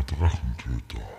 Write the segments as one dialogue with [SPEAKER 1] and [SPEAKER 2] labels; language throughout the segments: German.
[SPEAKER 1] Drachentöter.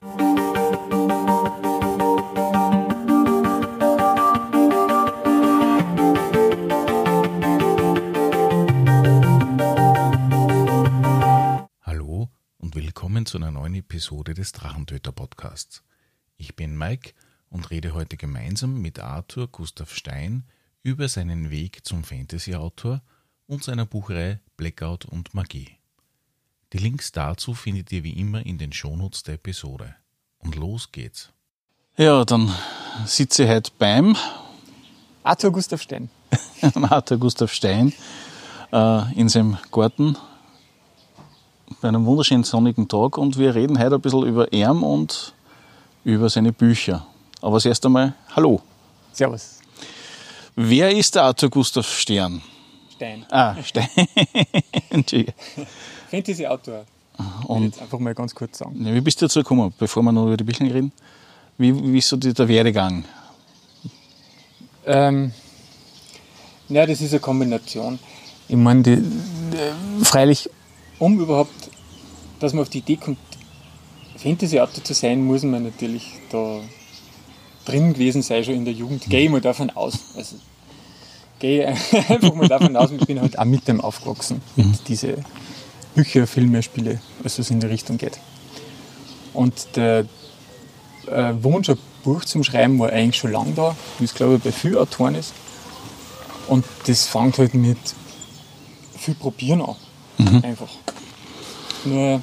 [SPEAKER 2] Hallo und willkommen zu einer neuen Episode des Drachentöter-Podcasts. Ich bin Mike und rede heute gemeinsam mit Arthur Gustav Stein über seinen Weg zum Fantasy-Autor und seiner Buchreihe Blackout und Magie. Die Links dazu findet ihr wie immer in den Shownotes der Episode. Und los geht's.
[SPEAKER 3] Ja, dann sitze ich heute beim
[SPEAKER 4] Arthur Gustav Stein.
[SPEAKER 3] Arthur Gustav Stein in seinem Garten bei einem wunderschönen sonnigen Tag und wir reden heute ein bisschen über ihn und über seine Bücher. Aber zuerst einmal, hallo.
[SPEAKER 4] Servus.
[SPEAKER 3] Wer ist der Arthur Gustav Stein?
[SPEAKER 4] Stein.
[SPEAKER 3] Stein. Entschuldige.
[SPEAKER 4] Fantasy-Autor. Und jetzt einfach mal ganz kurz sagen.
[SPEAKER 3] Ja, wie bist du dazu gekommen, bevor wir noch über die Bücher reden? Wie ist so der Werdegang?
[SPEAKER 4] Ja, das ist eine Kombination. Ich meine, freilich, um überhaupt, dass man auf die Idee kommt, Fantasy-Autor zu sein, muss man natürlich da drin gewesen sein, schon in der Jugend. Gehe ich mal davon aus. Also, gehe einfach mal davon aus, ich bin halt auch mit dem aufgewachsen, mit diese Bücher, Filme, Spiele, also es in die Richtung geht. Und der Wunsch, ein Buch zum Schreiben war eigentlich schon lange da, wie es glaube ich bei vielen Autoren ist. Und das fängt halt mit viel Probieren an, einfach. Nur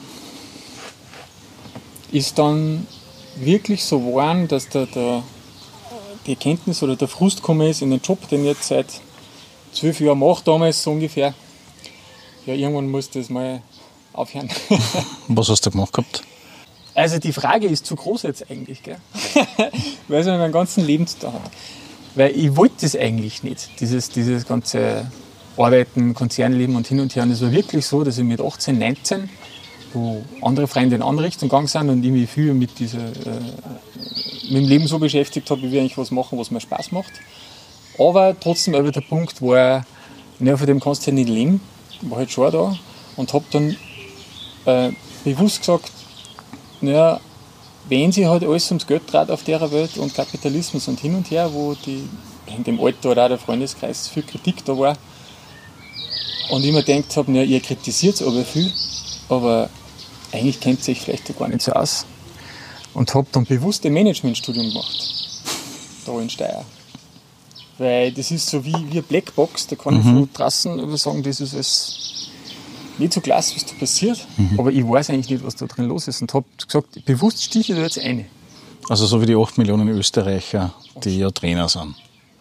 [SPEAKER 4] ist dann wirklich so geworden, dass die Erkenntnis oder der Frust gekommen ist in den Job, den ich jetzt seit 12 Jahren mache, damals so ungefähr. Ja, irgendwann muss das mal aufhören.
[SPEAKER 3] Was hast du gemacht gehabt?
[SPEAKER 4] Also die Frage ist zu groß jetzt eigentlich, gell? Weil es mit meinem ganzen Leben zu tun hat. Weil ich wollte das eigentlich nicht, dieses ganze Arbeiten, Konzernleben und hin und her. Und es war wirklich so, dass ich mit 18, 19, wo andere Freunde in andere Richtung gegangen sind und ich mich viel mit dem Leben so beschäftigt habe, wie wir eigentlich was machen, was mir Spaß macht. Aber trotzdem aber der Punkt war, von dem kannst du ja nicht leben. War halt schon da und habe dann bewusst gesagt, wenn sich halt alles ums Geld dreht auf der Welt und Kapitalismus und hin und her, wo in dem Alter oder auch der Freundeskreis viel Kritik da war und ich mir gedacht habe, ihr kritisiert es aber viel, aber eigentlich kennt ihr euch vielleicht gar nicht so aus und habe dann bewusst ein Managementstudium gemacht, da in Steyr. Weil das ist so wie eine Blackbox, da kann ich von draußen sagen, das ist alles nicht so klasse, was da passiert, aber ich weiß eigentlich nicht, was da drin los ist und habe gesagt, bewusst stiche ich da jetzt rein.
[SPEAKER 3] Also so wie die 8 Millionen Österreicher, die ja Trainer sind.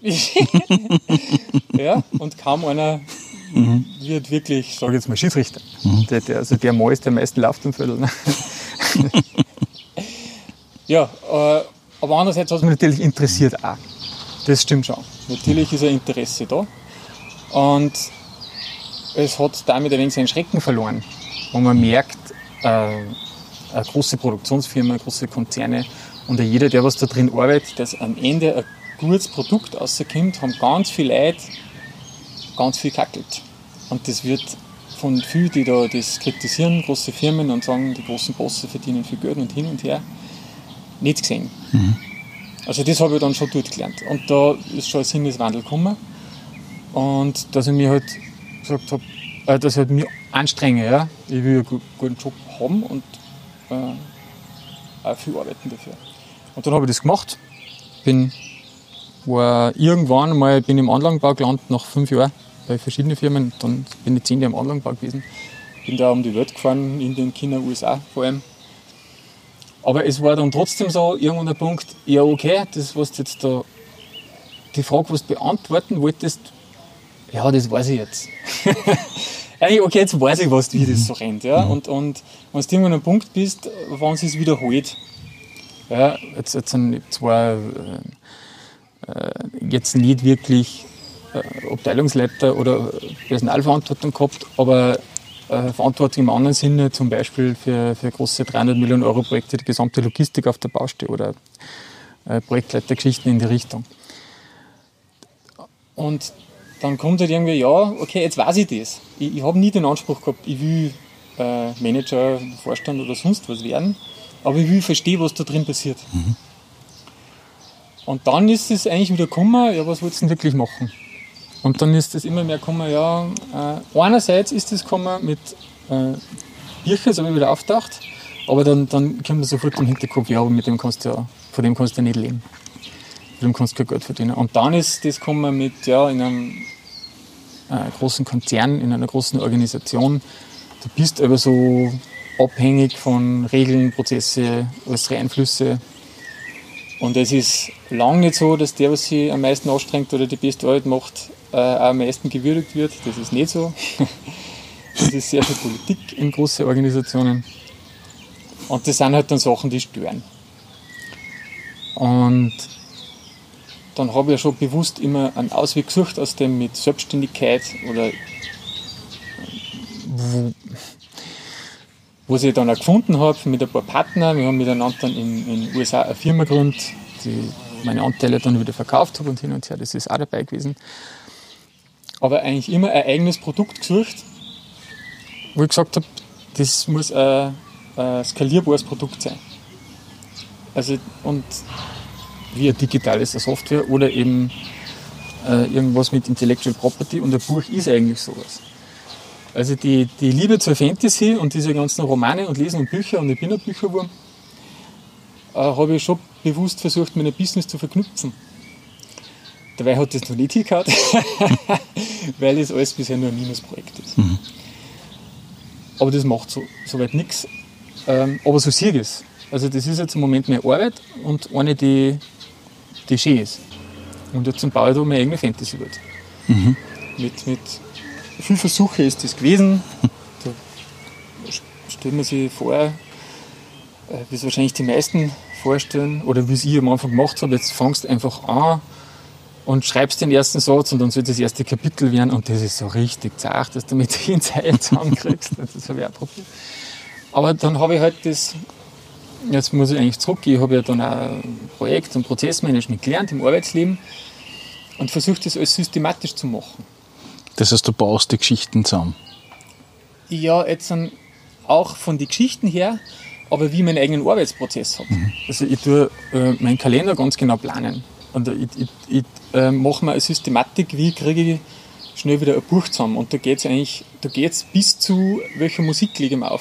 [SPEAKER 4] Ja, und kaum einer wird wirklich, sage ich jetzt mal, Schiedsrichter. Der Mann ist, der am meisten läuft im Viertel. Ja, aber andererseits hat es mich natürlich interessiert auch. Das stimmt schon. Natürlich ist ein Interesse da. Und es hat damit ein wenig seinen Schrecken verloren. Wo man merkt, eine große Produktionsfirma, große Konzerne und jeder, der was da drin arbeitet, dass am Ende ein gutes Produkt rauskommt, haben ganz viele Leute ganz viel kackelt. Und das wird von vielen, die da das kritisieren, große Firmen und sagen, die großen Bosse verdienen viel Geld und hin und her, nicht gesehen. Also das habe ich dann schon dort gelernt. Und da ist schon ein Sinneswandel gekommen. Und dass ich mir halt gesagt habe, dass ich halt mich anstrenge. Ja? Ich will einen guten Job haben und auch viel arbeiten dafür. Und dann habe ich das gemacht. War irgendwann mal bin im Anlagenbau gelandet, nach 5 Jahren bei verschiedenen Firmen. Dann bin ich 10 Jahre im Anlagenbau gewesen. Bin da um die Welt gefahren, Indien, China, USA vor allem. Aber es war dann trotzdem so, irgendwann der Punkt, ja okay, das was du jetzt da, die Frage, was du beantworten wolltest, ja, das weiß ich jetzt. Eigentlich, okay, jetzt weiß ich, wie das so rennt. Ja? Und wenn du irgendwann an einem Punkt bist, wenn es sich wiederholt, ja, jetzt sind zwar jetzt nicht wirklich Abteilungsleiter oder Personalverantwortung gehabt, aber Verantwortung im anderen Sinne, zum Beispiel für große 300 Millionen Euro Projekte, die gesamte Logistik auf der Baustelle oder Projektleitergeschichten in die Richtung. Und dann kommt halt irgendwie, ja, okay, jetzt weiß ich das. Ich habe nie den Anspruch gehabt, ich will Manager, Vorstand oder sonst was werden, aber ich will verstehen, was da drin passiert. Und dann ist es eigentlich wieder gekommen, ja, was willst du denn wirklich machen? Und dann ist es immer mehr gekommen, ja, einerseits ist es gekommen mit Büchern, das habe ich wieder aufgedacht, aber dann kommt mir sofort im Hinterkopf, ja, aber von dem kannst du ja nicht leben. Von dem kannst du kein Geld verdienen. Und dann ist das gekommen mit, ja, in einem großen Konzern, in einer großen Organisation, du bist aber so abhängig von Regeln, Prozesse, äußere Einflüsse. Und es ist lange nicht so, dass der, was sich am meisten anstrengt oder die beste Arbeit macht, auch am meisten gewürdigt wird. Das ist nicht so. Das ist sehr viel Politik in großen Organisationen. Und das sind halt dann Sachen, die stören. Und dann habe ich ja schon bewusst immer einen Ausweg gesucht aus dem mit Selbstständigkeit oder wo ich dann auch gefunden habe mit ein paar Partnern. Wir haben miteinander dann in den USA eine Firma gegründet, die meine Anteile dann wieder verkauft habe und hin und her. Das ist auch dabei gewesen. Aber eigentlich immer ein eigenes Produkt gesucht, wo ich gesagt habe, das muss ein skalierbares Produkt sein. Also, und wie ein digitales Software oder eben irgendwas mit Intellectual Property, und ein Buch ist eigentlich sowas. Also die Liebe zur Fantasy und diese ganzen Romane und Lesen und Bücher, und ich bin ein Bücherwurm, habe ich schon bewusst versucht, mit einem Business zu verknüpfen. Dabei hat das noch nicht hingehauen, weil das alles bisher nur ein Minusprojekt ist. Aber das macht soweit nichts. Aber so sehe ich es. Also das ist jetzt im Moment meine Arbeit und eine, die schön ist. Und jetzt baue ich da meine eigene Fantasy-Welt. Mit viel Versuche ist das gewesen. Da stellt man sich vor, wie es wahrscheinlich die meisten vorstellen, oder wie es ich am Anfang gemacht habe, jetzt fangst du einfach an und schreibst den ersten Satz und dann soll das erste Kapitel werden, und das ist so richtig zart, dass du mit den Zeilen zusammenkriegst. Das habe ich auch probiert. Aber dann habe ich halt das, jetzt muss ich eigentlich zurück, ich habe ja dann auch Projekt- und Prozessmanagement gelernt im Arbeitsleben und versucht das alles systematisch zu machen.
[SPEAKER 3] Das heißt, du baust die Geschichten zusammen?
[SPEAKER 4] Ja, jetzt auch von den Geschichten her, aber wie ich meinen eigenen Arbeitsprozess habe. Also ich tue meinen Kalender ganz genau planen. Und ich mache mir eine Systematik, wie kriege ich schnell wieder ein Buch zusammen. Und da geht es bis zu, welcher Musik lege ich mir auf.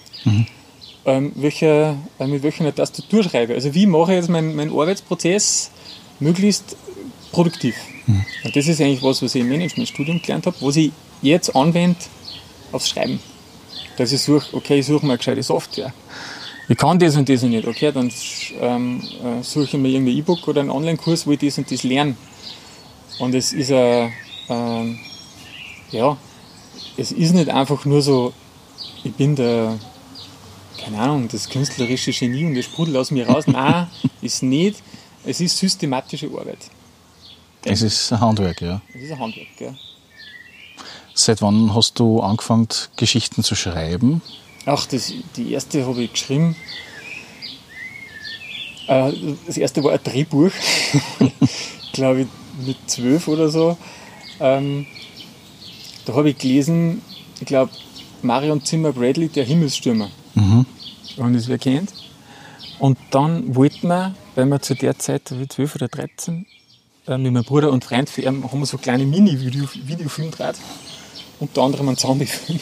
[SPEAKER 4] Mit welcher Tastatur schreibe. Also wie mache ich jetzt meinen Arbeitsprozess möglichst produktiv. Und das ist eigentlich was ich im Managementstudium gelernt habe, was ich jetzt anwende aufs Schreiben. Dass ich suche mir eine gescheite Software. Ich kann das und das nicht. Okay, dann suche ich mir irgendein E-Book oder einen Online-Kurs, wo ich das und das lerne. Und es ist es ist nicht einfach nur so, ich bin keine Ahnung, das künstlerische Genie und das sprudelt aus mir raus. Nein, ist nicht. Es ist systematische Arbeit.
[SPEAKER 3] Es ist ein Handwerk, ja.
[SPEAKER 4] Es ist ein Handwerk, ja.
[SPEAKER 3] Seit wann hast du angefangen, Geschichten zu schreiben?
[SPEAKER 4] Ach, die erste habe ich geschrieben. Das erste war ein Drehbuch, glaube ich, mit 12 oder so. Da habe ich gelesen, ich glaube, Marion Zimmer Bradley, der Himmelsstürmer. Wenn das wer kennt. Und dann wollten wir, weil wir zu der Zeit, 12 oder 13, mit meinem Bruder und Freund für ihn, haben wir so kleine Mini-Videofilme gedreht. Unter anderem einen Zombie-Film.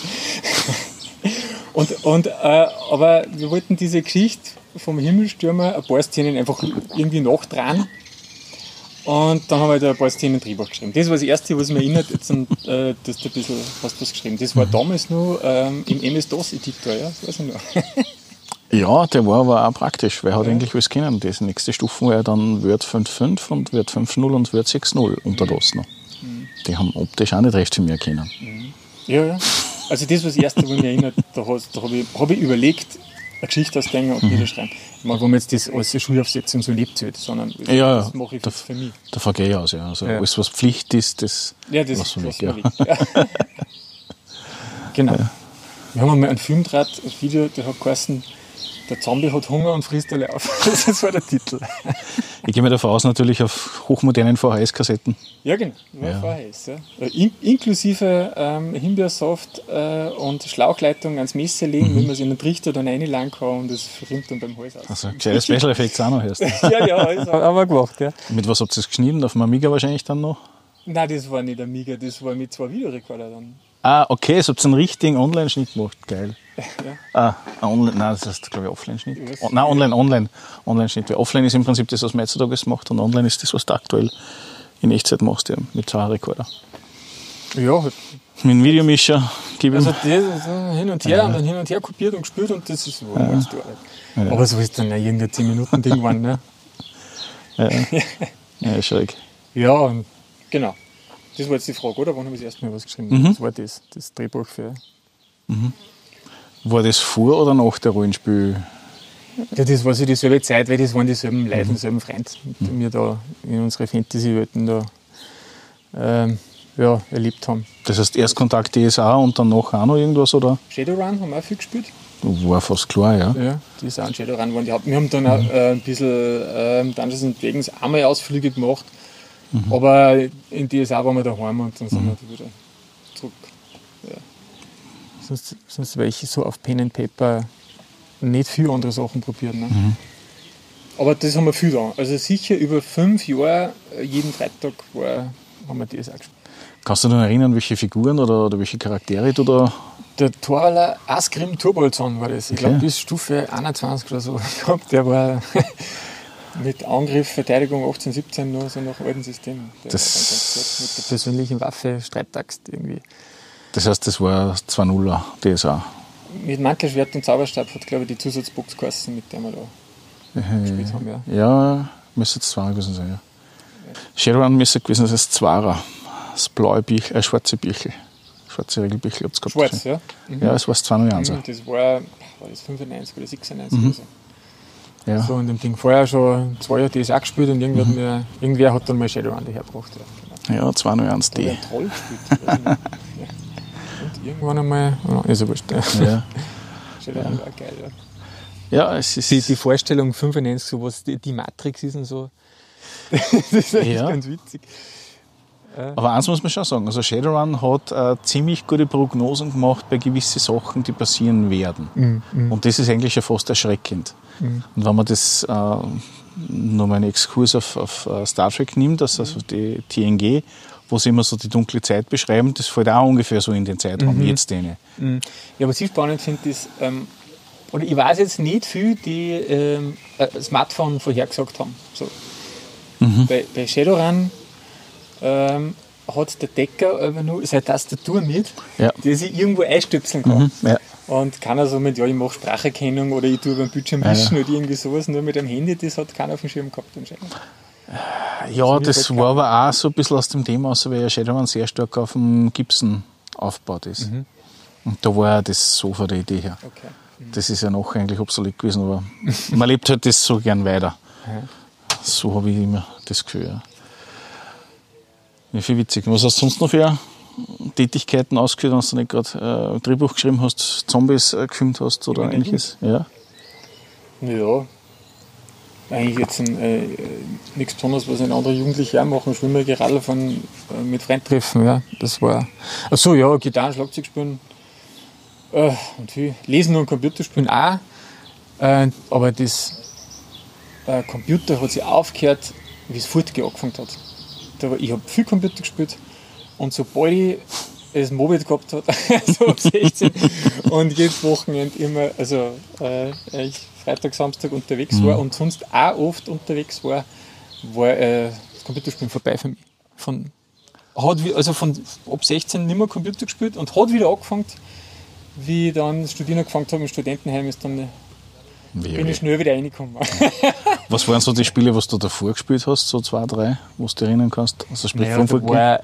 [SPEAKER 4] Aber wir wollten diese Geschichte vom Himmelsstürmer ein paar Szenen einfach irgendwie nachdrehen. Und dann haben wir da ein paar Szenen Drehbuch geschrieben. Das war das Erste, was mich erinnert, jetzt, dass du ein bisschen hast was geschrieben. Das war damals noch im MS-DOS-Editor, ja, das weiß ich noch.
[SPEAKER 3] Ja, der war aber auch praktisch, weil er hat eigentlich alles kennen. Die nächste Stufe war ja dann Word 5.5 und Word 5.0 und Word 6.0 unter DOS noch. Die haben optisch auch nicht recht viel mehr kennen.
[SPEAKER 4] Ja. Also das war das Erste, was mich erinnert. Da hab ich überlegt, eine Geschichte ausdenken und niederschreiben. Ich meine, wenn man jetzt das als Schulaufsetzung so lebt, sondern das mache ich jetzt für mich.
[SPEAKER 3] Davon gehe ich aus, ja. Also alles, was Pflicht ist, das lassen wir weg. Ja.
[SPEAKER 4] Genau. Ja. Wir haben einmal einen Film gedreht, ein Video, der hat geheißen Der Zombie hat Hunger und frisst alle auf. Das war der Titel.
[SPEAKER 3] Ich gehe mir davon aus, natürlich auf hochmodernen VHS-Kassetten.
[SPEAKER 4] Ja, genau. Nur VHS. Ja. Inklusive Himbeersaft und Schlauchleitung ans Messer legen, wenn man es in einen Trichter dann reinlegen kann und das rinnt dann beim Hals aus.
[SPEAKER 3] Also, gescheite Special Effects auch noch erst.
[SPEAKER 4] Ja, alles haben wir gemacht. Ja.
[SPEAKER 3] Mit was habt ihr das geschnitten? Auf dem Amiga wahrscheinlich dann noch?
[SPEAKER 4] Nein, das war nicht Amiga, das war mit 2 Videorekorder dann.
[SPEAKER 3] Ah, okay, so habt ihr einen richtigen Online-Schnitt gemacht. Geil.
[SPEAKER 4] Ja.
[SPEAKER 3] Nein, das heißt, glaube ich, Offline-Schnitt. Online-Schnitt. Weil Offline ist im Prinzip das, was man heutzutage macht, und Online ist das, was du aktuell in Echtzeit machst, ja, mit 2 Rekorder.
[SPEAKER 4] Ja, halt.
[SPEAKER 3] Mit einem Videomischer gebe ich
[SPEAKER 4] also das hin und her und dann hin und her kopiert und gespielt und das ist so ganz Arbeit. Aber so ist dann ja irgendein 10-Minuten-Ding geworden. Ne?
[SPEAKER 3] Ja, schräg.
[SPEAKER 4] Ja, und genau. Das war jetzt die Frage, oder? Wann habe ich das erste Mal was geschrieben? Das war das Drehbuch für...
[SPEAKER 3] War das vor oder nach der Rollenspiel?
[SPEAKER 4] Ja, das war so dieselbe Zeit, weil das waren dieselben Leute, dieselben Freunde, die wir da in unsere Fantasy-Welten da erlebt haben.
[SPEAKER 3] Das heißt, Erstkontakt DSA und danach auch noch irgendwas, oder?
[SPEAKER 4] Shadowrun haben wir auch viel gespielt.
[SPEAKER 3] War fast klar, ja.
[SPEAKER 4] Ja, die ist auch ein Shadowrun waren. Wir haben dann auch ein bisschen Dungeons & Dragons einmal Ausflüge gemacht, aber in DSA waren wir daheim und dann sind wir da wieder zurück. Ja. Sonst war ich so auf Pen and Paper nicht viel andere Sachen probiert. Ne? Aber das haben wir viel da. Also sicher über 5 Jahre, jeden Freitag haben wir DSA gespielt.
[SPEAKER 3] Kannst du dich noch erinnern, welche Figuren oder welche Charaktere du da...
[SPEAKER 4] Der Thorwaller Asgrim Turbolzahn war das. Ich glaube, bis Stufe 21 oder so. Ich glaube, der war mit Angriff, Verteidigung 18, 17 nur so nach alten System.
[SPEAKER 3] Das
[SPEAKER 4] mit der persönlichen Waffe, Streitaxt irgendwie.
[SPEAKER 3] Das heißt, das war 2.0er DSA.
[SPEAKER 4] Mit Mantelschwert und Zauberstab hat, glaube ich, die Zusatzbox geheißen, mit der wir da gespielt haben.
[SPEAKER 3] Ja, müsste es 2er gewesen sein, ja. Shadowrun müsste gewesen sein, das 2er. Das blaue schwarze Birchel. Schwarze Regelbirchel habt ihr gehabt.
[SPEAKER 4] Schwarz, ja?
[SPEAKER 3] Ja, das war das 201er.
[SPEAKER 4] Das war das 95 oder 96 oder so.
[SPEAKER 3] Ja.
[SPEAKER 4] So in dem Ding. Vorher schon 2 Jahre DSA gespielt und irgendwer hat dann mal Shadowrun dahergebracht. Ja, genau.
[SPEAKER 3] Ja, 201D.
[SPEAKER 4] Ein Troll gespielt. Und irgendwann einmal, ist ja wurscht.
[SPEAKER 3] Ja.
[SPEAKER 4] Shadowrun war geil, ja.
[SPEAKER 3] Ja, es ist...
[SPEAKER 4] Die Vorstellung 95, so was die Matrix ist und so, das ist echt ganz witzig.
[SPEAKER 3] Aber eins muss man schon sagen, also Shadowrun hat ziemlich gute Prognosen gemacht bei gewissen Sachen, die passieren werden. Und das ist eigentlich schon fast erschreckend. Und wenn man das nochmal einen Exkurs auf Star Trek nimmt, also die TNG, wo sie immer so die dunkle Zeit beschreiben, das fällt auch ungefähr so in den Zeitraum jetzt denen.
[SPEAKER 4] Ja, was ich spannend finde, ist, oder ich weiß jetzt nicht viel, die Smartphone vorhergesagt haben. So. Bei Shadowrun hat der Decker aber nur seine Tastatur mit, die sich irgendwo einstöpseln kann. Und keiner so mit, ich mache Spracherkennung oder ich tue beim Bildschirm wischen oder irgendwie sowas, nur mit dem Handy, das hat keiner auf dem Schirm gehabt anscheinend.
[SPEAKER 3] Ja, das war aber auch so ein bisschen aus dem Thema, also weil ja Shadowrun sehr stark auf dem Gibson aufgebaut ist. Und da war ja das so von der Idee her.
[SPEAKER 4] Okay.
[SPEAKER 3] Das ist ja noch eigentlich obsolet gewesen, aber man lebt halt das so gern weiter. So habe ich immer das Gefühl. Ja. Ja, viel witzig. Was hast du sonst noch für Tätigkeiten ausgeführt, wenn du nicht gerade Drehbuch geschrieben hast, Zombies gefilmt hast oder ähnliches? Ja,
[SPEAKER 4] eigentlich jetzt nichts Besonderes, was ein anderer Jugendliche auch machen. Schwimmen, Geradl fahren, mit Freunden treffen. Ja, das war. Achso, ja, Gitarre, Schlagzeug spielen. Und viel. Lesen und Computer spielen auch. Aber das Computer hat sich aufgehört, wie es Fortgehen angefangen hat. Ich habe viel Computer gespielt und sobald ich das Mobile gehabt habe, so ab 16 und jedes Wochenende immer, also ich Freitag, Samstag unterwegs war und sonst auch oft unterwegs war das Computerspielen vorbei für mich. Von ab 16 nicht mehr Computer gespielt und hat wieder angefangen, wie ich dann Studieren angefangen habe im Studentenheim, ist dann bin ich schnell wieder reingekommen.
[SPEAKER 3] Was waren so die Spiele, was du davor gespielt hast, so 2, 3, wo du dich erinnern kannst? Also sprich
[SPEAKER 4] da war,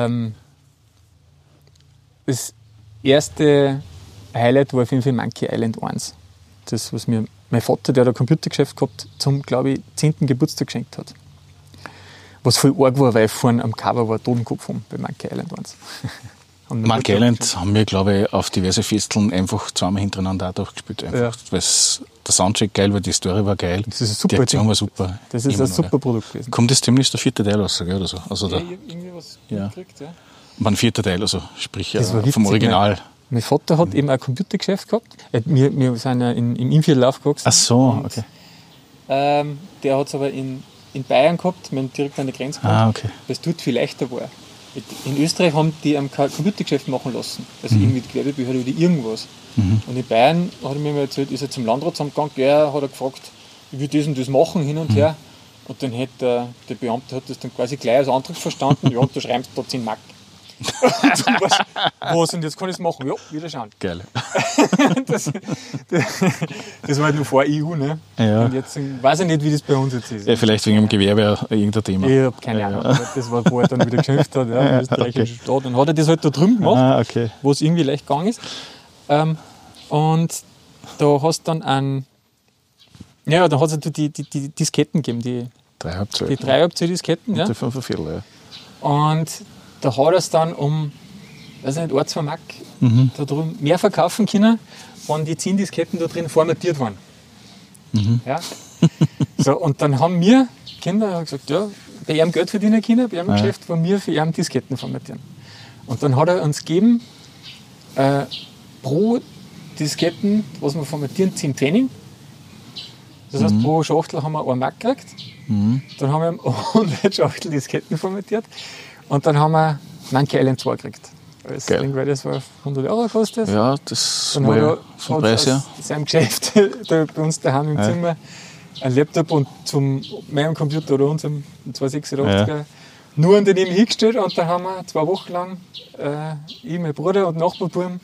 [SPEAKER 4] das erste Highlight war auf jeden Fall Monkey Island 1. Das, was mir mein Vater, der hat ein Computergeschäft gehabt, zum, glaube ich, 10. Geburtstag geschenkt hat. Was voll arg war, weil vorne am Cover war Totenkopf bei Monkey Island 1.
[SPEAKER 3] Monkey Island haben wir, glaube ich, auf diverse Festeln einfach zweimal hintereinander auch durchgespielt. Einfach, weil der Soundtrack geil war, die Story war geil,
[SPEAKER 4] Das ist ein super
[SPEAKER 3] die Aktion
[SPEAKER 4] Ding.
[SPEAKER 3] war super.
[SPEAKER 4] Das ist
[SPEAKER 3] Immer
[SPEAKER 4] ein
[SPEAKER 3] noch,
[SPEAKER 4] super Produkt gewesen.
[SPEAKER 3] Kommt jetzt demnächst der 4. Teil raus, gell, oder so? Also
[SPEAKER 4] Ja,
[SPEAKER 3] der,
[SPEAKER 4] ich hab irgendwie was
[SPEAKER 3] Ja.
[SPEAKER 4] gekriegt, ja.
[SPEAKER 3] mein 4. Teil, also sprich
[SPEAKER 4] Das war
[SPEAKER 3] vom
[SPEAKER 4] witzig,
[SPEAKER 3] Original.
[SPEAKER 4] Mein Vater hat eben ein Computergeschäft gehabt. Wir sind ja im Innviertel aufgewachsen.
[SPEAKER 3] Ach so,
[SPEAKER 4] Und,
[SPEAKER 3] okay.
[SPEAKER 4] der hat es aber in Bayern gehabt, wir haben direkt an der Grenze gehabt,
[SPEAKER 3] Okay.
[SPEAKER 4] weil es dort viel leichter war. In Österreich haben die am Computergeschäft machen lassen. Also irgendwie die Gewerbebehörde oder irgendwas. Und in Bayern hat er mir mal erzählt, ist er zum Landratsamt gegangen, ja, hat er gefragt, ich will das und das machen, hin und her. Und dann hat der Beamte hat das dann quasi gleich als Antrag verstanden, ja, und du schreibst da 10 Mark. Und du weißt, was, und jetzt kann ich es machen? Ja, wieder schauen.
[SPEAKER 3] Geil.
[SPEAKER 4] Das war halt nur vor EU, ne?
[SPEAKER 3] Ja.
[SPEAKER 4] Und jetzt weiß ich nicht, wie das bei uns jetzt ist.
[SPEAKER 3] Ja, vielleicht wegen dem Gewerbe irgendein Thema.
[SPEAKER 4] Ich habe keine Ahnung, aber das war, wo er dann wieder geschimpft hat, ja, im österreichischen Staat. Dann hat er das halt da drüben gemacht,
[SPEAKER 3] Okay.
[SPEAKER 4] wo es irgendwie leicht gegangen ist. Und da hast du dann da hat es die Disketten gegeben, die 3,5 Disketten, ja.
[SPEAKER 3] Die 45, ja.
[SPEAKER 4] Und da hat er es dann um, weiß nicht, 1, 2 Mark da drüben mehr verkaufen können, wenn die 10 Disketten da drin formatiert waren. Ja. So, und dann haben wir Kinder gesagt, ja, bei ihm Geld verdienen können, bei ihm im Geschäft, wo wir für ihn Disketten formatieren. Und dann hat er uns gegeben, pro Disketten, was wir formatieren, 10 Pfennig. Das heißt, pro Schachtel haben wir 1 Mark gekriegt. Dann haben wir 100 Schachtel Disketten formatiert. Und dann haben wir Monkey Island 2 gekriegt. Das
[SPEAKER 3] Geil.
[SPEAKER 4] Ding, weil das war 100 Euro gekostet.
[SPEAKER 3] Ja, das
[SPEAKER 4] Dann
[SPEAKER 3] war
[SPEAKER 4] hat
[SPEAKER 3] ja
[SPEAKER 4] er
[SPEAKER 3] vom Preis her.
[SPEAKER 4] aus seinem Geschäft da bei uns daheim im Zimmer ein Laptop und zum meinem Computer oder unserem 286er nur an daneben hingestellt und dann haben wir 2 Wochen lang ich, mein Bruder und Nachbarbuben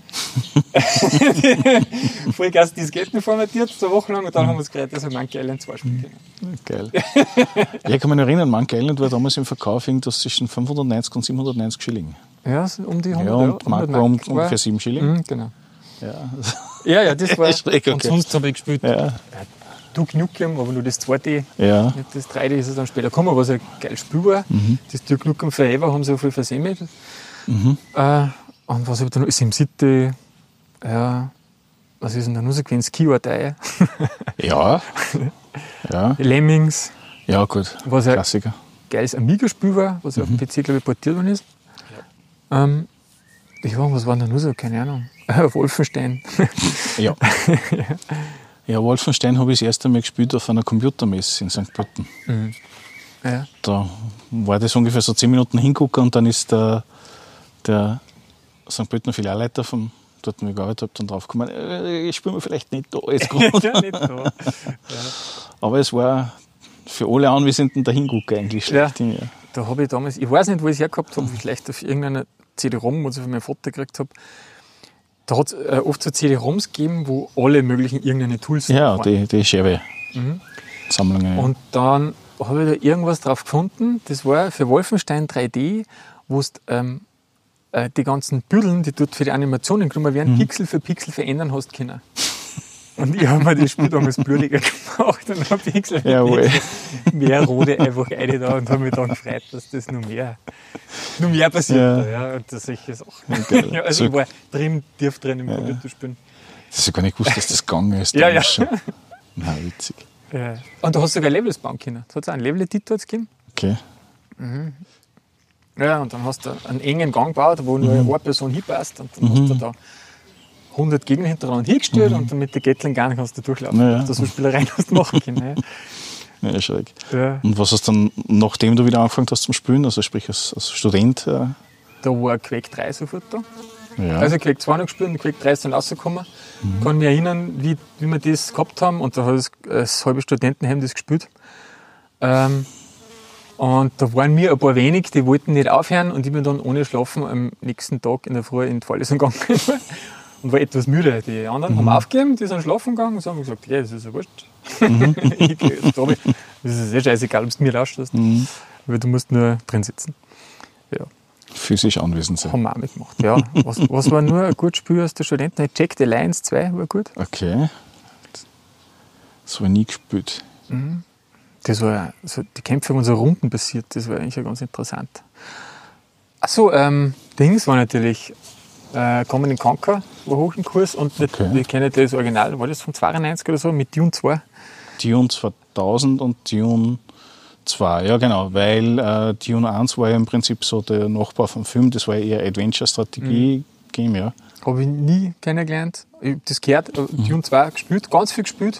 [SPEAKER 4] Vollgas Disketten formatiert, 2 Wochen lang und dann haben wir es geredet, dass wir Monkey Island 2 spielen können.
[SPEAKER 3] Geil. Ja, ich kann mich noch erinnern, Monkey Island war damals im Verkauf irgendwas zwischen 590 und 790 Schilling.
[SPEAKER 4] Ja, so um die 100
[SPEAKER 3] Ja,
[SPEAKER 4] Euro.
[SPEAKER 3] und Mark war ungefähr 7 Schilling.
[SPEAKER 4] Genau.
[SPEAKER 3] Ja.
[SPEAKER 4] Ja, das war.
[SPEAKER 3] Schräg, okay.
[SPEAKER 4] Und sonst habe ich gespielt
[SPEAKER 3] Ja.
[SPEAKER 4] Duke Nukem, aber nur das 2D.
[SPEAKER 3] Ja.
[SPEAKER 4] Nicht das 3D ist es dann später gekommen, was ein geil Spiel war. Das Duke Nukem Forever haben sie so viel versemmelt. Und was habe ich da noch? SimCity, ja, was ist denn da noch so gewesen? Ski or Die,
[SPEAKER 3] Ja. Ja.
[SPEAKER 4] Lemmings,
[SPEAKER 3] Ja, gut.
[SPEAKER 4] was ein
[SPEAKER 3] Klassiker.
[SPEAKER 4] geiles Amiga-Spiel war, was auf dem PC, glaube ich, portiert worden ist. Ja, was war denn da noch so? Keine Ahnung. Wolfenstein.
[SPEAKER 3] Ja. Ja, Wolfenstein habe ich das erste Mal gespielt auf einer Computermesse in St. Pölten.
[SPEAKER 4] Ja.
[SPEAKER 3] Da war das ungefähr so 10 Minuten hingucken und dann ist der St. Pöltener Filialleiter vom dort, wo ich gearbeitet habe, dann draufgekommen, ich spiele mir vielleicht nicht da alles gut.
[SPEAKER 4] Ja, nicht da.
[SPEAKER 3] Aber es war für alle Anwesenden der Hingucker eigentlich schlecht. Ja.
[SPEAKER 4] Da habe ich damals, ich weiß nicht, wo ich es hergehabt habe, vielleicht auf irgendeiner CD-ROM, was ich von meinem Vater gekriegt habe. Da hat es oft so CD-ROMs gegeben, wo alle möglichen irgendeine Tools
[SPEAKER 3] Ja,
[SPEAKER 4] waren.
[SPEAKER 3] die Scherbe. Sammlungen. Ja.
[SPEAKER 4] Und dann habe ich da irgendwas drauf gefunden, das war für Wolfenstein 3D, wo du die ganzen Büdeln, die dort für die Animationen genommen werden, Pixel für Pixel verändern hast können. Und ich habe mir das Spiel damals blutiger gemacht und habe Pixel für
[SPEAKER 3] Jawohl.
[SPEAKER 4] Pixel mehr Rode einfach rein da und habe mich dann gefreut, dass das noch mehr passiert.
[SPEAKER 3] Ja.
[SPEAKER 4] Ja, und das solche Sachen.
[SPEAKER 3] Okay.
[SPEAKER 4] Ja, also
[SPEAKER 3] So-
[SPEAKER 4] ich war tief drin im Computerspielen.
[SPEAKER 3] Das ist ja gar nicht gewusst, dass das gegangen ist.
[SPEAKER 4] Ja,
[SPEAKER 3] damals
[SPEAKER 4] ja.
[SPEAKER 3] schon. Na, witzig.
[SPEAKER 4] Ja. Und du hast sogar Levels bauen können. Da hat es auch einen Level-Editor gegeben.
[SPEAKER 3] Okay.
[SPEAKER 4] Ja, und dann hast du einen engen Gang gebaut, wo nur eine Person hinpasst. Und dann hast du da 100 Gegner hintereinander hingestellt und dann mit der Gatling Gun kannst du durchlaufen.
[SPEAKER 3] Ja, ja.
[SPEAKER 4] Da so Spielereien hast du machen können.
[SPEAKER 3] Ja, schräg.
[SPEAKER 4] Ja.
[SPEAKER 3] Und was hast du dann, nachdem du wieder angefangen hast zum Spielen, also sprich als Student?
[SPEAKER 4] Da war Quake 3 sofort da.
[SPEAKER 3] Ja.
[SPEAKER 4] Also Quake 2 noch gespielt und Quake 3 ist dann rausgekommen. Kann mich erinnern, wie wir das gehabt haben. Und da hat das halbe Studentenheim das gespielt. Und da waren wir ein paar wenig, die wollten nicht aufhören und ich bin dann ohne Schlafen am nächsten Tag in der Früh in die Vorlesung gegangen und war etwas müde. Die anderen haben aufgegeben, die sind schlafen gegangen und haben gesagt, ja, das ist ja wurscht. Ich geh jetzt runter. Das ist eh scheißegal, ob du mir lauscht hast, weil du musst nur drin sitzen. Ja,
[SPEAKER 3] Physisch anwesend sein.
[SPEAKER 4] haben wir auch mitgemacht. Ja, was war nur ein gutes Spiel aus der Studenten? Jack the Lions 2 war gut.
[SPEAKER 3] Okay. Das habe ich nie gespielt.
[SPEAKER 4] Das war so, die Kämpfe waren so Runden basiert, das war eigentlich ja ganz interessant. Achso, Dings war natürlich Command & Conquer war hoch im Kurs und wir kennen das Original, war das von 92 oder so, mit Dune 2?
[SPEAKER 3] Dune 2000 und Dune 2, ja genau, weil Dune 1 war ja im Prinzip so der Nachbau vom Film, das war ja eher Adventure-Strategie-Game, ja.
[SPEAKER 4] Habe ich nie kennengelernt. Ich habe das gehört, Dune 2 gespielt, ganz viel gespielt.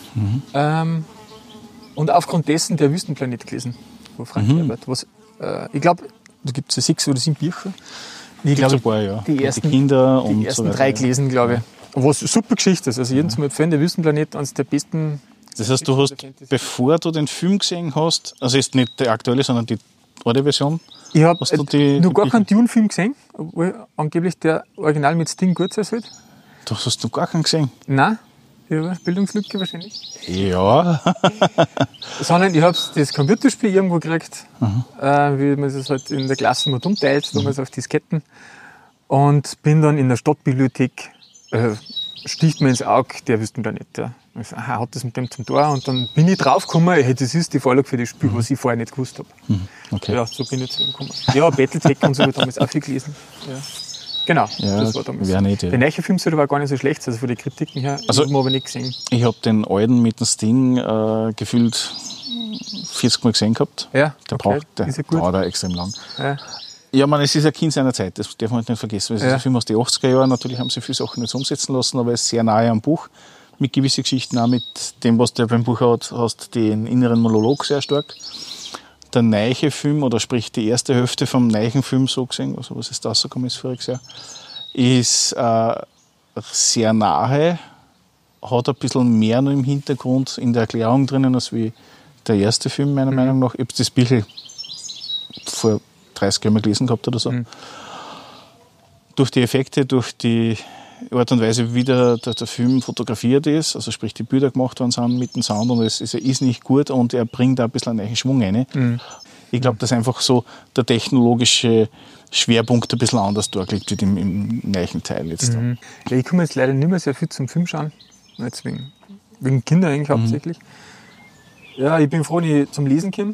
[SPEAKER 4] Und aufgrund dessen der Wüstenplanet gelesen, von Frank Herbert. Ich glaube, da gibt es ja 6 oder 7 Bücher. Ich glaube,
[SPEAKER 3] ein paar, ja.
[SPEAKER 4] die ersten
[SPEAKER 3] Kinder und
[SPEAKER 4] die ersten
[SPEAKER 3] so weiter,
[SPEAKER 4] 3 gelesen, glaube ich. Was eine super Geschichte ist. Also jeden zum Empfehlen, der Wüstenplanet, eines der besten.
[SPEAKER 3] Das heißt, du hast, bevor du den Film gesehen hast, also jetzt nicht die aktuelle, sondern die alte Version,
[SPEAKER 4] ich habe noch gar
[SPEAKER 3] Bücher?
[SPEAKER 4] keinen Dune-Film gesehen, obwohl angeblich der Original mit Sting gut sein soll.
[SPEAKER 3] Du hast noch gar keinen gesehen?
[SPEAKER 4] Nein, ich habe eine Bildungslücke wahrscheinlich.
[SPEAKER 3] Ja.
[SPEAKER 4] Sondern ich habe das Computerspiel irgendwo gekriegt, wie man es halt in der Klasse mal umteilt, damals auf Disketten. Und bin dann in der Stadtbibliothek, sticht mir ins Auge der Wüstenplanet. Ja. Ich so, hat das mit dem zum Tor? Und dann bin ich draufgekommen, hey, das ist die Vorlage für das Spiel, was ich vorher nicht gewusst habe.
[SPEAKER 3] Okay.
[SPEAKER 4] Ja, so bin ich zu ihm gekommen. Ja, Battletech und so habe ich damals auch viel gelesen. Ja. Genau,
[SPEAKER 3] Ja,
[SPEAKER 4] das war damals.
[SPEAKER 3] nicht, ja.
[SPEAKER 4] Der neue Film war gar nicht so schlecht, also von den Kritiken her,
[SPEAKER 3] Also-
[SPEAKER 4] ich habe ihn aber nicht gesehen.
[SPEAKER 3] Ich habe den alten mit dem Sting gefühlt 40 Mal gesehen gehabt.
[SPEAKER 4] Ja,
[SPEAKER 3] Der
[SPEAKER 4] okay.
[SPEAKER 3] der
[SPEAKER 4] Ist er gut?
[SPEAKER 3] dauert auch extrem lang.
[SPEAKER 4] Ja.
[SPEAKER 3] Ja, man, es ist ein Kind seiner Zeit, das darf man nicht vergessen. Es ist
[SPEAKER 4] Ja.
[SPEAKER 3] ein Film aus den 80er Jahren, natürlich haben sie viele Sachen nicht so umsetzen lassen, aber es ist sehr nahe am Buch, mit gewissen Geschichten, auch mit dem, was du beim Buch hast, den inneren Monolog sehr stark. Der neue Film, oder sprich die erste Hälfte vom neuen Film so gesehen, also was ist das rausgekommen ist voriges Jahr, ist sehr nahe, hat ein bisschen mehr noch im Hintergrund in der Erklärung drinnen, als wie der erste Film, meiner Meinung nach. Ich habe das Büchel vor 30 Jahren mal gelesen gehabt oder so. Durch die Effekte, durch die Art und Weise, wie der Film fotografiert ist, also sprich die Bilder gemacht worden sind mit dem Sound, und es ist nicht gut und er bringt da ein bisschen einen neuen Schwung rein. Ich glaube, dass einfach so der technologische Schwerpunkt ein bisschen anders dargelegt wird im neuen Teil jetzt.
[SPEAKER 4] Ja, ich komme jetzt leider nicht mehr sehr viel zum Film schauen, jetzt wegen Kinder eigentlich hauptsächlich. Ja, ich bin froh, dass ich zum Lesen komme.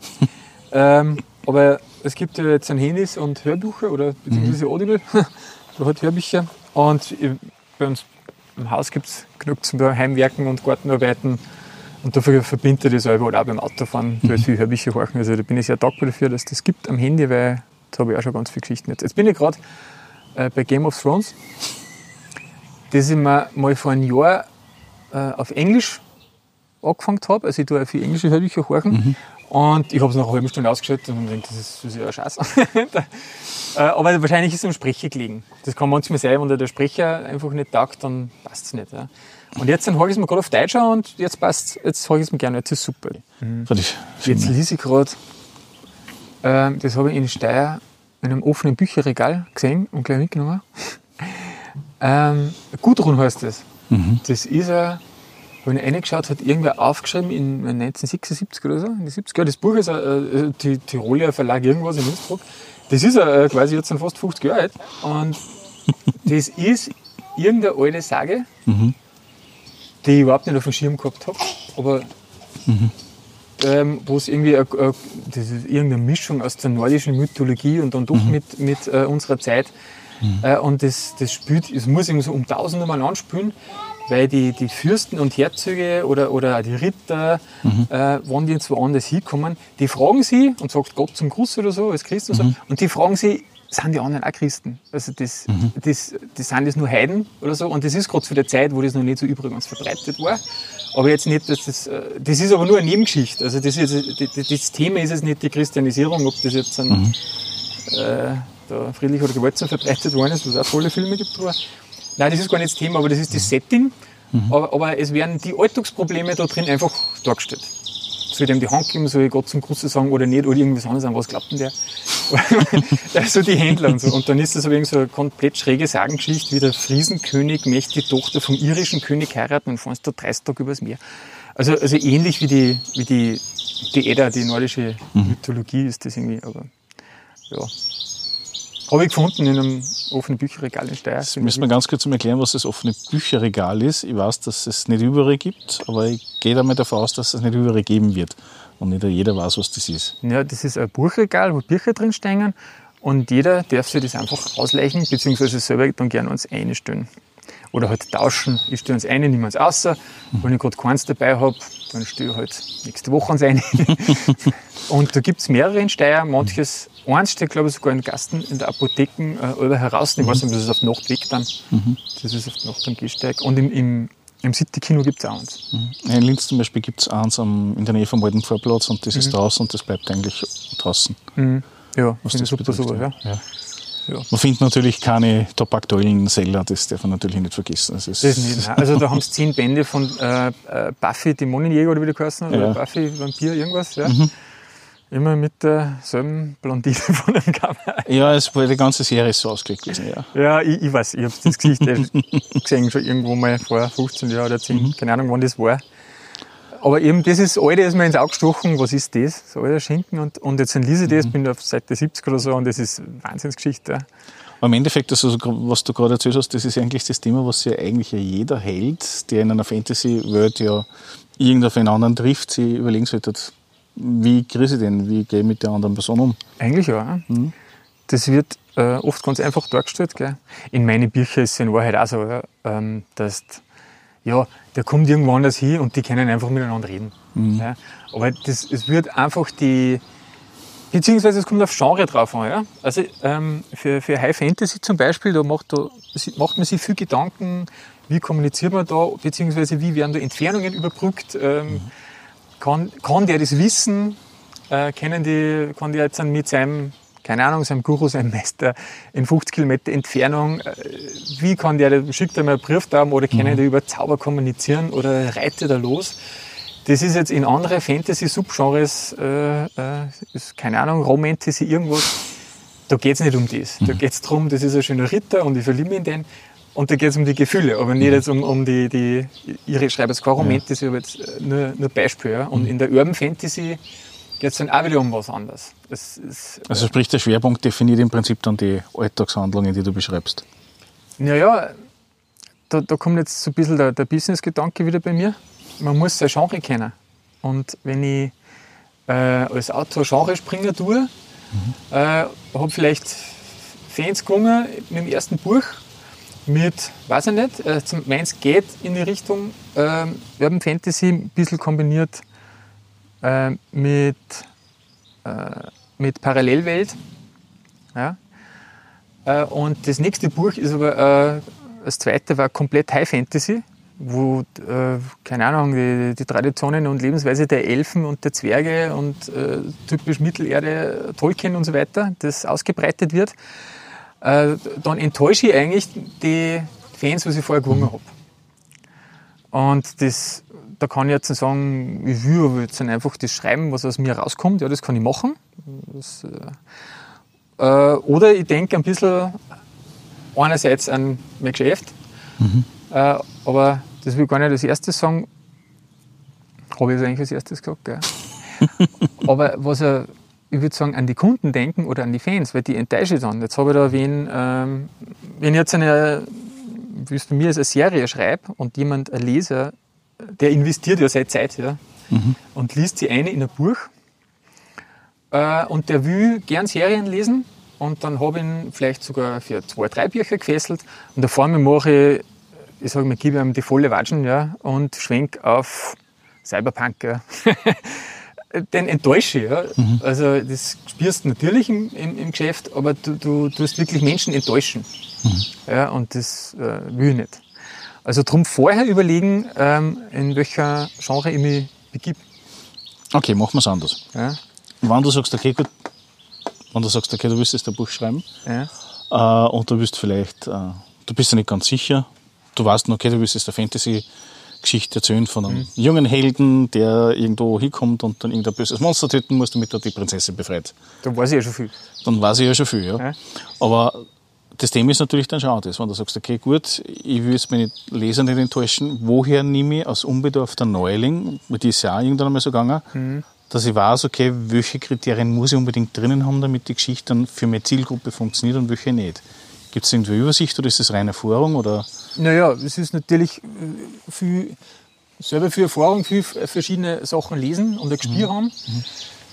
[SPEAKER 4] Aber es gibt ja jetzt ein Handys und Hörbücher oder beziehungsweise Audible, da hat Hörbücher. Und bei uns im Haus gibt es genug zum Heimwerken und Gartenarbeiten. Und dafür verbinde ich das selber oder auch beim Autofahren, weil viele Hörbücher horchen. Also da bin ich sehr dankbar dafür, dass das gibt am Handy, weil da habe ich auch schon ganz viele Geschichten. Jetzt bin ich gerade bei Game of Thrones, das ich mir mal vor einem Jahr auf Englisch angefangen habe. Also ich tue auch viele englische Hörbücher horchen. Und ich habe es nach einer halben Stunde ausgeschaltet und habe gedacht, das ist ja ein Scheiß. Aber wahrscheinlich ist es am Sprecher gelegen. Das kann manchmal sein, wenn der Sprecher einfach nicht taugt, dann passt es nicht. Ja. Und jetzt höre ich es mir gerade auf Deutsch an und jetzt passt jetzt höre ich es mir gerne, jetzt ist es super. Jetzt lese ich gerade, das habe ich in Steyr in einem offenen Bücherregal gesehen und gleich mitgenommen. Gudrun heißt das. Das ist wenn ich reingeschaut hat irgendwer aufgeschrieben in 1976 oder so, in die 70er. Das Buch ist ein Tiroler Verlag, irgendwas in Innsbruck. Das ist quasi jetzt fast 50 Jahre alt. Und das ist irgendeine alte Sage, die ich überhaupt nicht auf dem Schirm gehabt habe. Aber wo es irgendwie das ist irgendeine Mischung aus der nordischen Mythologie und dann doch mit unserer Zeit. Und das spielt, es muss irgendwie so um Tausende Mal anspielen, weil die Fürsten und Herzöge oder auch die Ritter, wenn die jetzt woanders hinkommen, die fragen sie und sagt Gott zum Gruß oder so, als Christen, so, und die fragen sie, sind die anderen auch Christen? Also das sind das nur Heiden oder so, und das ist gerade zu der Zeit, wo das noch nicht so übrigens verbreitet war. Aber jetzt nicht, dass das ist aber nur eine Nebengeschichte. Also das Thema ist jetzt nicht die Christianisierung, ob das jetzt da friedlich oder gewaltsam verbreitet worden ist, was auch tolle Filme gibt drüber. Nein, das ist gar nicht das Thema, aber das ist das Setting. Aber es werden die Alltagsprobleme da drin einfach dargestellt. Soll ich dem die Hand geben, soll ich Gott zum Gruß sagen oder nicht, oder irgendwas anderes sagen, was glaubt denn der? Also die Händler und so. Und dann ist das aber irgendwie so eine komplett schräge Sagengeschichte, wie der Friesenkönig möchte die Tochter vom irischen König heiraten und fahren da 30 Tage übers Meer. Also ähnlich wie die Edda, die nordische Mythologie ist das irgendwie, aber ja. Habe ich gefunden in einem offenen Bücherregal in Steyr.
[SPEAKER 3] Jetzt müssen wir ganz kurz erklären, was das offene Bücherregal ist. Ich weiß, dass es nicht überall gibt, aber ich gehe damit davon aus, dass es nicht überall geben wird. Und nicht jeder weiß, was das ist.
[SPEAKER 4] Ja, das ist ein Buchregal, wo Bücher drin stehen. Und jeder darf sich das einfach ausleichen, beziehungsweise selber dann gerne uns einstellen. Oder halt tauschen. Ich stelle uns ein, nehme uns raus. Wenn ich gerade keins dabei habe, dann stelle ich halt nächste Woche uns ein. Und da gibt es mehrere in Steyr. Manches, eins steht glaube ich sogar in Gasten, in der Apotheken heraus. Ich weiß nicht, das ist auf die Nacht weg dann. Das ist auf die Nacht am Gehsteig. Und im City-Kino gibt es auch eins.
[SPEAKER 3] In Linz zum Beispiel gibt es eins in der Nähe vom Alten Vorplatz und das ist draußen und das bleibt eigentlich draußen.
[SPEAKER 4] Ja,
[SPEAKER 3] was
[SPEAKER 4] das super
[SPEAKER 3] betrifft,
[SPEAKER 4] super, ja.
[SPEAKER 3] Ja. Man findet natürlich keine top-aktuellen Seller, das darf man natürlich nicht vergessen.
[SPEAKER 4] Das nicht, nein. Also da haben es 10 Bände von Buffy, Dämonenjäger oder wie die heißen, oder Buffy, Vampir, irgendwas. Ja. Immer mit derselben Blondine von dem Cover.
[SPEAKER 3] Ja, die ganze Serie ist so ausgelegt gewesen, ja.
[SPEAKER 4] Ja, ich weiß, ich habe das Gesicht gesehen, schon irgendwo mal vor 15 Jahren oder 10, keine Ahnung wann das war. Aber eben, das ist Alte, ist mir ins Auge gestochen. Was ist das? So alter Schinken. Und jetzt lese ich das, bin auf Seite 70 oder so und das ist eine Wahnsinnsgeschichte.
[SPEAKER 3] Aber im Endeffekt, also, was du gerade erzählt hast, das ist eigentlich das Thema, was ja eigentlich jeder Held, der in einer Fantasy-Welt ja irgendeinen anderen trifft, sich überlegen sollte, wie kriege ich den, wie gehe ich mit der anderen Person um?
[SPEAKER 4] Eigentlich ja. Das wird oft ganz einfach dargestellt. Gell? In meinen Büchern ist es in Wahrheit auch so, dass der kommt irgendwo anders hin und die können einfach miteinander reden. Ja? Aber es wird einfach beziehungsweise es kommt auf Genre drauf an. Ja? Also für High Fantasy zum Beispiel, da macht man sich viel Gedanken, wie kommuniziert man da, beziehungsweise wie werden da Entfernungen überbrückt. Kann der das wissen? Kann der jetzt mit seinem, keine Ahnung, seinem Guru, seinem Meister in 50 Kilometer Entfernung, wie kann schickt er mal einen Brief da oder kann der über Zauber kommunizieren oder reitet er los? Das ist jetzt in andere Fantasy-Subgenres, keine Ahnung, Romantasy, irgendwas, da geht es nicht um das. Da geht es darum, das ist ein schöner Ritter und ich verliebe mich in den. Und da geht es um die Gefühle, aber nicht jetzt um die ich schreibe jetzt kein Romantasy, aber jetzt nur Beispiel. Ja. Und in der Urban Fantasy geht es dann auch wieder um was anderes.
[SPEAKER 3] Also sprich, der Schwerpunkt definiert im Prinzip dann die Alltagshandlungen, die du beschreibst.
[SPEAKER 4] Naja, da kommt jetzt so ein bisschen der Business-Gedanke wieder bei mir. Man muss sein Genre kennen. Und wenn ich als Autor Genrespringer tue, habe vielleicht Fans gewonnen mit dem ersten Buch, weiß ich nicht, meins geht in die Richtung Urban Fantasy, ein bisschen kombiniert mit Parallelwelt. Ja. Und das nächste Buch ist aber, das zweite war komplett High Fantasy, wo, keine Ahnung, die Traditionen und Lebensweise der Elfen und der Zwerge und typisch Mittelerde, Tolkien und so weiter, das ausgebreitet wird. Dann enttäusche ich eigentlich die Fans, was ich vorher gewonnen habe. Und da kann ich jetzt sagen, ich will aber jetzt einfach das schreiben, was aus mir rauskommt. Ja, das kann ich machen. Oder ich denke ein bisschen einerseits an mein Geschäft, aber das will ich gar nicht als erstes sagen. Habe ich das eigentlich als erstes gesagt, gell? Aber ich würde sagen, an die Kunden denken oder an die Fans, weil die enttäusche ich dann. Jetzt habe ich da wenn ich jetzt wie es bei mir ist, eine Serie schreibe und ein Leser, der investiert ja seine Zeit, ja, und liest sie in ein Buch und der will gern Serien lesen und dann habe ich ihn vielleicht sogar für 2, 3 Bücher gefesselt und da vorne mache ich sage mal, gebe ihm die volle Watschen, ja, und schwenke auf Cyberpunk, ja. Den enttäusche ich. Ja. Also das spürst du natürlich im Geschäft, aber du tust wirklich Menschen enttäuschen. Ja, und das will ich nicht. Also darum vorher überlegen, in welcher Genre ich mich begib.
[SPEAKER 3] Okay, machen wir es anders.
[SPEAKER 4] Ja.
[SPEAKER 3] Wenn du sagst, okay, gut, du willst jetzt ein Buch schreiben, und du bist vielleicht, du bist ja nicht ganz sicher, du weißt noch, okay, du willst jetzt eine Fantasy-Geschichte erzählen von einem jungen Helden, der irgendwo hinkommt und dann irgendein böses Monster töten muss, damit er die Prinzessin befreit.
[SPEAKER 4] Dann weiß ich ja schon viel.
[SPEAKER 3] Dann weiß ich ja schon viel, ja. Aber das Thema ist natürlich dann schon auch das, wenn du sagst, okay, gut, ich will jetzt meine Leser nicht enttäuschen, woher nehme ich als unbedarfter Neuling, mit die ist ja auch irgendwann einmal so gegangen, dass ich weiß, okay, welche Kriterien muss ich unbedingt drinnen haben, damit die Geschichte dann für meine Zielgruppe funktioniert und welche nicht. Gibt es irgendeine Übersicht oder ist das reine Erfahrung? Oder?
[SPEAKER 4] Naja, es ist natürlich selber für Erfahrung, viel verschiedene Sachen lesen und ein Gespür haben.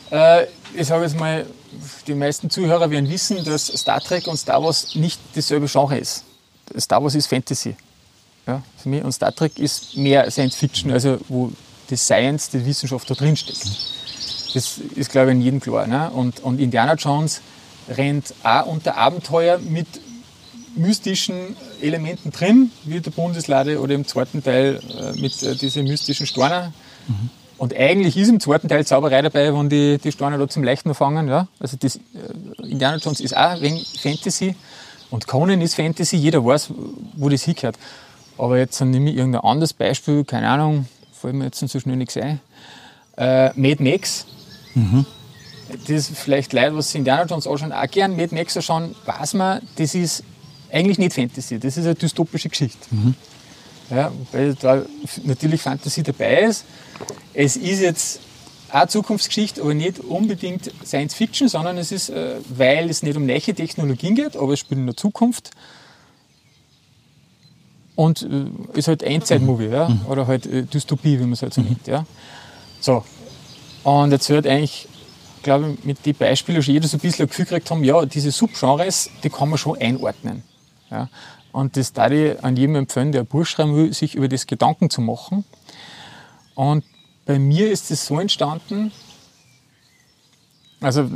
[SPEAKER 4] Ich sage jetzt mal, die meisten Zuhörer werden wissen, dass Star Trek und Star Wars nicht dasselbe Genre ist. Star Wars ist Fantasy. Ja, für mich. Und Star Trek ist mehr Science Fiction, also wo die Science, die Wissenschaft da drin steckt. Das ist, glaube ich, in jedem klar. Ne? Und Indiana Jones rennt auch unter Abenteuer mit mystischen Elementen drin, wie der Bundeslade oder im zweiten Teil mit diesen mystischen Steinen. Mhm. Und eigentlich ist im zweiten Teil Zauberei dabei, wenn die Steine da zum Leichten fangen. Ja? Also Indiana Jones ist auch ein wenig Fantasy und Conan ist Fantasy, jeder weiß, wo das hingehört. Aber jetzt nehme ich irgendein anderes Beispiel, keine Ahnung, fällt mir jetzt so schnell nichts ein. Mad Max. Mhm. Das ist vielleicht Leute, was Indiana Jones anschauen, auch gern Mad Max anschauen, weiß man, das ist eigentlich nicht Fantasy, das ist eine dystopische Geschichte. Mhm. Ja, weil da natürlich Fantasy dabei ist. Es ist jetzt auch Zukunftsgeschichte, aber nicht unbedingt Science Fiction, sondern es ist, weil es nicht um neue Technologien geht, aber es spielt in der Zukunft. Und ist halt Endzeit-Movie, ja? Oder halt Dystopie, wie man es halt so nennt. Ja? So. Und jetzt wird eigentlich, glaube ich, mit den Beispielen schon jeder so ein bisschen ein Gefühl gekriegt haben, ja, diese Subgenres, die kann man schon einordnen. Ja? Und das darf ich an jedem empfehlen, der ein Buch schreiben will, sich über das Gedanken zu machen. Und bei mir ist es so entstanden, also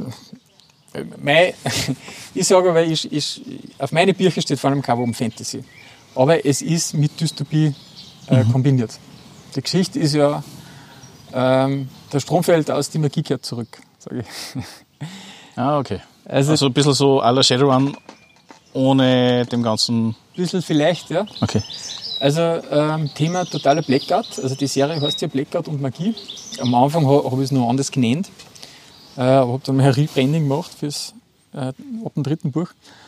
[SPEAKER 4] ich sage aber, auf meine Bücher steht vor allem kein Wort Fantasy. Aber es ist mit Dystopie kombiniert. Die Geschichte ist ja, der Strom fällt aus, die Magie kehrt zurück, sage ich.
[SPEAKER 3] Ah, okay. Also ein bisschen so à la Shadowrun, ohne dem ganzen...
[SPEAKER 4] Ein bisschen vielleicht, ja.
[SPEAKER 3] Okay.
[SPEAKER 4] Also Thema totaler Blackout, also die Serie heißt ja Blackout und Magie. Am Anfang habe ich es noch anders genannt, habe dann mal ein Rebranding gemacht ab dem 3. Buch.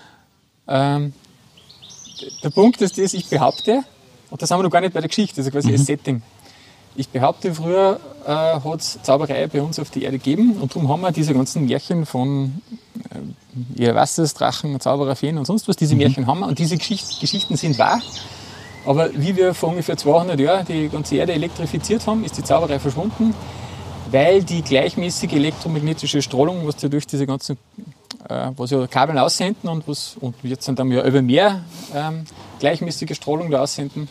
[SPEAKER 4] Der Punkt ist das, ich behaupte, und das haben wir noch gar nicht bei der Geschichte, also quasi als Setting. Ich behaupte, früher hat es Zauberei bei uns auf der Erde gegeben und darum haben wir diese ganzen Märchen von jeder weiß das, Drachen, Zauberer, Feen und sonst was, diese Märchen haben wir und diese Geschichten sind wahr. Aber wie wir vor ungefähr 200 Jahren die ganze Erde elektrifiziert haben, ist die Zauberei verschwunden, weil die gleichmäßige elektromagnetische Strahlung, was ja durch diese ganzen was ja Kabeln aussenden und jetzt sind dann ja über mehr gleichmäßige Strahlung da aussenden,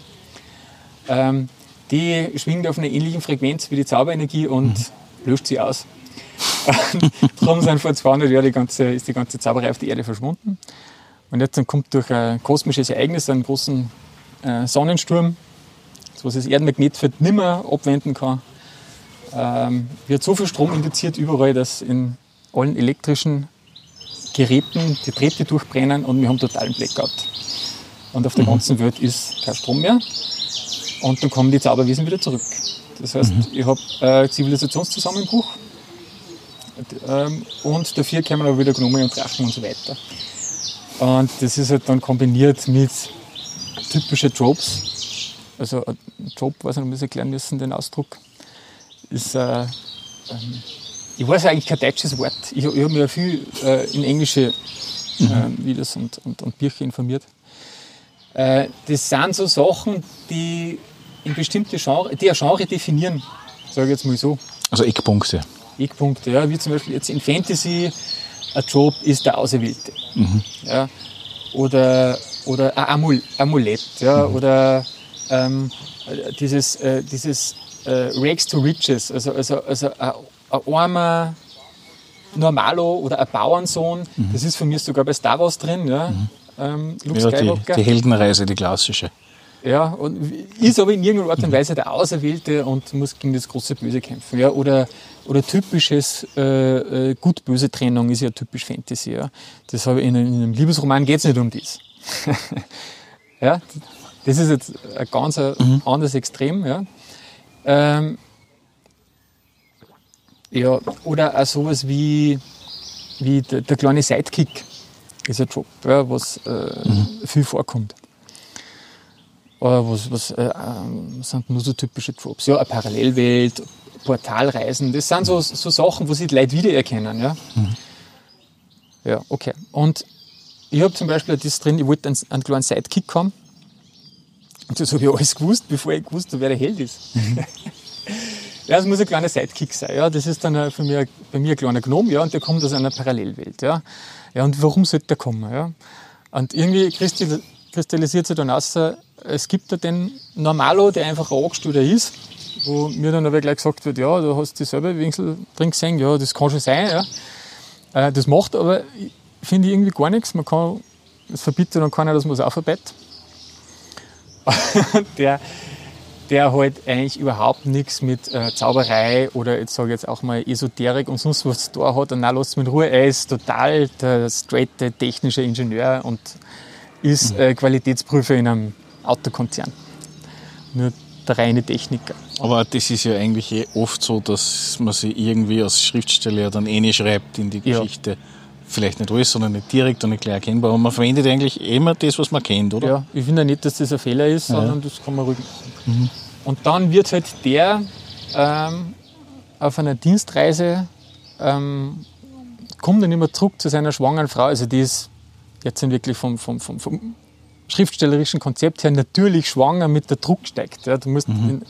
[SPEAKER 4] die schwingt auf einer ähnlichen Frequenz wie die Zauberenergie und löscht sie aus. Darum sind vor 200 Jahren ist die ganze Zauberei auf der Erde verschwunden. Und jetzt dann kommt durch ein kosmisches Ereignis, einen großen Sonnensturm, was das Erdenmagnetfeld nicht mehr abwenden kann, wird so viel Strom induziert überall, dass in allen elektrischen Geräten die Drähte durchbrennen und wir haben totalen Blackout. Und auf der ganzen Welt ist kein Strom mehr und dann kommen die Zauberwesen wieder zurück. Das heißt, ich habe Zivilisationszusammenbruch und dafür kommen aber wieder Gnome und Drachen und so weiter. Und das ist halt dann kombiniert mit typischen Tropes. Also ein Trope, weiß nicht, ob wir es erklären müssen, den Ausdruck, ist ich weiß eigentlich kein deutsches Wort. Ich habe mich ja viel in englische Videos und Bücher informiert. Das sind so Sachen, die in bestimmte Genre, die ein Genre definieren, sage ich jetzt mal so.
[SPEAKER 3] Also Eckpunkte.
[SPEAKER 4] Eckpunkte, ja, wie zum Beispiel jetzt in Fantasy, ein Trope ist der Auserwählte. Ja, oder ein Amulett, ja, oder dieses Rags to Riches, also ein armer Normalo oder ein Bauernsohn, das ist von mir sogar bei Star Wars drin, ja. Luke Skywalker.
[SPEAKER 3] Die Heldenreise, die klassische.
[SPEAKER 4] Ja, und ist aber in irgendeiner Art und Weise der Auserwählte und muss gegen das große Böse kämpfen. Ja. Oder typisches Gut-Böse Trennung ist ja typisch Fantasy. Ja. Das habe ich in einem Liebesroman geht es nicht um das. Ja, das ist jetzt ein ganz anderes Extrem. Ja. Ja, oder auch sowas wie der kleine Sidekick ist ein Job, ja, was viel vorkommt. Was sind nur so typische Tropes? Ja, eine Parallelwelt, Portalreisen, das sind so Sachen, wo sich die Leute wiedererkennen. Ja, ja, okay. Und ich habe zum Beispiel das drin, ich wollte einen kleinen Sidekick haben. Und das habe ich alles gewusst, bevor ich gewusst habe, wer der Held ist. Ja, es muss ein kleiner Sidekick sein. Ja. Das ist dann bei mir ein kleiner Gnome, ja, und der kommt aus einer Parallelwelt. Ja. Ja, und warum sollte der kommen? Ja? Und irgendwie kristallisiert sich dann raus, es gibt da den Normalo, der einfach ein Angestellter ist, wo mir dann aber gleich gesagt wird, ja, du hast dieselbe Wingsel drin gesehen, ja, das kann schon sein. Ja. Das macht aber, finde ich, irgendwie gar nichts. Es verbietet dann keiner, dass man es aufarbeitet. der halt eigentlich überhaupt nichts mit Zauberei oder jetzt sage ich jetzt auch mal Esoterik und sonst was da hat. Und nein, lasst mich in Ruhe. Er ist total der straighte technische Ingenieur und ist Qualitätsprüfer in einem Autokonzern. Nur der reine Techniker.
[SPEAKER 3] Aber das ist ja eigentlich oft so, dass man sich irgendwie als Schriftsteller dann nicht schreibt in die Geschichte. Vielleicht nicht alles, sondern nicht direkt und nicht gleich erkennbar. Aber man verwendet eigentlich immer das, was man kennt, oder?
[SPEAKER 4] Ja, ich finde ja nicht, dass das ein Fehler ist, sondern das kann man ruhig machen. Und dann wird halt der auf einer Dienstreise kommt dann immer zurück zu seiner schwangeren Frau. Also die ist jetzt wirklich vom schriftstellerischen Konzept her natürlich schwanger mit der Druck steigt. Ja. Du musst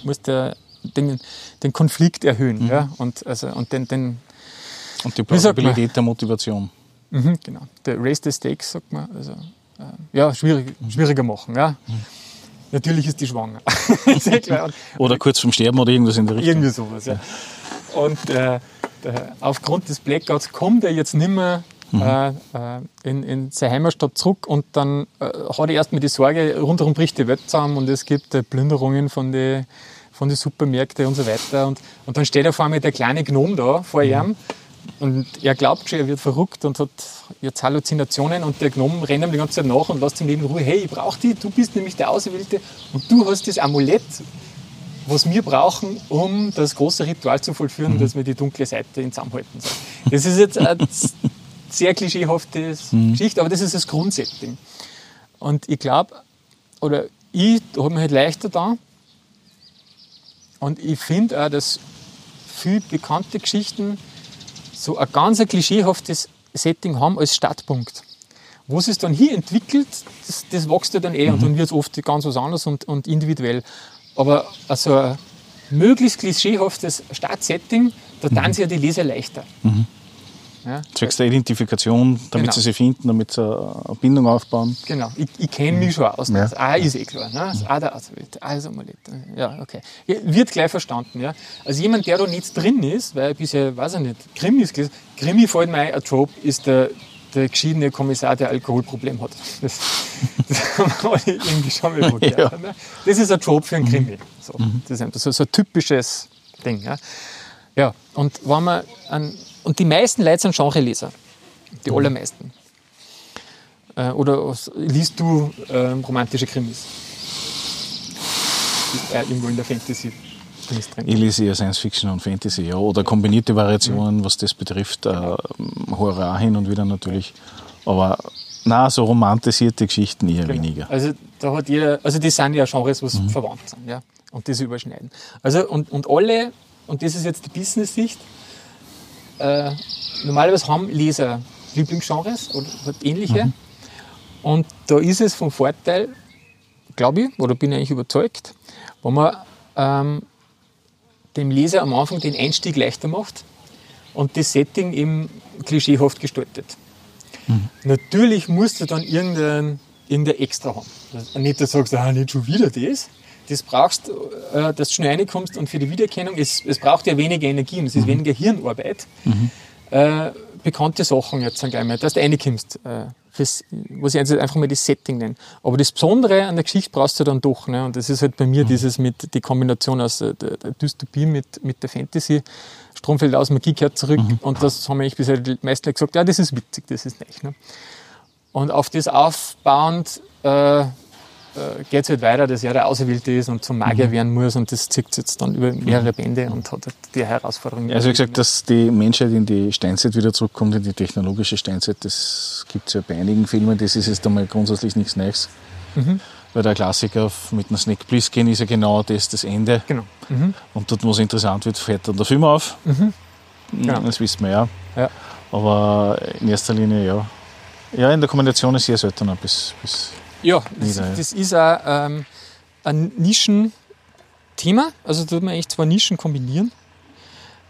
[SPEAKER 4] den Konflikt erhöhen. Ja. Und
[SPEAKER 3] die Plausibilität der Motivation.
[SPEAKER 4] Genau. Der Raise the Stakes, sagt man. Also, schwieriger machen. Ja. Natürlich ist die schwanger. Sehr klar.
[SPEAKER 3] Oder kurz vorm Sterben oder irgendwas in der Richtung.
[SPEAKER 4] Irgendwie sowas, ja. Und aufgrund des Blackouts kommt er jetzt nicht mehr in seine Heimatstadt zurück und dann hat er erstmal die Sorge, rundherum bricht die Welt zusammen und es gibt Plünderungen von den Supermärkten und so weiter. Und dann steht auf einmal der kleine Gnome da vor ihm und er glaubt schon, er wird verrückt und hat jetzt Halluzinationen und der Gnome rennt ihm die ganze Zeit nach und lässt ihm in Ruhe, hey, ich brauche dich, du bist nämlich der Auserwählte und du hast das Amulett, was wir brauchen, um das große Ritual zu vollführen, dass wir die dunkle Seite in zusammenhalten sollen. Das ist jetzt eine sehr klischeehafte Geschichte, aber das ist das Grundsetting. Und ich glaube, oder ich habe mich halt leichter da und ich finde auch, dass viele bekannte Geschichten so ein ganz klischeehaftes Setting haben als Startpunkt. Wo es dann hier entwickelt, das wächst ja dann und dann wird es oft ganz was anderes und individuell. Aber also ein möglichst klischeehaftes Startsetting, da tun sich ja die Leser leichter. Ja?
[SPEAKER 3] Zwecks der Identifikation, damit sie sich finden, damit sie eine Bindung aufbauen.
[SPEAKER 4] Genau, ich kenne mich schon aus. Das A ist klar, ne? Das A der Auserwählte, A ist Amulett. Ja, okay. Wird gleich verstanden. Ja? Also jemand, der da nicht drin ist, weil bisher, weiß ich nicht, Krimis gelesen, Krimi fällt mir ein, Trope ist der geschiedene Kommissar, der Alkoholproblem hat. Das haben wir alle irgendwie schon mal gehört. Ne? Das ist ein Trope für einen Krimi. So, das ist so ein typisches Ding. Ja, und wenn man und die meisten Leute sind Genreleser. Die allermeisten. Oder liest du romantische Krimis? Irgendwo in der Fantasy.
[SPEAKER 3] Ich lese eher Science Fiction und Fantasy, ja. Oder kombinierte Variationen, was das betrifft. Horror hin und wieder natürlich. Aber so romantisierte Geschichten eher weniger.
[SPEAKER 4] Also da hat jeder, also das sind ja Genres, was verwandt sind, ja. Und das überschneiden. Also und alle, und das ist jetzt die Business-Sicht, normalerweise haben Leser Lieblingsgenres oder ähnliche. Und da ist es vom Vorteil, glaube ich, oder bin ich eigentlich überzeugt, wenn man dem Leser am Anfang den Einstieg leichter macht und das Setting eben klischeehaft gestaltet. Natürlich musst du dann irgendein Extra haben. Also nicht, dass du sagst, nicht schon wieder das. Das brauchst du, dass du schnell reinkommst und für die Wiedererkennung, es braucht ja weniger Energie und es ist weniger Hirnarbeit. Bekannte Sachen jetzt dann gleich mal, dass du reinkommst. Was ich einfach mal das Setting nenne. Aber das Besondere an der Geschichte brauchst du dann doch. Ne? Und das ist halt bei mir die Kombination aus der Dystopie mit der Fantasy. Strom fällt aus, Magie kehrt zurück. Und das haben eigentlich bisher die meisten gesagt, ja, das ist witzig, das ist nett. Ne? Und auf das aufbauend geht es halt weiter, dass er der Auserwählte ist und zum Magier werden muss und das zieht jetzt dann über mehrere Bände und hat halt die Herausforderung.
[SPEAKER 3] Also wie gesagt, dass die Menschheit in die Steinzeit wieder zurückkommt, in die technologische Steinzeit, das gibt es ja bei einigen Filmen, das ist jetzt einmal grundsätzlich nichts Neues. Weil der Klassiker mit einem Snake Plissken ist ja genau das Ende.
[SPEAKER 4] Genau.
[SPEAKER 3] Und dort, wo es interessant wird, fährt dann der Film auf.
[SPEAKER 4] Genau.
[SPEAKER 3] Das wissen wir ja. Aber in erster Linie ja, in der Kombination ist sehr selten bis
[SPEAKER 4] ja, das ist auch ein Nischenthema. Also da tut man echt zwei Nischen kombinieren.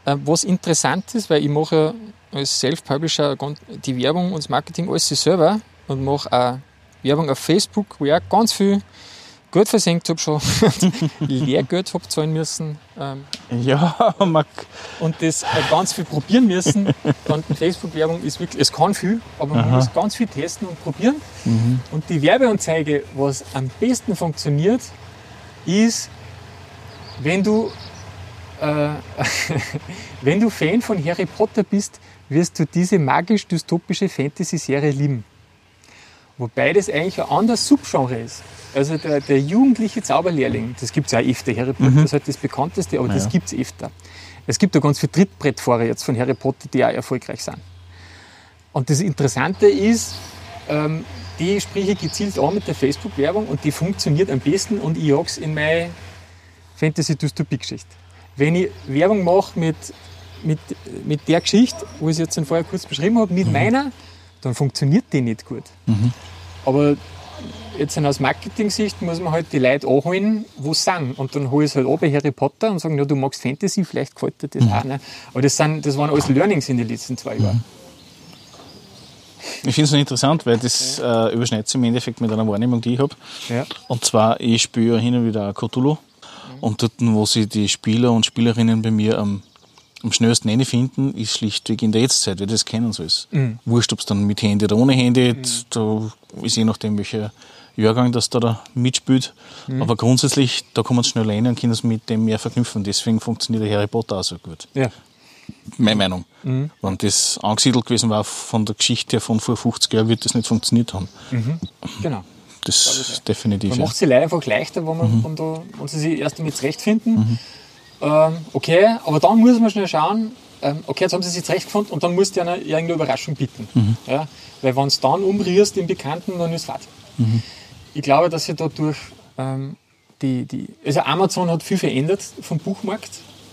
[SPEAKER 4] was interessant ist, weil ich mache ja als Self-Publisher die Werbung und das Marketing alles selber und mache auch Werbung auf Facebook, wo ich auch ganz viel Geld versenkt habe schon, Lehrgeld habe zahlen müssen.
[SPEAKER 3] Ja, Marc.
[SPEAKER 4] Und das ganz viel probieren müssen. Dann Facebook-Werbung ist wirklich, es kann viel, aber man muss ganz viel testen und probieren. Und die Werbeanzeige, was am besten funktioniert, ist, wenn du Fan von Harry Potter bist, wirst du diese magisch-dystopische Fantasy-Serie lieben. Wobei das eigentlich ein anderes Subgenre ist. Also der jugendliche Zauberlehrling, das gibt es ja auch öfter. Harry Potter ist halt das bekannteste, aber das gibt es öfter. Es gibt ja ganz viele Trittbrettfahrer jetzt von Harry Potter, die auch erfolgreich sind. Und das Interessante ist, die spreche ich gezielt an mit der Facebook-Werbung und die funktioniert am besten und ich jage es in meine Fantasy-Dystopie-Geschichte. Wenn ich Werbung mache mit der Geschichte, wo ich es jetzt vorher kurz beschrieben habe, mit meiner, dann funktioniert die nicht gut. Aber jetzt aus Marketing-Sicht muss man halt die Leute anholen, wo sie sind. Und dann hole ich es halt an bei Harry Potter und sagen, ja, du magst Fantasy, vielleicht gefällt dir das auch. Ne? Aber das waren alles Learnings in den letzten 2 Jahren.
[SPEAKER 3] Ich finde es noch interessant, weil das überschneidet sich im Endeffekt mit einer Wahrnehmung, die ich habe.
[SPEAKER 4] Ja.
[SPEAKER 3] Und zwar, ich spiele ja hin und wieder auch Cthulhu. Und dort, wo sich die Spieler und Spielerinnen bei mir am schnellsten reinfinden, ist schlichtweg in der Jetztzeit, weil das kennen so ist. Wurscht, ob es dann mit Handy oder ohne Handy, da ist je nachdem, welcher Jahrgang das da mitspielt. Aber grundsätzlich, da kann man es schnell rein und können es mit dem mehr verknüpfen. Deswegen funktioniert der Harry Potter auch so gut.
[SPEAKER 4] Ja.
[SPEAKER 3] Meine Meinung. Wenn das angesiedelt gewesen war von der Geschichte von vor 50 Jahren, wird das nicht funktioniert haben.
[SPEAKER 4] Genau.
[SPEAKER 3] Das ist definitiv.
[SPEAKER 4] Man macht es leider einfach leichter, wenn sie sich erst damit zurechtfinden. Okay, aber dann muss man schnell schauen, okay, jetzt haben sie sich zurechtgefunden und dann musst du ihnen irgendeine Überraschung bieten. Ja? Weil wenn du dann umrührst im Bekannten, dann ist es fertig. Ich glaube, dass sich dadurch also Amazon hat viel verändert vom Buchmarkt.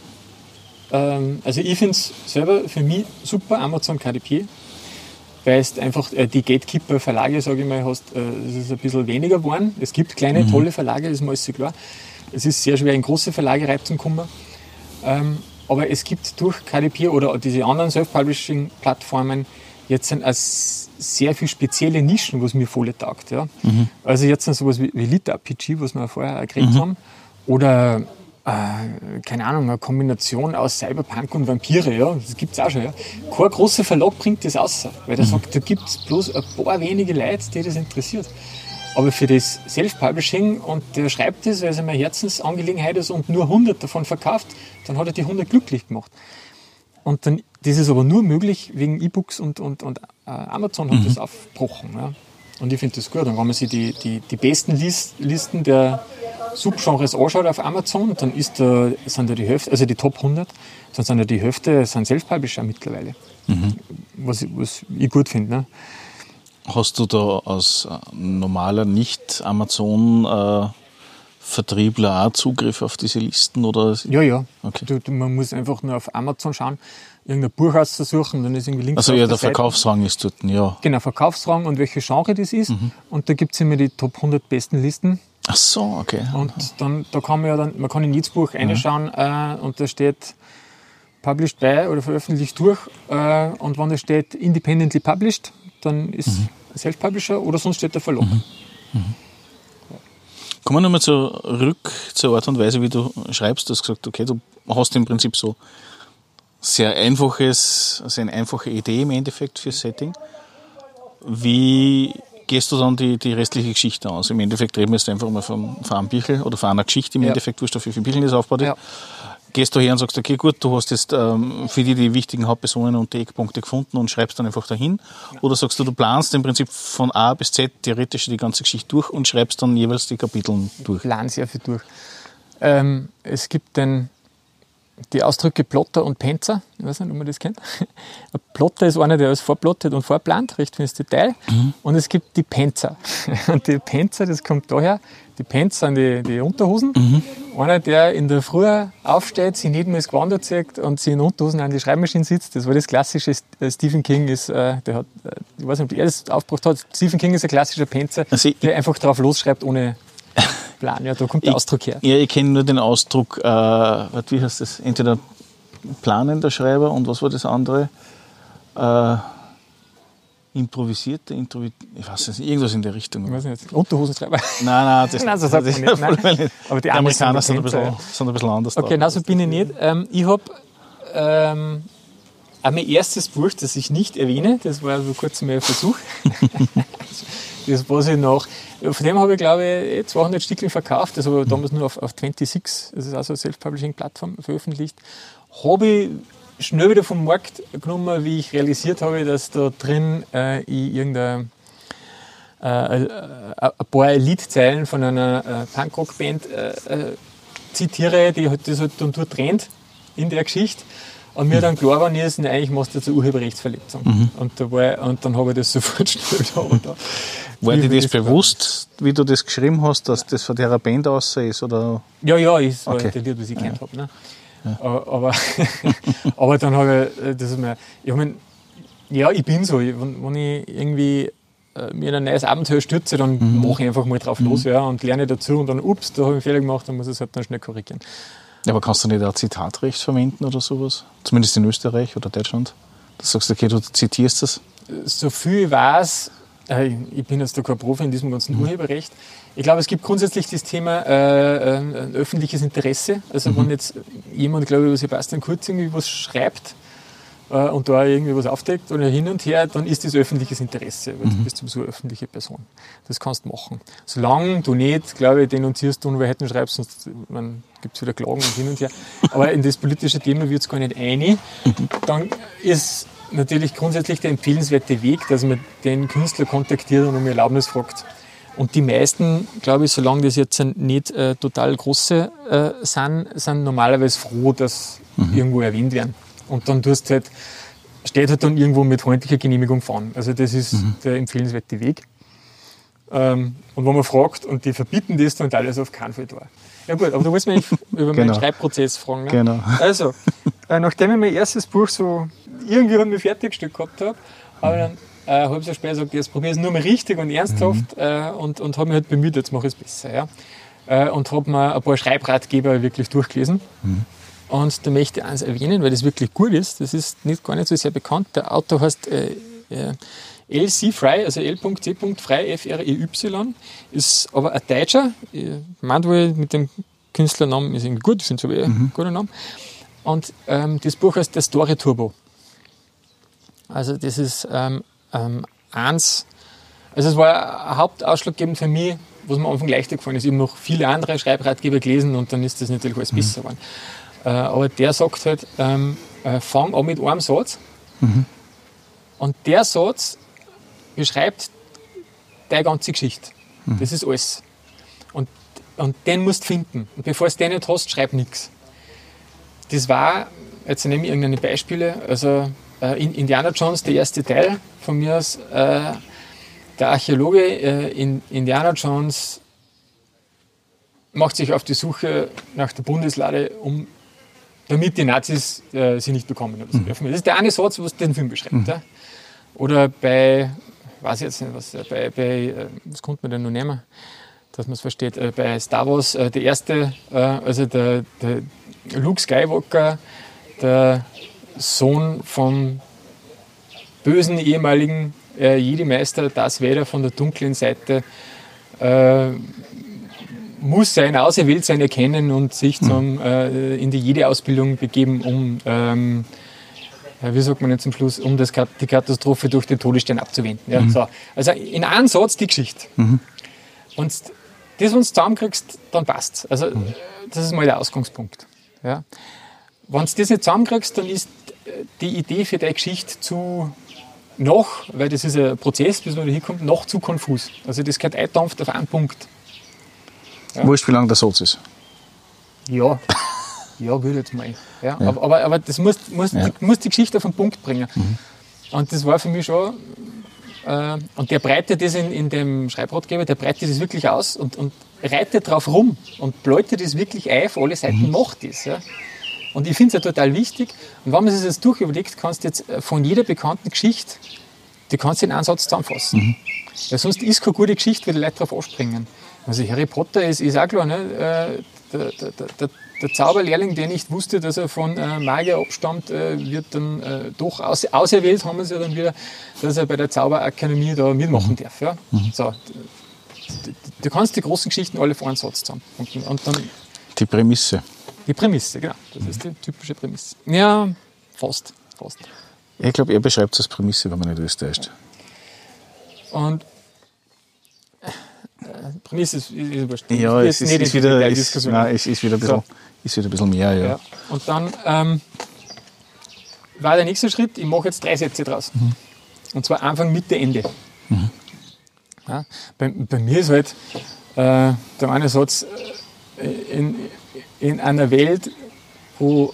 [SPEAKER 4] Also ich finde es selber für mich super, Amazon KDP, weil es einfach die Gatekeeper-Verlage, sage ich mal, hast, es ist ein bisschen weniger geworden. Es gibt kleine, tolle Verlage, das ist mir alles so klar. Es ist sehr schwer, in große Verlage reinzukommen. Aber es gibt durch KDP oder diese anderen Self-Publishing-Plattformen jetzt sind sehr viele spezielle Nischen, was mir voll taugt. Ja. Also jetzt sind sowas wie Lit-RPG, was wir vorher auch geredet haben, oder keine Ahnung, eine Kombination aus Cyberpunk und Vampire, ja, das gibt es auch schon. Ja. Kein großer Verlag bringt das raus, weil der sagt, da gibt es bloß ein paar wenige Leute, die das interessiert. Aber für das Self-Publishing, und der schreibt das, weil es eine Herzensangelegenheit ist und nur 100 davon verkauft, dann hat er die 100 glücklich gemacht. Und dann, das ist aber nur möglich wegen E-Books und Amazon hat das aufgebrochen. Ja. Und ich finde das gut. Und wenn man sich die besten Listen der Subgenres anschaut auf Amazon, dann sind da die Hälfte, also die Top 100, dann sind ja die Hälfte sind Self-Publisher mittlerweile. Was ich gut finde. Ne?
[SPEAKER 3] Hast du da als normaler Nicht-Amazon-Vertriebler auch Zugriff auf diese Listen? Oder?
[SPEAKER 4] Ja.
[SPEAKER 3] Okay.
[SPEAKER 4] Man muss einfach nur auf Amazon schauen, irgendein Buch auszusuchen, dann ist irgendwie links
[SPEAKER 3] also
[SPEAKER 4] auf
[SPEAKER 3] ja,
[SPEAKER 4] der
[SPEAKER 3] der Verkaufsrang ist dort, ja.
[SPEAKER 4] Genau, Verkaufsrang und welche Genre das ist. Und da gibt es immer die Top 100 besten Listen.
[SPEAKER 3] Ach so, okay.
[SPEAKER 4] Und dann, da kann man kann in jedes Buch reinschauen und da steht published by oder veröffentlicht durch. Und wenn da steht independently published, dann ist Self-Publisher oder sonst steht der Verlag.
[SPEAKER 3] Kommen wir nochmal zurück zur Art und Weise, wie du schreibst. Du hast gesagt, okay, du hast im Prinzip so eine einfache Idee im Endeffekt fürs Setting. Wie gehst du dann die restliche Geschichte aus? Im Endeffekt reden wir jetzt einfach mal von einem Büchel oder von einer Geschichte im Endeffekt, wurscht, auf wie viele Büchel das aufgebaut ist. Ja. Gehst du her und sagst, okay, gut, du hast jetzt für die wichtigen Hauptpersonen und die Eckpunkte gefunden und schreibst dann einfach dahin? Ja. Oder sagst du planst im Prinzip von A bis Z theoretisch die ganze Geschichte durch und schreibst dann jeweils die Kapitel durch?
[SPEAKER 4] Ich plane sehr viel durch. Es gibt die Ausdrücke Plotter und Panzer. Ich weiß nicht, ob man das kennt. Ein Plotter ist einer, der alles vorplottet und vorplant, recht ins Detail. Und es gibt die Panzer. Und die Panzer, das kommt daher, die Pants sind die Unterhosen. Einer, der in der Früh aufsteht, sich nicht mehr das Gewand anzieht und sich in Unterhosen an die Schreibmaschine sitzt. Das war das klassische. Stephen King ist, der hat, ich weiß nicht, ob er das aufgebracht hat. Stephen King ist ein klassischer Panzer, der einfach drauf losschreibt ohne Plan. Ja, da kommt der Ausdruck her.
[SPEAKER 3] Ja, ich kenne nur den Ausdruck, wie heißt das? Entweder planender Schreiber und was war das andere? Improvisierter, ich weiß nicht, irgendwas in der Richtung.
[SPEAKER 4] Ich weiß nicht, Unterhosenschreiber.
[SPEAKER 3] Nein, das
[SPEAKER 4] nein, so sagt man nicht. Nein. Aber die
[SPEAKER 3] Amerikaner sind ein bisschen anders.
[SPEAKER 4] Okay, nein, so bin ich nicht. Ich habe mein erstes Buch, das ich nicht erwähne, das war vor kurzem ein Versuch. Das was ich noch, von dem habe ich glaube ich 200 Stückchen verkauft, das habe ich damals nur auf 26, das ist also eine Self-Publishing-Plattform, veröffentlicht. Habe ich schnell wieder vom Markt genommen, wie ich realisiert habe, dass da drin ich irgendein ein paar Liedzeilen von einer Punkrock-Band zitiere, die das halt dann dort rennt in der Geschichte. Und mir dann klar war, ist, eigentlich machst du jetzt eine Urheberrechtsverletzung. Und dann habe ich das sofort schnell da.
[SPEAKER 3] War dir das bewusst, wie du das geschrieben hast, dass das von der Band aus ist? Oder?
[SPEAKER 4] Ja, ist okay. Der Lied, was ich kennt habe. Ne? Ja. Aber dann habe ich das mal. Ich bin so, wenn ich irgendwie mir in ein neues Abenteuer stürze, dann mache ich einfach mal drauf los und lerne dazu und dann, da habe ich Fehler gemacht, dann muss ich es halt dann schnell korrigieren.
[SPEAKER 3] Ja, aber kannst du nicht auch Zitatrecht verwenden oder sowas? Zumindest in Österreich oder Deutschland? Du sagst, okay, du zitierst das?
[SPEAKER 4] So viel ich weiß, ich bin jetzt da kein Profi in diesem ganzen Urheberrecht. Ich glaube, es gibt grundsätzlich das Thema ein öffentliches Interesse. Also wenn jetzt jemand, glaube ich, über Sebastian Kurz irgendwie was schreibt und da irgendwie was aufdeckt oder hin und her, dann ist das öffentliches Interesse, weil du bist sowieso eine öffentliche Person. Das kannst du machen. Solange du nicht, glaube ich, denunzierst, Unwahrheiten schreibst, sonst gibt es wieder Klagen und hin und her. Aber in das politische Thema wird es gar nicht einig. Dann ist natürlich grundsätzlich der empfehlenswerte Weg, dass man den Künstler kontaktiert und um Erlaubnis fragt. Und die meisten, glaube ich, solange das jetzt nicht total große sind normalerweise froh, dass irgendwo erwähnt werden. Und dann steht halt dann irgendwo mit freundlicher Genehmigung fahren. Also das ist der empfehlenswerte Weg. Und wenn man fragt und die verbieten das, dann alles auf keinen Fall da. Ja gut, aber du wolltest mich über meinen Schreibprozess fragen. Ne?
[SPEAKER 3] Genau.
[SPEAKER 4] Also, nachdem ich mein erstes Buch so irgendwie fertiggestellt gehabt habe, habe ich dann habe ich so später gesagt, jetzt probiere ich es nur mal richtig und ernsthaft und habe mich halt bemüht, jetzt mache ich es besser. Ja? Und habe mir ein paar Schreibratgeber wirklich durchgelesen. Und da möchte ich eins erwähnen, weil das wirklich gut ist. Das ist gar nicht so sehr bekannt. Der Autor heißt L.C. Frey, also L.C. Frey, F-R-E-Y. Ist aber ein Deutscher. Ich meine wohl mit dem Künstlernamen ist irgendwie gut. Ich finde es aber ein guter Name. Und das Buch heißt Der Story Turbo. Also das ist eins. Also es war hauptausschlaggebend für mich, was mir am Anfang leichter gefallen ist. Ich habe noch viele andere Schreibratgeber gelesen und dann ist das natürlich alles besser geworden. Aber der sagt halt, fang an mit einem Satz. Und der Satz beschreibt deine ganze Geschichte. Das ist alles. Und den musst du finden. Und bevor du den nicht hast, schreib nichts. Das war, jetzt nehme ich irgendeine Beispiele, also in Indiana Jones, der erste Teil von mir aus, der Archäologe in Indiana Jones macht sich auf die Suche nach der Bundeslade, damit die Nazis sie nicht bekommen. Das ist der eine Satz, was den Film beschreibt. Ja? Oder bei, weiß ich jetzt nicht, was konnte man denn noch nehmen, dass man es versteht, bei Star Wars, der erste, also der Luke Skywalker, der Sohn vom bösen ehemaligen Jedi-Meister Darth Vader von der dunklen Seite, muss sein Auserwähltsein erkennen und sich in die Jedi-Ausbildung begeben, um, wie sagt man jetzt zum Schluss, um die Katastrophe durch den Todesstern abzuwenden. Ja, so. Also in einem Satz die Geschichte. Und das, wenn du zusammenkriegst, dann passt. Also das ist mal der Ausgangspunkt. Ja. Wenn du das nicht zusammenkriegst, dann ist die Idee für deine Geschichte weil das ist ein Prozess, bis man da hinkommt, noch zu konfus. Also das gehört eingedampft auf einen Punkt. Ja.
[SPEAKER 3] Wurscht, wie lang der Satz ist.
[SPEAKER 4] Ja, würde ich jetzt mal. Ja. Aber das muss die Geschichte auf den Punkt bringen. Und das war für mich schon. Und der breitet das in dem Schreibratgeber, der breitet das wirklich aus und reitet drauf rum und bläutet das wirklich ein auf alle Seiten, macht das. Ja. Und ich finde es ja total wichtig. Und wenn man sich das jetzt durchüberlegt, kannst du jetzt von jeder bekannten Geschichte, die kannst du in einen Satz zusammenfassen. Weil sonst ist keine gute Geschichte, weil die Leute darauf anspringen. Also Harry Potter ist auch klar, ne? der Zauberlehrling, der nicht wusste, dass er von Magier abstammt, wird dann doch auserwählt, haben wir es ja dann wieder, dass er bei der Zauberakademie da mitmachen darf. Ja? So, du kannst die großen Geschichten alle vor einen Satz zusammen. Und dann
[SPEAKER 3] Die Prämisse.
[SPEAKER 4] die Prämisse, genau. Das ist die typische Prämisse. Ja, fast.
[SPEAKER 3] Ich glaube, er beschreibt es als Prämisse, wenn man nicht alles täuscht.
[SPEAKER 4] Und Prämisse ist wurscht.
[SPEAKER 3] Ja, es ist wieder ein bisschen mehr. Ja.
[SPEAKER 4] Ja. Und dann war der nächste Schritt, ich mache jetzt 3 Sätze draus. Und zwar Anfang, Mitte, Ende. Ja, bei mir ist halt der eine Satz, in einer Welt, wo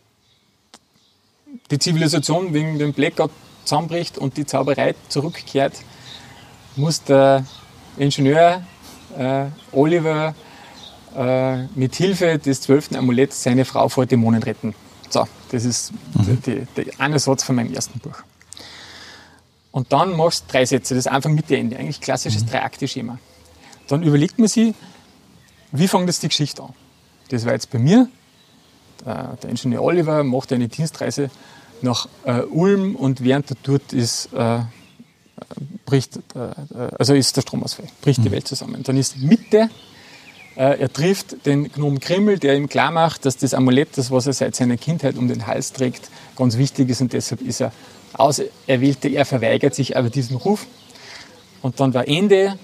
[SPEAKER 4] die Zivilisation wegen dem Blackout zusammenbricht und die Zauberei zurückkehrt, muss der Ingenieur Oliver mit Hilfe des 12. Amuletts seine Frau vor Dämonen retten. So, das ist der eine Satz von meinem ersten Buch. Und dann machst du 3 Sätze, das ist Anfang, Mitte, Ende. Eigentlich klassisches 3-Akte-Schema. Dann überlegt man sich, wie fängt jetzt die Geschichte an? Das war jetzt bei mir. Der Ingenieur Oliver macht eine Dienstreise nach Ulm und während er dort ist, ist der Stromausfall, bricht die Welt zusammen. Dann ist Mitte, er trifft den Gnom Grimmel, der ihm klar macht, dass das Amulett, das was er seit seiner Kindheit um den Hals trägt, ganz wichtig ist und deshalb ist er Auserwählte. Er verweigert sich aber diesen Ruf. Und dann war Ende.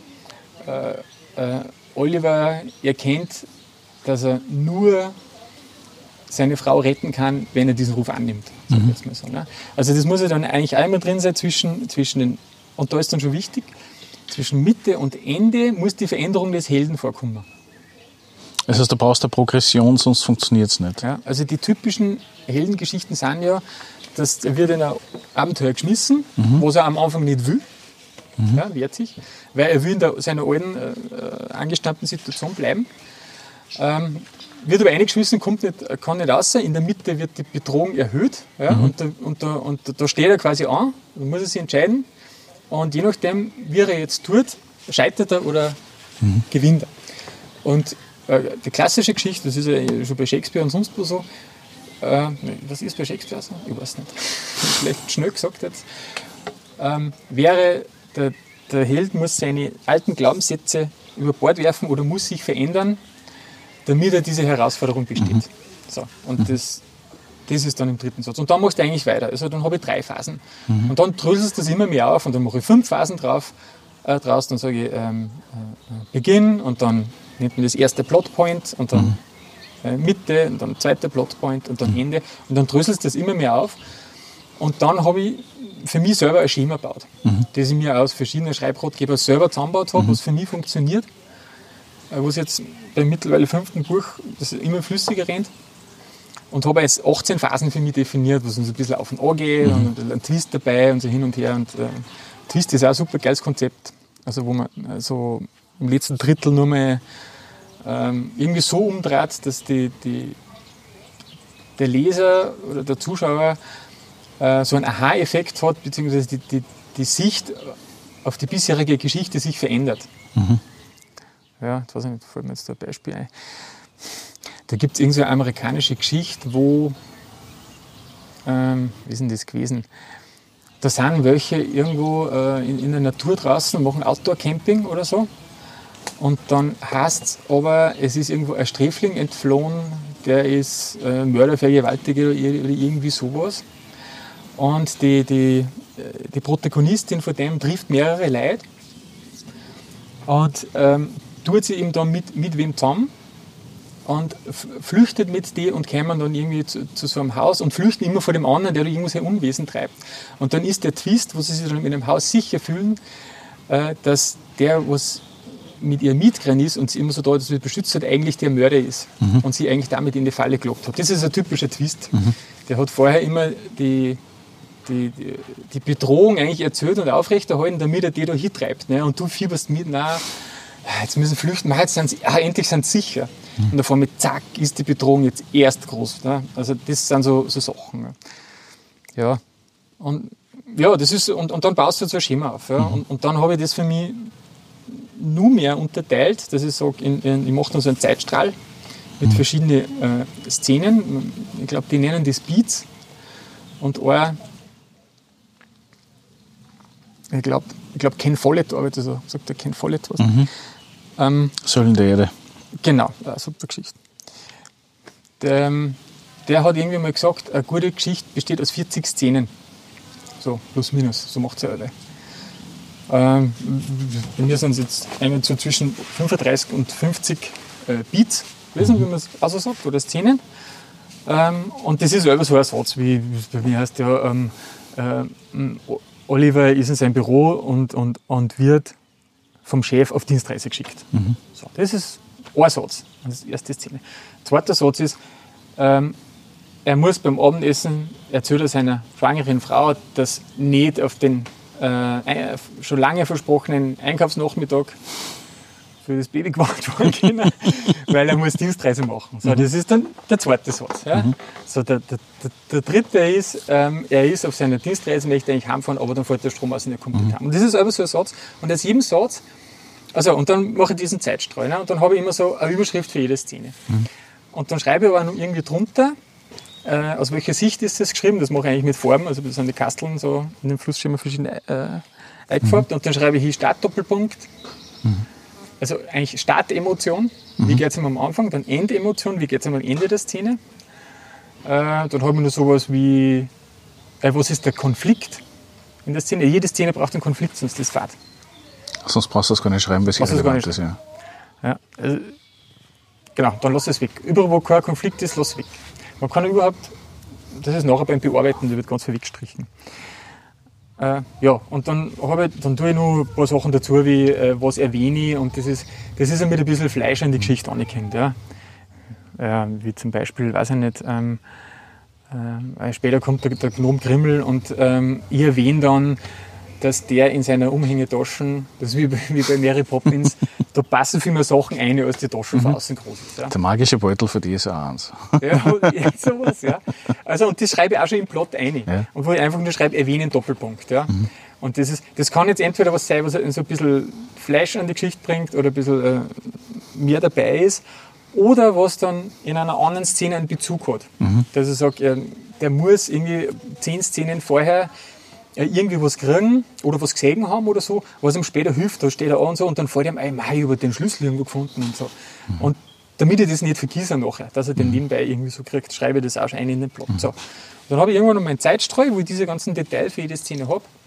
[SPEAKER 4] Oliver erkennt, dass er nur seine Frau retten kann, wenn er diesen Ruf annimmt. Jetzt mal so, ne? Also das muss ja dann eigentlich einmal drin sein zwischen den, und da ist dann schon wichtig, zwischen Mitte und Ende muss die Veränderung des Helden vorkommen.
[SPEAKER 3] Das heißt, du brauchst eine Progression, sonst funktioniert es nicht.
[SPEAKER 4] Ja, also die typischen Heldengeschichten sind ja, dass er wird in ein Abenteuer geschmissen, was er am Anfang nicht will, ja, wehrt sich, weil er will in seiner alten, angestammten Situation bleiben. Wird aber eingeschmissen, kann nicht raus. In der Mitte wird die Bedrohung erhöht. Ja, und da steht er quasi an, da muss er sich entscheiden. Und je nachdem, wie er jetzt tut, scheitert er oder gewinnt er. Und die klassische Geschichte, das ist ja schon bei Shakespeare und sonst wo so, was ist bei Shakespeare so? Ich weiß nicht. Vielleicht schnell gesagt jetzt. Wäre, der Held muss seine alten Glaubenssätze über Bord werfen oder muss sich verändern, damit er diese Herausforderung besteht. So, und das ist dann im 3. Satz. Und dann machst du eigentlich weiter. Also dann habe ich 3 Phasen. Und dann dröselst du das immer mehr auf und dann mache ich 5 Phasen draus. Dann sage ich Beginn und dann nennt man das erste Plotpoint und dann Mitte und dann zweiter Plotpoint und dann Ende. Und dann dröselst du das immer mehr auf. Und dann habe ich für mich selber ein Schema gebaut, das ich mir aus verschiedenen Schreibratgebern selber zusammengebaut habe, was für mich funktioniert. Was jetzt beim mittlerweile 5. Buch das immer flüssiger rennt. Und habe jetzt 18 Phasen für mich definiert, was uns ein bisschen auf und an geht und ein Twist dabei und so hin und her. Und Twist ist auch ein super geiles Konzept. Also wo man so im letzten Drittel nur mal irgendwie so umdreht, dass der Leser oder der Zuschauer so einen Aha-Effekt hat, beziehungsweise die Sicht auf die bisherige Geschichte sich verändert. Ja, jetzt weiß ich nicht, fällt mir jetzt da ein Beispiel ein. Da gibt es irgendeine amerikanische Geschichte, wo, wie ist denn das gewesen? Da sind welche irgendwo in der Natur draußen und machen Outdoor-Camping oder so. Und dann heißt es aber, es ist irgendwo ein Sträfling entflohen, der ist Mörder, Vergewaltiger oder irgendwie sowas. Und die Protagonistin von dem trifft mehrere Leute und tut sie ihm dann mit wem zusammen und flüchtet mit denen und kommen dann irgendwie zu so einem Haus und flüchten immer vor dem anderen, der irgendwo sein Unwesen treibt. Und dann ist der Twist, wo sie sich dann in einem Haus sicher fühlen, dass der, was mit ihr mitgerannt ist und sie immer so da das beschützt hat, eigentlich der Mörder ist und sie eigentlich damit in die Falle gelockt hat. Das ist ein typischer Twist. Der hat vorher immer die Bedrohung eigentlich erzählt und aufrechterhalten, damit er die da hintreibt. Ne? Und du fieberst mit, na, jetzt müssen sie flüchten, jetzt sind sie, endlich sind sie sicher. Und davor mit zack, ist die Bedrohung jetzt erst groß. Ne? Also das sind so Sachen. Ne? Ja. Und ja, das ist, und dann baust du so ein Schema auf. Ja? Und dann habe ich das für mich nur mehr unterteilt, dass ich sage, ich mache dann so einen Zeitstrahl mit verschiedenen Szenen. Ich glaube, die nennen das Beats. Und ich glaube, Ken Follett arbeitet so, sagt der Ken Follett was.
[SPEAKER 3] Säulen der Erde.
[SPEAKER 4] Genau, eine super Geschichte. Der hat irgendwie mal gesagt, eine gute Geschichte besteht aus 40 Szenen. So, plus minus, so macht es ja alle. Bei mir sind es jetzt einmal so zwischen 35 und 50 Beats gewesen, wie man es also sagt, oder Szenen. Und das ist selber so ein Satz, wie bei mir heißt ja, Oliver ist in sein Büro und wird vom Chef auf Dienstreise geschickt. So, das ist ein Satz, das ist die erste Szene. Der zweite Satz ist, er muss beim Abendessen, erzählt er seiner schwangeren Frau, dass nicht auf den schon lange versprochenen Einkaufsnachmittag für das Baby gewartet worden können, weil er muss Dienstreise machen. So, das ist dann der zweite Satz. Ja. So, der dritte ist, er ist auf seiner Dienstreise, möchte eigentlich heimfahren, aber dann fällt der Strom aus und er kommt nicht heim. Und das ist einfach so ein Satz. Und aus jedem Satz, also, und dann mache ich diesen Zeitstrahl. Ne? Und dann habe ich immer so eine Überschrift für jede Szene. Und dann schreibe ich aber noch irgendwie drunter, aus welcher Sicht ist das geschrieben. Das mache ich eigentlich mit Farben. Also das sind die Kasteln so in dem Flussschema verschieden eingefärbt. Und dann schreibe ich hier Startdoppelpunkt. Also eigentlich Startemotion, wie geht es ihm am Anfang, dann Endemotion, wie geht es ihm am Ende der Szene. Dann habe ich noch sowas wie, was ist der Konflikt in der Szene? Jede Szene braucht einen Konflikt, sonst ist das fad.
[SPEAKER 3] Sonst brauchst du das gar nicht schreiben, weil es irrelevant ist. Ja.
[SPEAKER 4] Ja, also, genau, dann lass es weg. Überall, wo kein Konflikt ist, lass es weg. Man kann überhaupt, das ist nachher beim Bearbeiten, da wird ganz viel weggestrichen. Ja, und dann tue ich noch ein paar Sachen dazu, wie was erwähne ich, und das ist damit ein bisschen Fleisch an die Geschichte angehängt. Ja. Wie zum Beispiel, weiß ich nicht, später kommt der Gnome Grimmel und ich erwähne dann, dass der in seiner Umhängetasche, das ist wie bei Mary Poppins, da passen viel mehr Sachen ein, als die Taschen von außen groß ist. Ja.
[SPEAKER 3] Der magische Beutel für die ist auch eins.
[SPEAKER 4] Ja, sowas, ja. Also, und das schreibe ich auch schon im Plot ein. Ja. Und wo ich einfach nur schreibe, erwähnen Doppelpunkt. Ja. Und das kann jetzt entweder was sein, was so ein bisschen Fleisch an die Geschichte bringt oder ein bisschen mehr dabei ist, oder was dann in einer anderen Szene einen Bezug hat. Dass ich sage, der muss irgendwie 10 Szenen vorher irgendwie was kriegen oder was gesehen haben oder so, was ihm später hilft. Da steht er an und so, und dann fällt ihm ein, ich habe den Schlüssel irgendwo gefunden und so. Und damit ich das nicht vergesse nachher, dass er den nebenbei irgendwie so kriegt, schreibe ich das auch schon ein in den Plot. So. Dann habe ich irgendwann noch meinen Zeitstrahl, wo ich diese ganzen Details für jede Szene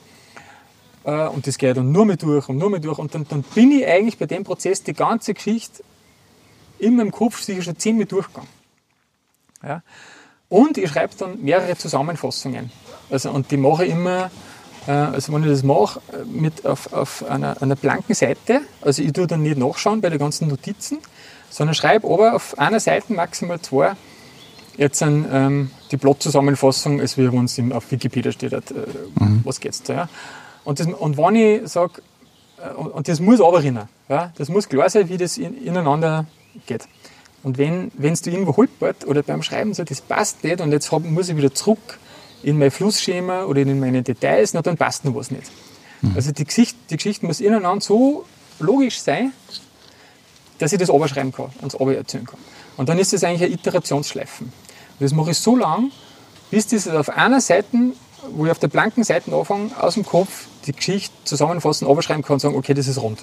[SPEAKER 4] habe. Und das geht dann nur mehr durch und nur mehr durch. Und dann bin ich eigentlich bei dem Prozess die ganze Geschichte in meinem Kopf sicher schon 10 Mal durchgegangen. Ja. Und ich schreibe dann mehrere Zusammenfassungen. Also, und die mache ich immer, also wenn ich das mache, auf einer blanken Seite. Also ich tue dann nicht nachschauen bei den ganzen Notizen, sondern schreibe aber auf einer Seite, maximal 2, jetzt die Plot-Zusammenfassung, als wie wenn es auf Wikipedia steht, was geht's da. Ja? Und wenn ich sage, und das muss aber rein, ja? Das muss klar sein, wie das ineinander geht. Und wenn es da irgendwo holpert oder beim Schreiben so, das passt nicht und jetzt muss ich wieder zurück in mein Flussschema oder in meine Details, dann passt noch was nicht. Also die Geschichte muss ineinander so logisch sein, dass ich das runterschreiben kann und es erzählen kann. Und dann ist das eigentlich eine Iterationsschleifen. Und das mache ich so lang, bis das auf einer Seite, wo ich auf der blanken Seite anfange, aus dem Kopf die Geschichte zusammenfassen, runterschreiben kann und sagen, okay, das ist rund.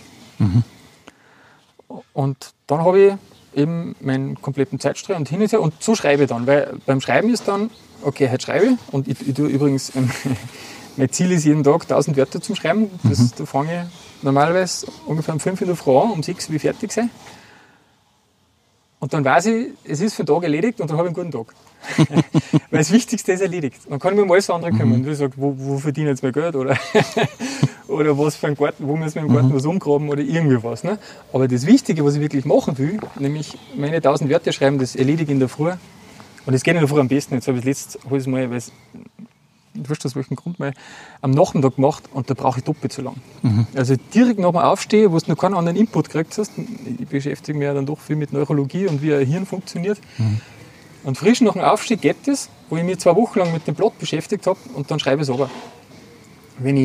[SPEAKER 4] Und dann habe ich eben meinen kompletten Zeitstrahl und hin und her, und so schreibe ich dann, weil beim Schreiben ist dann, okay, heute schreibe ich, und ich tue übrigens, mein Ziel ist jeden Tag 1000 Wörter zum Schreiben, da fange ich normalerweise ungefähr um 5 in der Früh an, um 6 will ich fertig sein, und dann weiß ich, es ist für den Tag erledigt und dann habe ich einen guten Tag. Weil das Wichtigste ist erledigt. Dann kann ich mich um alles andere kümmern. Ich sage, wo verdiene ich jetzt mein Geld? Oder was für einen Garten, wo müssen wir im Garten was umgraben oder irgendwie was. Ne? Aber das Wichtige, was ich wirklich machen will, nämlich meine 1000 Wörter schreiben, das erledige ich in der Früh. Und das geht in der Früh am besten. Jetzt habe ich das letztes Mal, weil ich weiß aus welchem Grund mal, am Nachmittag gemacht, und da brauche ich doppelt so lang. Also direkt nach dem Aufstehen, wo du noch keinen anderen Input gekriegt hast, ich beschäftige mich ja dann doch viel mit Neurologie und wie ein Hirn funktioniert. Und frisch nach dem Aufstehen geht das, wo ich mich 2 Wochen lang mit dem Plot beschäftigt habe, und dann schreibe ich es runter. Wenn ich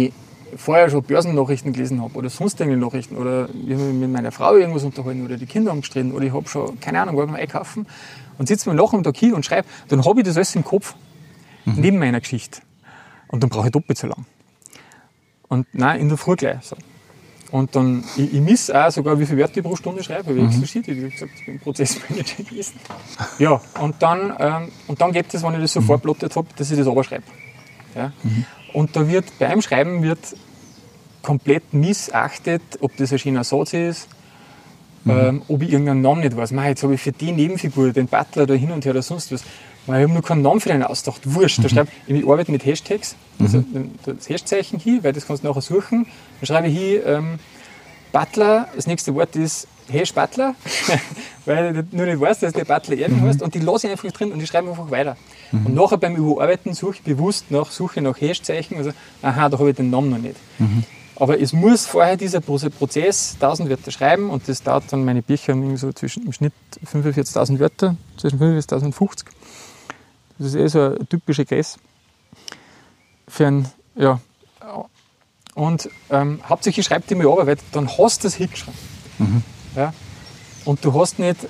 [SPEAKER 4] vorher schon Börsennachrichten gelesen habe oder sonst irgendwelche Nachrichten oder ich habe mich mit meiner Frau irgendwas unterhalten oder die Kinder haben gestritten oder ich habe schon, keine Ahnung, war beim Einkaufen und sitze mir nach dem Tag hin und schreibe, dann habe ich das alles im Kopf, neben meiner Geschichte. Und dann brauche ich doppelt so lang. Und nein, in der Früh gleich. So. Und dann, ich misse auch sogar, wie viele Wörter ich pro Stunde schreibe, weil ich exerziert, wie gesagt, ich bin Prozessmanager gewesen. Ja, und dann geht es, wenn ich das so vorplottet habe, dass ich das runterschreibe. Ja? Und da wird beim Schreiben komplett missachtet, ob das ein schöner Satz ist, ob ich irgendeinen Namen nicht weiß. Jetzt habe ich für die Nebenfigur, den Butler da hin und her oder sonst was, ich habe nur keinen Namen für den ausgedacht. Wurscht. Da schreibe ich arbeite mit Hashtags, also das Hashzeichen hier, weil das kannst du nachher suchen. Dann schreibe ich hier Butler, das nächste Wort ist Hash Butler, weil ich nur nicht weiß, dass der Butler Erwin heißt. Und die lasse ich einfach drin und ich schreibe einfach weiter. Und nachher beim Überarbeiten suche ich bewusst nach Hashzeichen, also aha, da habe ich den Namen noch nicht. Aber es muss vorher dieser Prozess 1000 Wörter schreiben und das dauert dann, meine Bücher haben so im Schnitt 45.000 Wörter, zwischen 45.000 und 50. Das ist so ein typischer Gress für ein, ja. Und hauptsächlich schreibt die mal runter, weil dann hast du das hingeschrieben. Ja? Und du hast nicht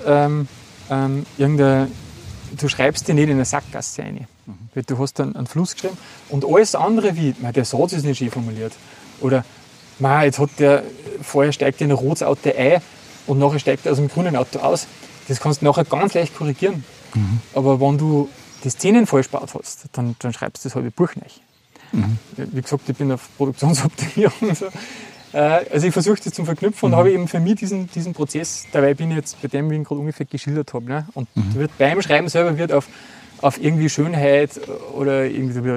[SPEAKER 4] du schreibst die nicht in eine Sackgasse rein. Weil du hast dann einen Fluss geschrieben und alles andere wie, der Satz ist nicht schön formuliert. Oder jetzt hat vorher steigt er in ein rotes Auto ein und nachher steigt er aus dem grünen Auto aus. Das kannst du nachher ganz leicht korrigieren. Aber wenn du die Szenen falsch gebaut hast, dann schreibst du das halbe Buch nicht. Wie gesagt, ich bin auf Produktionsoptimierung. So. Also ich versuche das zu verknüpfen und habe eben für mich diesen Prozess, dabei bin ich jetzt bei dem, wie ich ihn gerade ungefähr geschildert habe. Ne? Und wird beim Schreiben selber wird auf irgendwie Schönheit oder irgendwie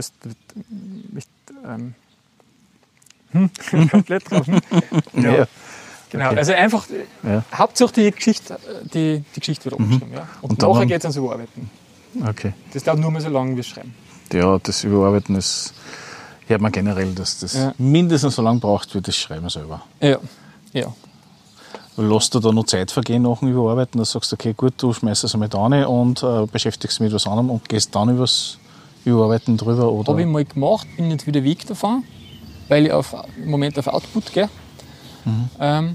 [SPEAKER 4] komplett drauf. Ja. Genau, okay. Also einfach Hauptsache die Geschichte wird abgeschrieben. Ja? Und nachher geht es ans Überarbeiten.
[SPEAKER 3] Okay.
[SPEAKER 4] Das dauert nur mal so lange wie das Schreiben.
[SPEAKER 3] Ja, das Überarbeiten ist, hört man generell, dass das mindestens so lange braucht wie das Schreiben selber.
[SPEAKER 4] Ja.
[SPEAKER 3] Lässt du da noch Zeit vergehen nach dem Überarbeiten, dass du sagst, okay, gut, du schmeißt es einmal da rein und beschäftigst dich mit was anderem und gehst dann übers Überarbeiten drüber? Oder?
[SPEAKER 4] Habe ich mal gemacht, bin jetzt wieder weg davon, weil ich im Moment auf Output gehe. Im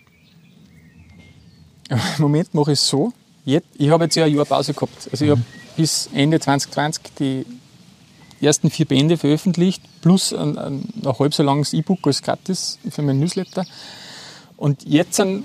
[SPEAKER 4] Moment mache ich es so, ich habe jetzt ja ein Jahr Pause gehabt. Also ich habe bis Ende 2020 die ersten 4 Bände veröffentlicht, plus ein halb so langes E-Book als gratis für meinen Newsletter. Und jetzt habe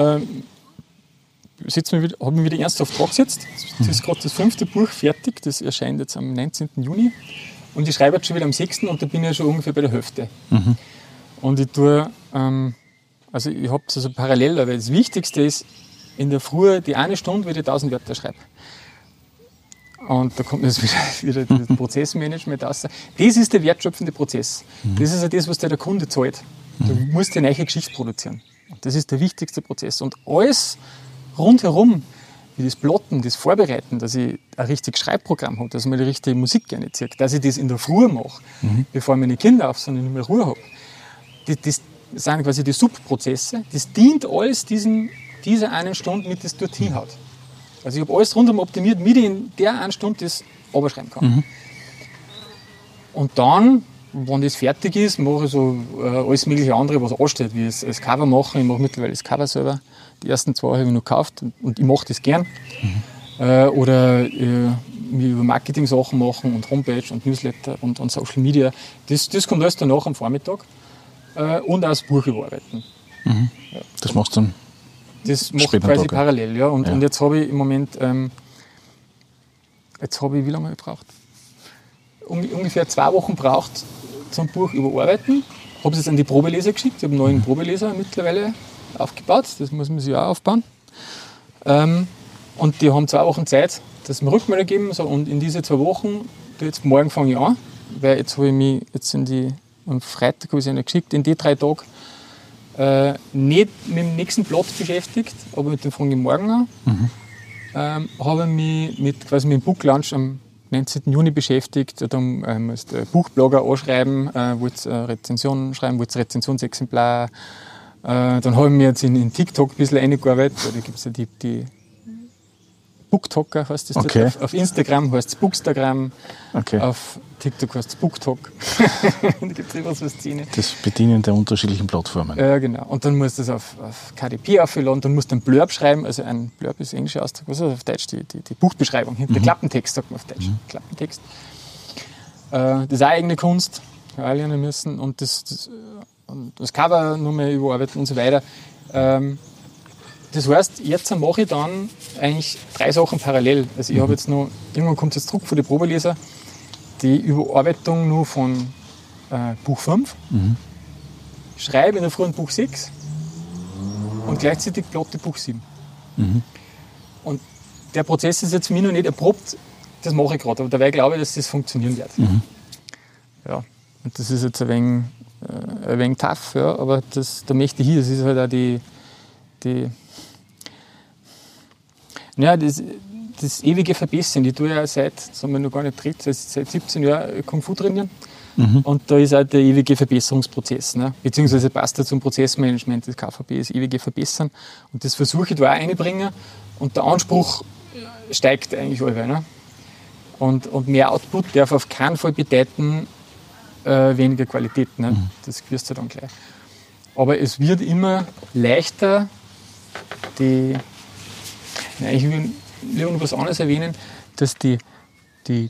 [SPEAKER 4] ich mich wieder ernsthaft dran gesetzt. Das ist gerade das 5. Buch fertig, das erscheint jetzt am 19. Juni. Und ich schreibe jetzt schon wieder am 6. und da bin ich ja schon ungefähr bei der Hälfte. Und ich tue, also ich habe es also parallel, aber das Wichtigste ist, in der Früh die eine Stunde, wie ich 1000 Wörter schreibe. Und da kommt jetzt wieder das Prozessmanagement raus. Das ist der wertschöpfende Prozess. Das ist ja das, was dir der Kunde zahlt. Du musst dir eine neue Geschichte produzieren. Und das ist der wichtigste Prozess. Und alles rundherum, wie das Plotten, das Vorbereiten, dass ich ein richtiges Schreibprogramm habe, dass ich mir die richtige Musik gerne ziehe, dass ich das in der Früh mache, bevor meine Kinder auf sind und ich mehr Ruhe habe. Das sind quasi die Subprozesse. Das dient alles dieser einen Stunde, mit das dorthin hat. Also ich habe alles rundherum optimiert, damit ich in der einen Stunde das runterschreiben kann. Und dann, wenn das fertig ist, mache ich so alles mögliche andere, was ansteht, wie das Cover machen. Ich mache mittlerweile das Cover selber. Die ersten 2 habe ich noch gekauft und ich mache das gern. Oder mir über Marketing-Sachen machen und Homepage und Newsletter und Social Media. Das kommt alles danach am Vormittag. Und auch das Buch überarbeiten.
[SPEAKER 3] Das machst du dann?
[SPEAKER 4] Das mache ich quasi parallel, ja. Und jetzt habe ich im Moment, wie lange habe ich gebraucht? Ungefähr 2 Wochen gebraucht zum Buch überarbeiten. Habe es jetzt an die Probeleser geschickt. Ich habe einen neuen Probeleser mittlerweile aufgebaut. Das muss man sich auch aufbauen. Und die haben 2 Wochen Zeit, dass sie mir Rückmeldung geben. So, und in diese 2 Wochen, jetzt morgen fange ich an, weil jetzt habe ich mich am Freitag habe ich es ihnen geschickt, in die 3 Tage nicht mit dem nächsten Plot beschäftigt, aber mit dem fange ich morgen an. Habe mich mit dem Book-Launch am 19. Juni beschäftigt. Dann musst du Buchblogger anschreiben, wollte eine Rezension schreiben, wollte ein Rezensionsexemplar. Dann habe ich mich jetzt in TikTok ein bisschen eingearbeitet. Da gibt es ja die BookToker heißt das.
[SPEAKER 3] Okay.
[SPEAKER 4] Auf Instagram heißt es Bookstagram.
[SPEAKER 3] Okay.
[SPEAKER 4] Auf TikTok heißt es BookTok. Da gibt es immer so Szene.
[SPEAKER 3] Das Bedienen der unterschiedlichen Plattformen.
[SPEAKER 4] Ja, genau. Und dann musst du das auf KDP aufladen, dann musst du einen Blurb schreiben, also ein Blurb ist englischer Ausdruck, was ist das auf Deutsch? Die Buchbeschreibung, der Klappentext sagt man auf Deutsch. Klappentext. Das ist auch eigene Kunst, auch lernen müssen. Und das Cover nur mehr überarbeiten und so weiter. Das heißt, jetzt mache ich dann eigentlich 3 Sachen parallel. Also ich habe jetzt noch, irgendwann kommt jetzt Druck von den Probeleser, die Überarbeitung nur von Buch 5, schreibe in der Früh Buch 6 und gleichzeitig plotte Buch 7. Und der Prozess ist jetzt für mich noch nicht erprobt, das mache ich gerade, aber dabei glaube ich, dass das funktionieren wird. Ja, und das ist jetzt ein wenig tough, ja, aber da möchte ich hin, das ist halt auch das ewige Verbessern. Ich tue ja seit 17 Jahren Kung Fu trainieren. Und da ist auch der ewige Verbesserungsprozess. Ne? Beziehungsweise passt zum Prozessmanagement des KVP, das ewige Verbessern. Und das versuche ich da auch einzubringen. Und der Anspruch steigt eigentlich allweil. Ne? Und mehr Output darf auf keinen Fall bedeuten weniger Qualität. Ne? Das wirst du dann gleich. Aber es wird immer leichter, ich will lieber noch was anderes erwähnen, dass wie die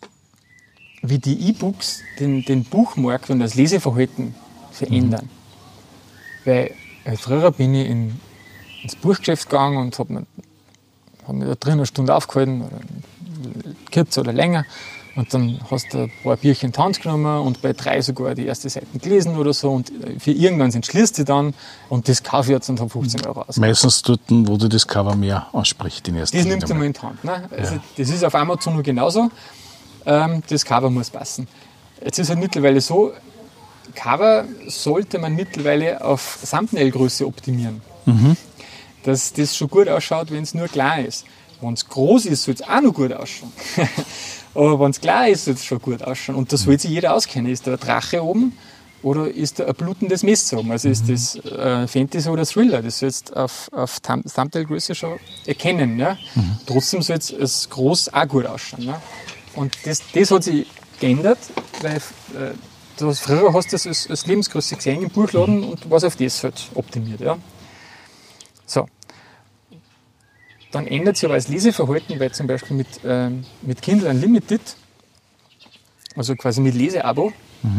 [SPEAKER 4] E-Books den Buchmarkt und das Leseverhalten verändern. Weil früher bin ich ins Buchgeschäft gegangen und habe mich da drin eine Stunde aufgehalten, oder kürzer oder länger. Und dann hast du ein paar Bierchen in die Hand genommen und bei 3 sogar die erste Seite gelesen oder so. Und für irgendwann entschließt du dann und das kaufe ich jetzt und habe 15 Euro aus.
[SPEAKER 3] Meistens dort, wo du das Cover mehr anspricht.
[SPEAKER 4] Das nimmst du mal in die Hand. Ne? Also das ist auf Amazon nur genauso. Das Cover muss passen. Jetzt ist halt mittlerweile so, Cover sollte man mittlerweile auf Thumbnail-Größe optimieren. Dass das schon gut ausschaut, wenn es nur klein ist. Wenn es groß ist, soll es auch noch gut ausschauen. Aber wenn es klar ist, soll es schon gut ausschauen. Und da soll sich jeder auskennen. Ist da ein Drache oben oder ist da ein blutendes Messer oben? Also ist das Fantasy oder Thriller? Das sollst du auf Thumbnail-Größe schon erkennen. Ja? Trotzdem soll es als groß auch gut ausschauen. Ja? Und das hat sich geändert, weil früher hast du das als Lebensgröße gesehen im Buchladen und was auf das halt optimiert. Ja? So. Dann ändert sich aber das Leseverhalten, weil zum Beispiel mit Kindle Unlimited, also quasi mit Leseabo,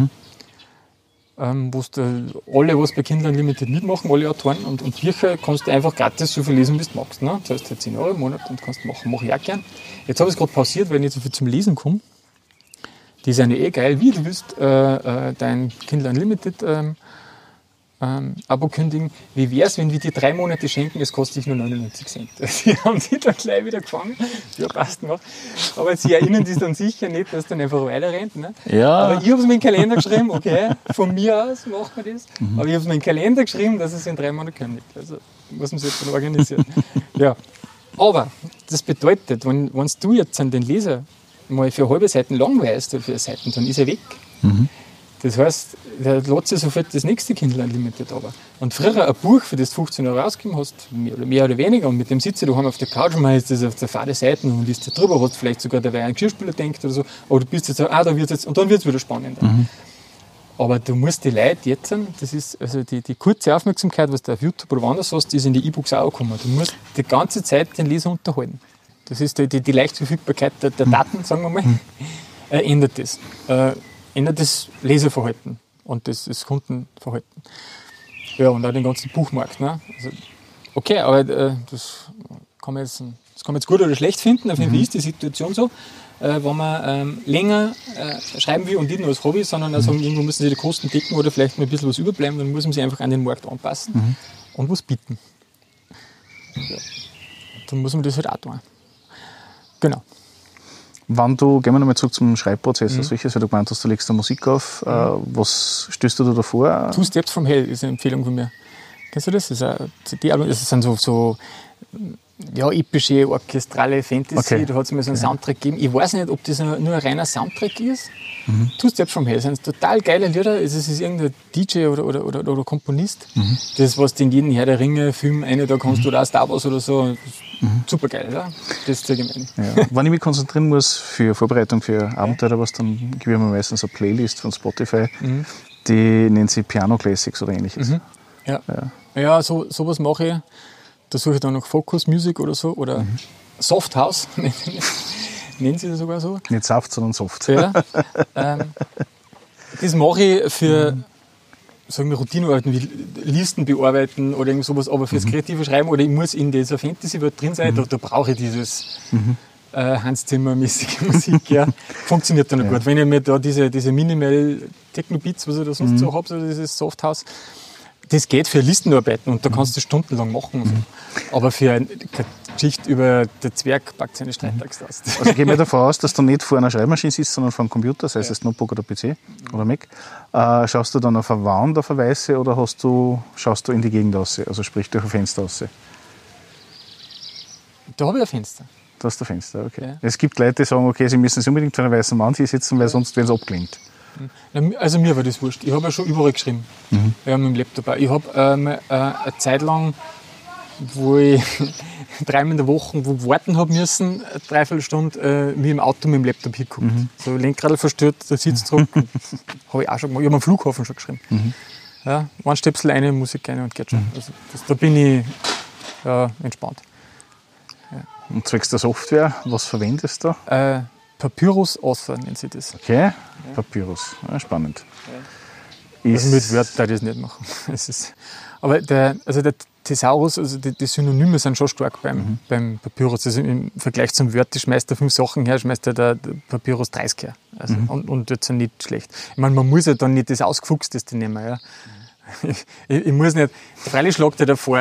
[SPEAKER 4] wo du alle, was bei Kindle Unlimited mitmachen, alle Autoren und Bücher, kannst du einfach gratis so viel lesen, wie du magst. Ne? Das heißt halt 10 Euro im Monat und kannst machen, mache ich auch gern. Jetzt habe ich es gerade pausiert, weil ich nicht so viel zum Lesen komme. Die sind ja geil, wie du willst dein Kindle Unlimited Abo kündigen. Wie wäre es, wenn wir dir 3 Monate schenken, es kostet dich nur 99 Cent. Sie haben sich dann gleich wieder gefangen. Ja, passt noch. Aber sie erinnern sich dann sicher nicht, dass dann einfach weiter rennt. Ne?
[SPEAKER 3] Ja.
[SPEAKER 4] Aber ich habe es mir in den Kalender geschrieben, okay, von mir aus machen wir das. Aber ich habe es mir in den Kalender geschrieben, dass es in 3 Monaten kündigt. Also muss man sich jetzt dann organisieren. Ja. Aber das bedeutet, wenn du jetzt an den Leser mal für halbe Seiten langweilst oder für Seiten, dann ist er weg. Das heißt, der lädt sich sofort das nächste Kindle Unlimited aber. Und früher ein Buch, für das du 15 Euro ausgegeben hast, mehr oder weniger, und mit dem sitze ich daheim auf der Couch und machst das auf der fade Seiten und liest da drüber, hast vielleicht sogar dabei einen Geschirrspüler denkt oder so, aber du bist jetzt so, da wird's jetzt, und dann wird es wieder spannender. Aber du musst die Leute jetzt, das ist also die kurze Aufmerksamkeit, was du auf YouTube oder woanders hast, ist in die E-Books auch gekommen. Du musst die ganze Zeit den Leser unterhalten. Das ist die Leichtverfügbarkeit der Daten, sagen wir mal, ändert das. Ändert das Leseverhalten und das Kundenverhalten. Ja, und auch den ganzen Buchmarkt. Ne? Also, okay, aber das kann man jetzt gut oder schlecht finden. Auf jeden Fall ist die Situation so, wenn man länger schreiben will und nicht nur als Hobby, sondern auch sagen, irgendwo müssen sie die Kosten decken oder vielleicht mal ein bisschen was überbleiben, dann muss man sich einfach an den Markt anpassen und was bieten. Ja. Dann muss man das halt auch tun. Genau.
[SPEAKER 3] Gehen wir nochmal zurück zum Schreibprozess als solches, weil du gemeint hast, du legst da Musik auf. Was stößt du da vor?
[SPEAKER 4] Two Steps from Hell ist eine Empfehlung von mir. Kennst du das? Das ist ein CD-Album. Das sind so epische, orchestrale Fantasy.
[SPEAKER 3] Okay.
[SPEAKER 4] Da hat es mir so einen Soundtrack gegeben. Ich weiß nicht, ob das nur ein reiner Soundtrack ist. Two Steps from Hell. Das sind total geile Lieder. Es ist irgendein DJ oder Komponist. Das, was du in jeden Herr der Ringe-Film eintragen kannst oder auch Star Wars oder so. super geil, ja? Das zeige ich mir nicht.
[SPEAKER 3] Ja. Wenn ich mich konzentrieren muss für Vorbereitung für Abenteuer oder was, dann gebe ich mir meistens eine Playlist von Spotify, die nennt sich Piano Classics oder ähnliches.
[SPEAKER 4] Ja, sowas mache ich. Da suche ich dann noch Focus Music oder so oder Soft House, nennen sie das sogar so.
[SPEAKER 3] Nicht Saft, sondern Soft.
[SPEAKER 4] Ja. Das mache ich für sagen wir Routinearbeiten wie Listen bearbeiten oder irgend sowas, aber fürs kreative Schreiben oder ich muss in dieser Fantasy-Welt drin sein, da brauche ich dieses Hans Zimmer-mäßige Musik. Ja. Funktioniert dann noch gut. Wenn ich mir da diese Minimal Techno-Beats, was ich da sonst so habe, so dieses Soft House, das geht für Listenarbeiten und da kannst du stundenlang machen. Und so. Aber für eine Geschichte über den Zwerg packt seine Streittags.
[SPEAKER 3] Also gehen wir davon aus, dass du nicht vor einer Schreibmaschine sitzt, sondern vor einem Computer, sei es Notebook oder PC oder Mac. Schaust du dann auf eine Wand, auf eine weiße oder schaust du in die Gegend raus, also sprich durch ein Fenster raus?
[SPEAKER 4] Da habe ich ein Fenster.
[SPEAKER 3] Da hast du ein Fenster, okay.
[SPEAKER 4] Ja.
[SPEAKER 3] Es gibt Leute, die sagen, okay, sie müssen sich unbedingt vor einer weißen Wand hier sitzen, weil sonst werden sie abgelenkt.
[SPEAKER 4] Also mir war das wurscht. Ich habe ja schon überall geschrieben. Ja, mit dem Laptop auch. Ich habe eine Zeit lang, wo ich 3 Mal in der Woche warten habe müssen, eine Dreiviertelstunde, wie im Auto mit dem Laptop hingeguckt. So Lenkrad verstört, der Sitzdruck. Habe ich auch schon gemacht. Ich habe am Flughafen schon geschrieben. Ja, ein Stöpsel eine, Musik eine und geht schon. Also da bin ich entspannt. Ja.
[SPEAKER 3] Und zwecks der Software, was verwendest du da?
[SPEAKER 4] Papyrus Author nennt sie das.
[SPEAKER 3] Okay, ja. Papyrus, ja, spannend.
[SPEAKER 4] Ja. Also mit Word darf ich das nicht machen. Aber der Thesaurus, also die Synonyme sind schon stark beim Papyrus. Also im Vergleich zum Word, die schmeißt da 5 Sachen her, schmeißt der Papyrus 30 her. Also, und jetzt sind nicht schlecht. Ich meine, man muss ja dann nicht das Ausgefuchsteste nehmen. Ja. Ich muss nicht, freilich schlagt er davor,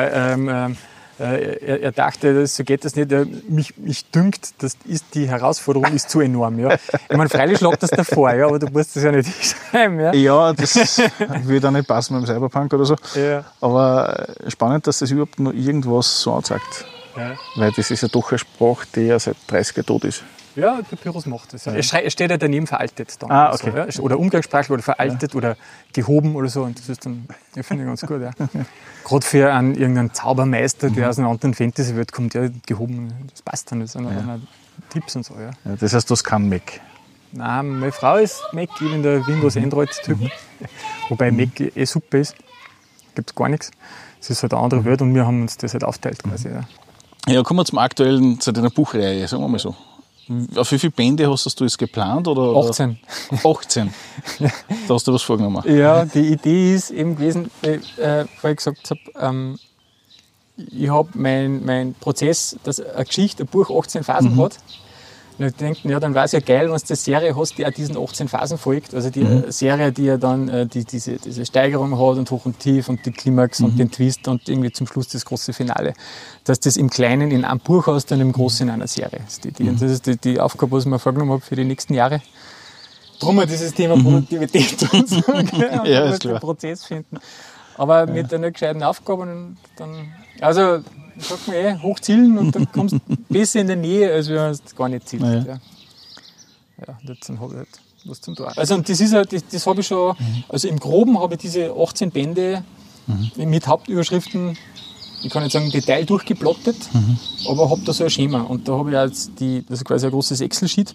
[SPEAKER 4] er dachte, so geht das nicht. Mich dünkt, die Herausforderung ist zu enorm. Ja. Ich meine, freilich schlagt das davor, ja, aber du musst das ja nicht schreiben. Ja,
[SPEAKER 3] ja das würde auch nicht passen beim Cyberpunk oder so. Ja. Aber spannend, dass das überhaupt noch irgendwas so anzeigt. Ja. Weil das ist ja doch eine Sprache, die ja seit 30 Jahren tot ist.
[SPEAKER 4] Ja, Papyrus macht das. Ja. Es steht ja daneben veraltet. Dann
[SPEAKER 3] okay.
[SPEAKER 4] So, ja. Oder umgangssprachlich oder veraltet oder gehoben oder so. Und das ist dann, ich finde ganz gut. Ja. Gerade für irgendeinen Zaubermeister, der aus einer anderen Fantasy-Welt kommt, ja, gehoben, das passt dann. Das sind dann Tipps und so. Ja.
[SPEAKER 3] Ja, das heißt, du hast keinen Mac?
[SPEAKER 4] Nein, meine Frau ist Mac, ich bin der Windows-Android-Typ. Wobei Mac super ist. Gibt gar nichts. Es ist halt eine andere Welt und wir haben uns das halt aufteilt quasi.
[SPEAKER 3] Ja, kommen wir zum aktuellen, zu deiner Buchreihe, sagen wir mal so. Auf wie viele Bände hast du jetzt geplant? Oder?
[SPEAKER 4] 18.
[SPEAKER 3] 18? Da hast du was vorgenommen?
[SPEAKER 4] Ja, die Idee ist eben gewesen, weil ich gesagt habe, ich habe mein Prozess, dass eine Geschichte, ein Buch 18 Phasen hat. Und ich denke, ja, dann wäre es ja geil, wenn du eine Serie hast, die auch diesen 18 Phasen folgt. Also die Serie, die ja dann diese Steigerung hat und hoch und tief und die Klimax und den Twist und irgendwie zum Schluss das große Finale. Dass das im Kleinen in einem Buch hast und im Großen in einer Serie. Das ist die Aufgabe, was ich mir vorgenommen habe für die nächsten Jahre. Drum halt dieses Thema Produktivität und so.
[SPEAKER 3] Ja, ist klar.
[SPEAKER 4] Den Prozess finden. Aber mit einer gescheiten Aufgabe und dann, also sagt man hochzielen und dann kommst du besser in der Nähe, als wenn man es gar nicht zielt. Ja, jetzt habe ich halt was zum Tun. Also und das ist halt, das habe ich schon, also im Groben habe ich diese 18 Bände mit Hauptüberschriften, ich kann nicht sagen Detail durchgeplottet, aber habe da so ein Schema. Und da habe ich jetzt das ist quasi ein großes Excel-Sheet,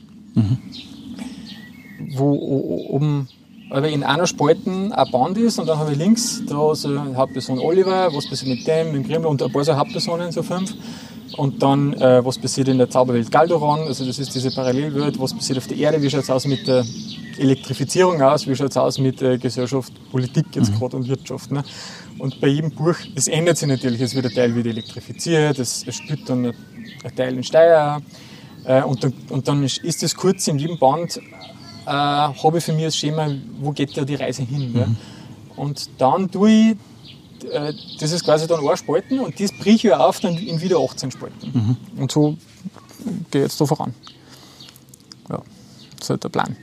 [SPEAKER 4] wo oben aber in einer Spalten ein Band ist und dann habe ich links da so eine Hauptperson Oliver, was passiert mit dem, mit dem Grimmel und ein paar so Hauptpersonen, so 5. Und dann, was passiert in der Zauberwelt Galdoran, also das ist diese Parallelwelt, was passiert auf der Erde, wie schaut es aus mit der Elektrifizierung aus, wie schaut es aus mit Gesellschaft, Politik jetzt gerade und Wirtschaft. Ne? Und bei jedem Buch, das ändert sich natürlich, es wird ein Teil wieder elektrifiziert, es spielt dann ein Teil in Steyr und dann ist es kurz in jedem Band, habe ich für mich das Schema, wo geht da die Reise hin. Ja? Und dann tue ich, das ist quasi dann ein Spalten und das brich ich auf dann in wieder 18 Spalten. Und so gehe ich jetzt da voran. Ja, das ist halt der Plan.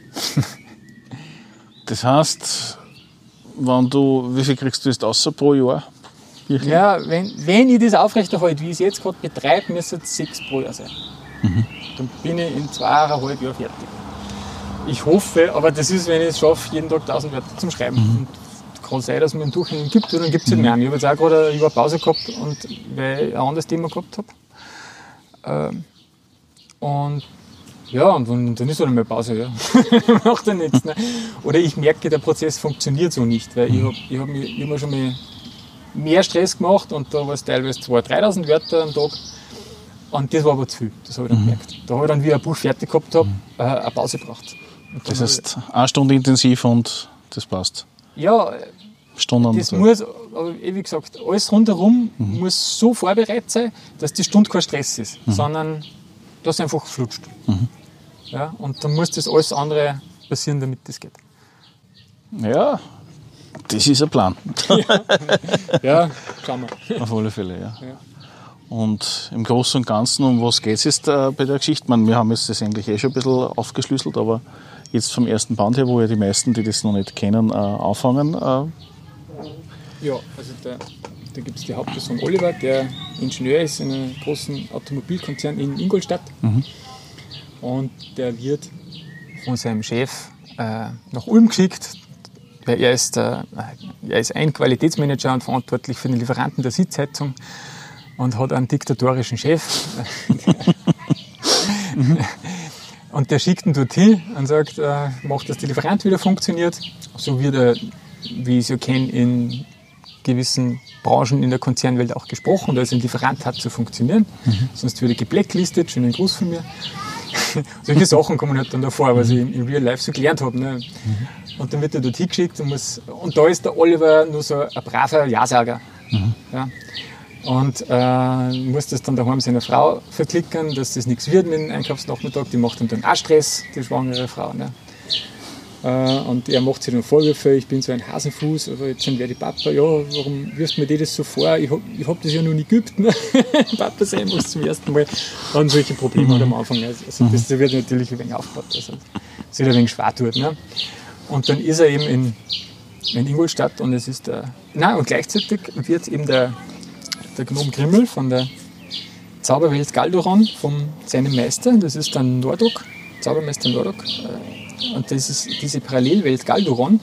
[SPEAKER 3] Das heißt, wie viel kriegst du jetzt außer pro Jahr?
[SPEAKER 4] Ja, wenn ich das aufrechterhalte, wie ich es jetzt gerade betreibe, müssen es 6 pro Jahr sein. Dann bin ich in 2,5 Jahren fertig. Ich hoffe, aber das ist, wenn ich es schaffe, jeden Tag 1000 Wörter zum Schreiben. Und kann sein, dass es mir einen Durchhang gibt, oder dann gibt es halt mehr. Ich habe jetzt auch gerade eine Pause gehabt, weil ich ein anderes Thema gehabt habe. Und ja, und dann ist halt mal Pause. Ja. Macht ja nichts. Ne? Oder ich merke, der Prozess funktioniert so nicht, weil ich hab mir schon mal mehr Stress gemacht und da war es teilweise 2.000, 3.000 Wörter am Tag. Und das war aber zu viel, das habe ich dann gemerkt. Da habe ich dann, wie ich ein Buch fertig gehabt habe, eine Pause gebraucht.
[SPEAKER 3] Das heißt, 1 Stunde intensiv und das passt.
[SPEAKER 4] Ja,
[SPEAKER 3] Stunden
[SPEAKER 4] das muss, aber wie gesagt, alles rundherum muss so vorbereitet sein, dass die Stunde kein Stress ist, sondern dass es einfach flutscht. Ja, und dann muss das alles andere passieren, damit das geht.
[SPEAKER 3] Ja, das ist ein Plan.
[SPEAKER 4] Ja, schauen wir.
[SPEAKER 3] Auf alle Fälle, ja. Und im Großen und Ganzen, um was geht es jetzt bei der Geschichte? Ich meine, wir haben jetzt das eigentlich schon ein bisschen aufgeschlüsselt, aber jetzt vom ersten Band her, wo ja die meisten, die das noch nicht kennen, anfangen.
[SPEAKER 4] Ja, also da gibt es die Hauptperson Oliver, der Ingenieur ist in einem großen Automobilkonzern in Ingolstadt. Und der wird von seinem Chef nach Ulm geschickt, weil er ist ein Qualitätsmanager und verantwortlich für den Lieferanten der Sitzheizung und hat einen diktatorischen Chef. Und der schickt ihn dorthin und sagt, macht, dass der Lieferant wieder funktioniert. So wird er, wie ich es ja kenne, in gewissen Branchen in der Konzernwelt auch gesprochen, dass ein Lieferant hat zu funktionieren. Sonst würde geblacklistet, schönen Gruß von mir. Solche Sachen kommen halt dann davor, was ich in Real Life so gelernt habe. Ne? Und dann wird er dorthin geschickt und da ist der Oliver nur so ein braver Ja-Sager. Ja? Und muss das dann daheim seiner Frau verklickern, dass das nichts wird mit dem Einkaufsnachmittag. Die macht ihm dann auch Stress, die schwangere Frau. Ne? Und er macht sich dann Vorwürfe, ich bin so ein Hasenfuß, aber jetzt sind wir die Papa, ja, warum wirfst du mir das so vor? Ich hab das ja noch nie geübt, ne? Papa sein muss zum ersten Mal. Und solche Probleme hat am Anfang. Also das wird natürlich ein wenig aufgebaut, also es wird ein wenig schwer tut. Ne? Und dann ist er eben in Ingolstadt und es ist und gleichzeitig wird eben der Gnom Grimmel von der Zauberwelt Galdoron von seinem Meister, das ist der Nordok, Zaubermeister Nordok. Und das ist diese Parallelwelt Galdoron.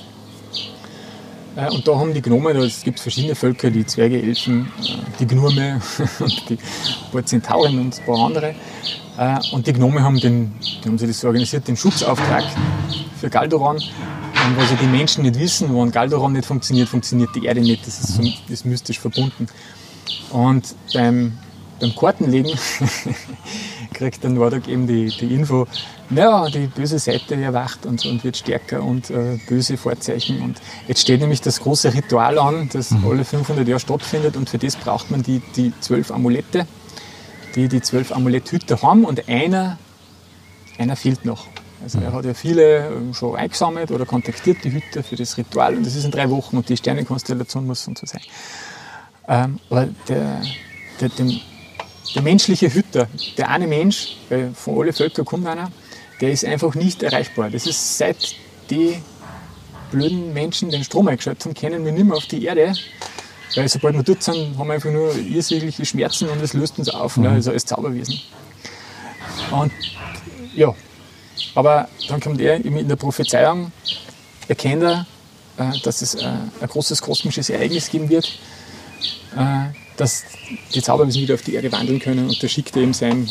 [SPEAKER 4] Und da haben die Gnomen, es gibt verschiedene Völker, die Zwerge, Elfen, die Gnurme und die paar Zentauren und ein paar andere. Und die Gnome haben sich das so organisiert, den Schutzauftrag für Galdoron. Und was ja die Menschen nicht wissen, wenn Galdoron nicht funktioniert, funktioniert die Erde nicht. Das ist so ist mystisch verbunden. Und beim Kartenlegen kriegt der Nordok eben die Info, naja, die böse Seite erwacht und wird stärker und böse Vorzeichen. Und jetzt steht nämlich das große Ritual an, das alle 500 Jahre stattfindet und für das braucht man die 12 Amulette, die 12 Amuletthüter haben und einer fehlt noch. Also er hat ja viele schon eingesammelt oder kontaktiert die Hüter für das Ritual und das ist in 3 Wochen und die Sternenkonstellation muss und so sein. Aber der menschliche Hüter, der eine Mensch, weil von allen Völkern kommt einer, der ist einfach nicht erreichbar. Das ist seit die blöden Menschen den Strom eingeschaltet haben, kennen wir nicht mehr auf die Erde. Weil sobald wir dort sind, haben wir einfach nur irrsinnige Schmerzen und es löst uns auf, ne? Also als Zauberwesen. Und ja, aber dann kommt er in der Prophezeiung, erkennt er, dass es ein großes kosmisches Ereignis geben wird, dass die Zauberwesen wieder auf die Erde wandeln können und da schickt er ihm seinen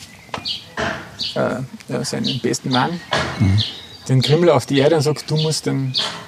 [SPEAKER 4] besten Mann, den Grimmel, auf die Erde und sagt, du musst den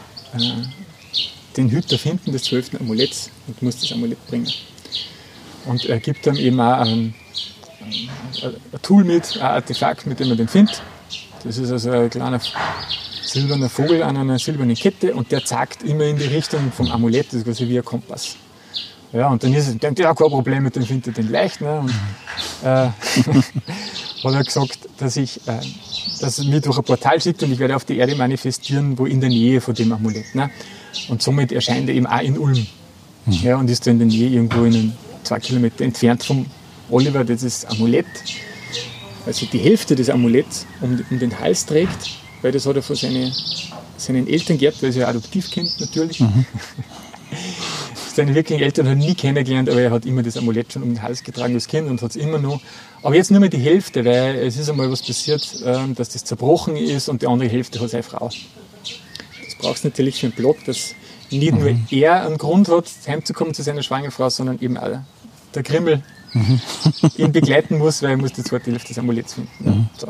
[SPEAKER 4] Hüter finden des 12. Amuletts und musst das Amulett bringen. Und er gibt ihm eben auch ein Tool mit, ein Artefakt, mit dem er den findet. Das ist also ein kleiner silberner Vogel an einer silbernen Kette und der zeigt immer in die Richtung vom Amulett, das ist quasi wie ein Kompass. Ja, und dann ist er, ja, kein Problem mit dem, findet er den leicht. Ne? Und, hat er gesagt, dass er mich durch ein Portal schickt und ich werde auf die Erde manifestieren, wo in der Nähe von dem Amulett. Ne? Und somit erscheint er eben auch in Ulm. Ja, und ist da in der Nähe irgendwo 2 Kilometer entfernt vom Oliver, das ist Amulett. Also die Hälfte des Amuletts um den Hals trägt, weil das hat er von seinen Eltern geerbt, weil sie ein Adoptivkind natürlich. Seine wirklichen Eltern hat er nie kennengelernt, aber er hat immer das Amulett schon um den Hals getragen als Kind und hat es immer noch. Aber jetzt nur mehr die Hälfte, weil es ist einmal was passiert, dass das zerbrochen ist und die andere Hälfte hat seine Frau. Das braucht es natürlich für einen Plot, dass nicht nur er einen Grund hat, heimzukommen zu seiner schwangeren Frau, sondern eben auch der Grimmel ihn begleiten muss, weil er muss die zweite Hälfte des Amuletts finden. Ja,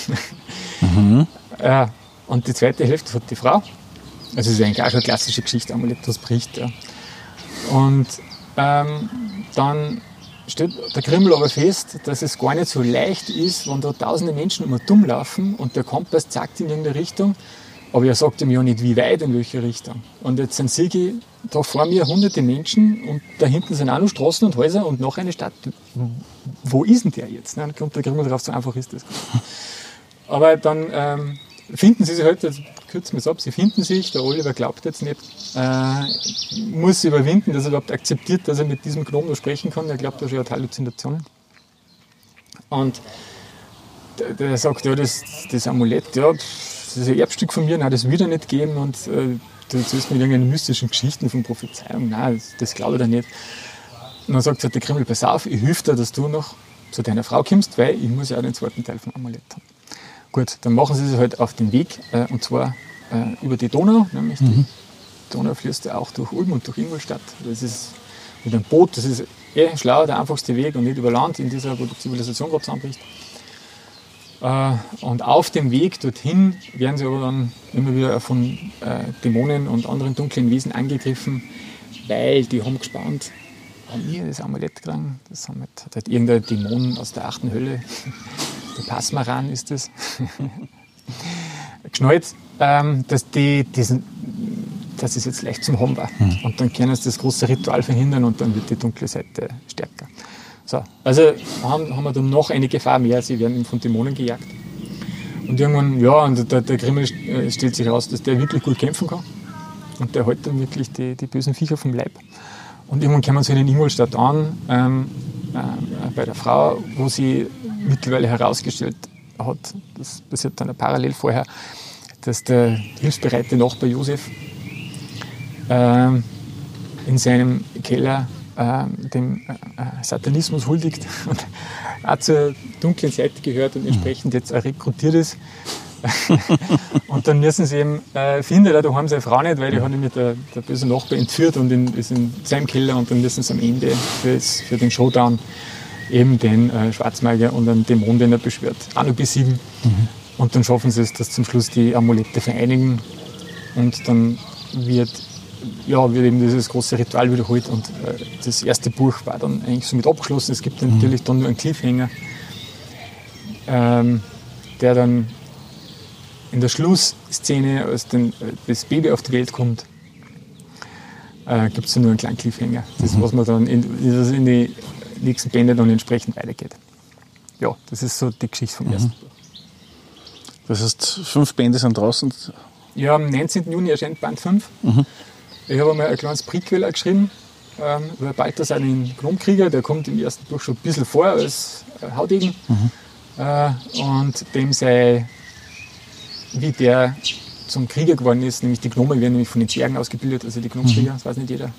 [SPEAKER 4] so. Und die zweite Hälfte hat die Frau. Also es ist eigentlich auch schon eine klassische Geschichte, Amulett, das bricht. Ja. Und dann stellt der Krimmel aber fest, dass es gar nicht so leicht ist, wenn da tausende Menschen immer dumm laufen und der Kompass zeigt in irgendeine Richtung, aber er sagt ihm ja nicht, wie weit, in welche Richtung. Und jetzt sind Siege da vor mir hunderte Menschen und da hinten sind auch noch Straßen und Häuser und noch eine Stadt. Wo ist denn der jetzt? Dann kommt der Krimmel drauf, so einfach ist das. Aber dann finden sie sich halt, kürzen wir es ab, sie finden sich, der Oliver glaubt jetzt nicht, muss überwinden, dass er überhaupt akzeptiert, dass er mit diesem Gnom noch sprechen kann. Er glaubt, er hat Halluzinationen. Und der sagt, ja, das Amulett, ja, das ist ein Erbstück von mir, nein, das wird er nicht geben und du erzählst mir irgendwelche mystischen Geschichten von Prophezeiung, nein, das glaube ich dir nicht. Und dann sagt der Krimmel, pass auf, ich helfe dir, dass du noch zu deiner Frau kommst, weil ich muss ja auch den zweiten Teil vom Amulett haben. Gut, dann machen sie sich halt auf den Weg, und zwar über die Donau, nämlich die Donau fließt ja auch durch Ulm und durch Ingolstadt. Das ist mit einem Boot, das ist schlau, der einfachste Weg und nicht über Land in dieser, wo die Zivilisation gerade zusammenbricht. Und auf dem Weg dorthin werden sie aber dann immer wieder von Dämonen und anderen dunklen Wesen angegriffen, weil die haben gespannt, haben wir das Amulett gekriegt, das hat halt irgendein Dämon aus der 8. Hölle, der Pasmaran ist das, geschnallt, dass es jetzt leicht zum haben war. Und dann können sie das große Ritual verhindern und dann wird die dunkle Seite stärker. So, also haben wir dann noch eine Gefahr mehr, sie werden von Dämonen gejagt. Und irgendwann, ja, und der Krimmel stellt sich raus, dass der wirklich gut kämpfen kann. Und der hält dann wirklich die bösen Viecher vom Leib. Und irgendwann kommen sie in Ingolstadt an, bei der Frau, wo sie mittlerweile herausgestellt hat, das passiert dann parallel vorher, dass der hilfsbereite Nachbar Josef in seinem Keller dem Satanismus huldigt und auch zur dunklen Seite gehört und entsprechend jetzt auch rekrutiert ist. Und dann müssen sie eben finden, da haben sie eine Frau nicht, weil die hat nämlich der böse Nachbar entführt und ist in seinem Keller und dann müssen sie am Ende für den Showdown eben den Schwarzmagier und einen Dämon, den er beschwört, auch noch besiegen. Und dann schaffen sie es, dass zum Schluss die Amulette vereinigen und dann wird eben dieses große Ritual wiederholt und das erste Buch war dann eigentlich somit abgeschlossen. Es gibt natürlich dann nur einen Cliffhanger, der dann in der Schlussszene, als das Baby auf die Welt kommt, gibt es nur einen kleinen Cliffhanger. Das, was man dann in die nächsten Bände dann entsprechend weitergeht. Ja, das ist so die Geschichte vom ersten Buch.
[SPEAKER 3] Das heißt, 5 Bände sind draußen?
[SPEAKER 4] Ja, am 19. Juni erscheint Band 5. Ich habe einmal ein kleines Prequel geschrieben, über Balthasar den Gnomkrieger, der kommt im ersten Buch schon ein bisschen vor als Haudegen. Und dem wie der zum Krieger geworden ist, nämlich die Gnomen werden nämlich von den Zwergen ausgebildet, also die Gnomkrieger, das weiß nicht jeder.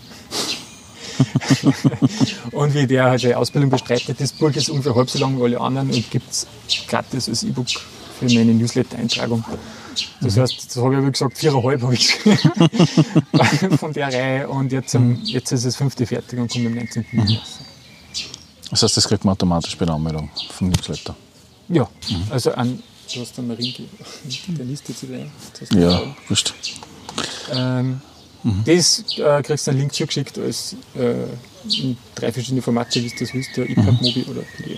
[SPEAKER 4] Und wie der halt seine Ausbildung bestreitet. Das Buch ist ungefähr halb so lang wie alle anderen und gibt es gratis als E-Book für meine Newsletter-Eintragung. Das heißt, das habe ich, wie gesagt, 4,5 habe ich geschrieben von der Reihe und jetzt ist das 5. fertig und kommt am 19. Juni raus.
[SPEAKER 3] Das heißt, das kriegt man automatisch bei der Anmeldung vom Newsletter?
[SPEAKER 4] Ja, also du hast dann Marin der Liste zu rein.
[SPEAKER 3] Ja, wurscht.
[SPEAKER 4] Das kriegst du einen Link zugeschickt als in 3 verschiedene Formate, wie du das willst, EPUB, Mobi oder PDF.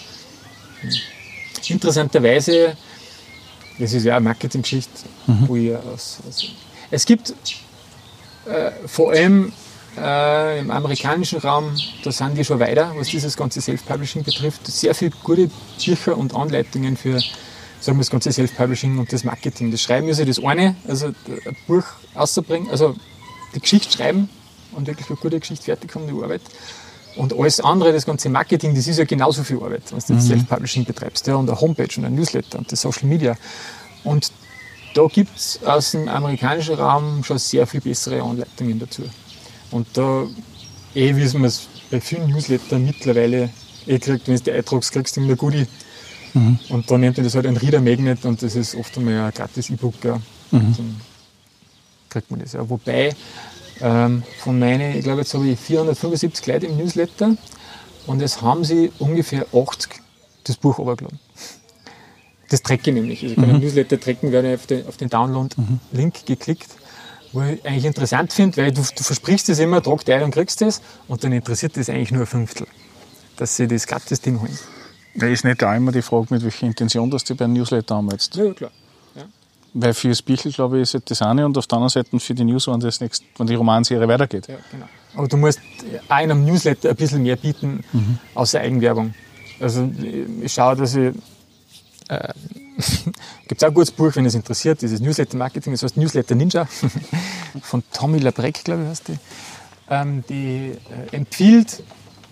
[SPEAKER 4] Interessanterweise, das ist ja eine Marketinggeschichte, wo ich es gibt vor allem im amerikanischen Raum, da sind die schon weiter, was dieses ganze Self-Publishing betrifft, sehr viele gute Bücher und Anleitungen für, sagen wir, das ganze Self-Publishing und das Marketing. Das Schreiben ist ja das eine, also ein Buch rauszubringen, also die Geschichte schreiben und wirklich eine gute Geschichte fertig haben, die Arbeit. Und alles andere, das ganze Marketing, das ist ja genauso viel Arbeit, wenn du das Self-Publishing betreibst. Ja, und eine Homepage und ein Newsletter und das Social Media. Und da gibt es aus dem amerikanischen Raum schon sehr viel bessere Anleitungen dazu. Und da, wie man es bei vielen Newslettern mittlerweile kriegt, wenn du die eintragst, kriegst du immer Goodie. Und dann nennt man das halt ein Reader Magnet und das ist oft einmal ein gratis E-Book. Ja. Dann kriegt man das. Ja. Wobei von meinen, ich glaube, jetzt habe ich 475 Leute im Newsletter und es haben sie ungefähr 80 das Buch runtergeladen. Das Tracking nämlich. Also ich kann ein Newsletter tracken, werde auf den Download-Link geklickt, wo ich eigentlich interessant finde, weil du versprichst es immer, trag dir ein und kriegst es, und dann interessiert das eigentlich nur ein Fünftel, dass sie das Gratis-Ding holen.
[SPEAKER 3] Da ist nicht auch immer die Frage, mit welcher Intention dass die bei einem Newsletter anmeldest.
[SPEAKER 4] Ja, klar. Ja.
[SPEAKER 3] Weil für das Bichl, glaube ich, ist das eine, und auf der anderen Seite für die News, wenn die Romanserie weitergeht.
[SPEAKER 4] Ja, genau. Aber du musst auch in einem Newsletter ein bisschen mehr bieten, außer Eigenwerbung. Also ich schaue, dass ich... gibt es auch ein gutes Buch, wenn es interessiert, dieses Newsletter-Marketing, das heißt Newsletter Ninja, von Tommy Labrecque, glaube ich, heißt die. Die empfiehlt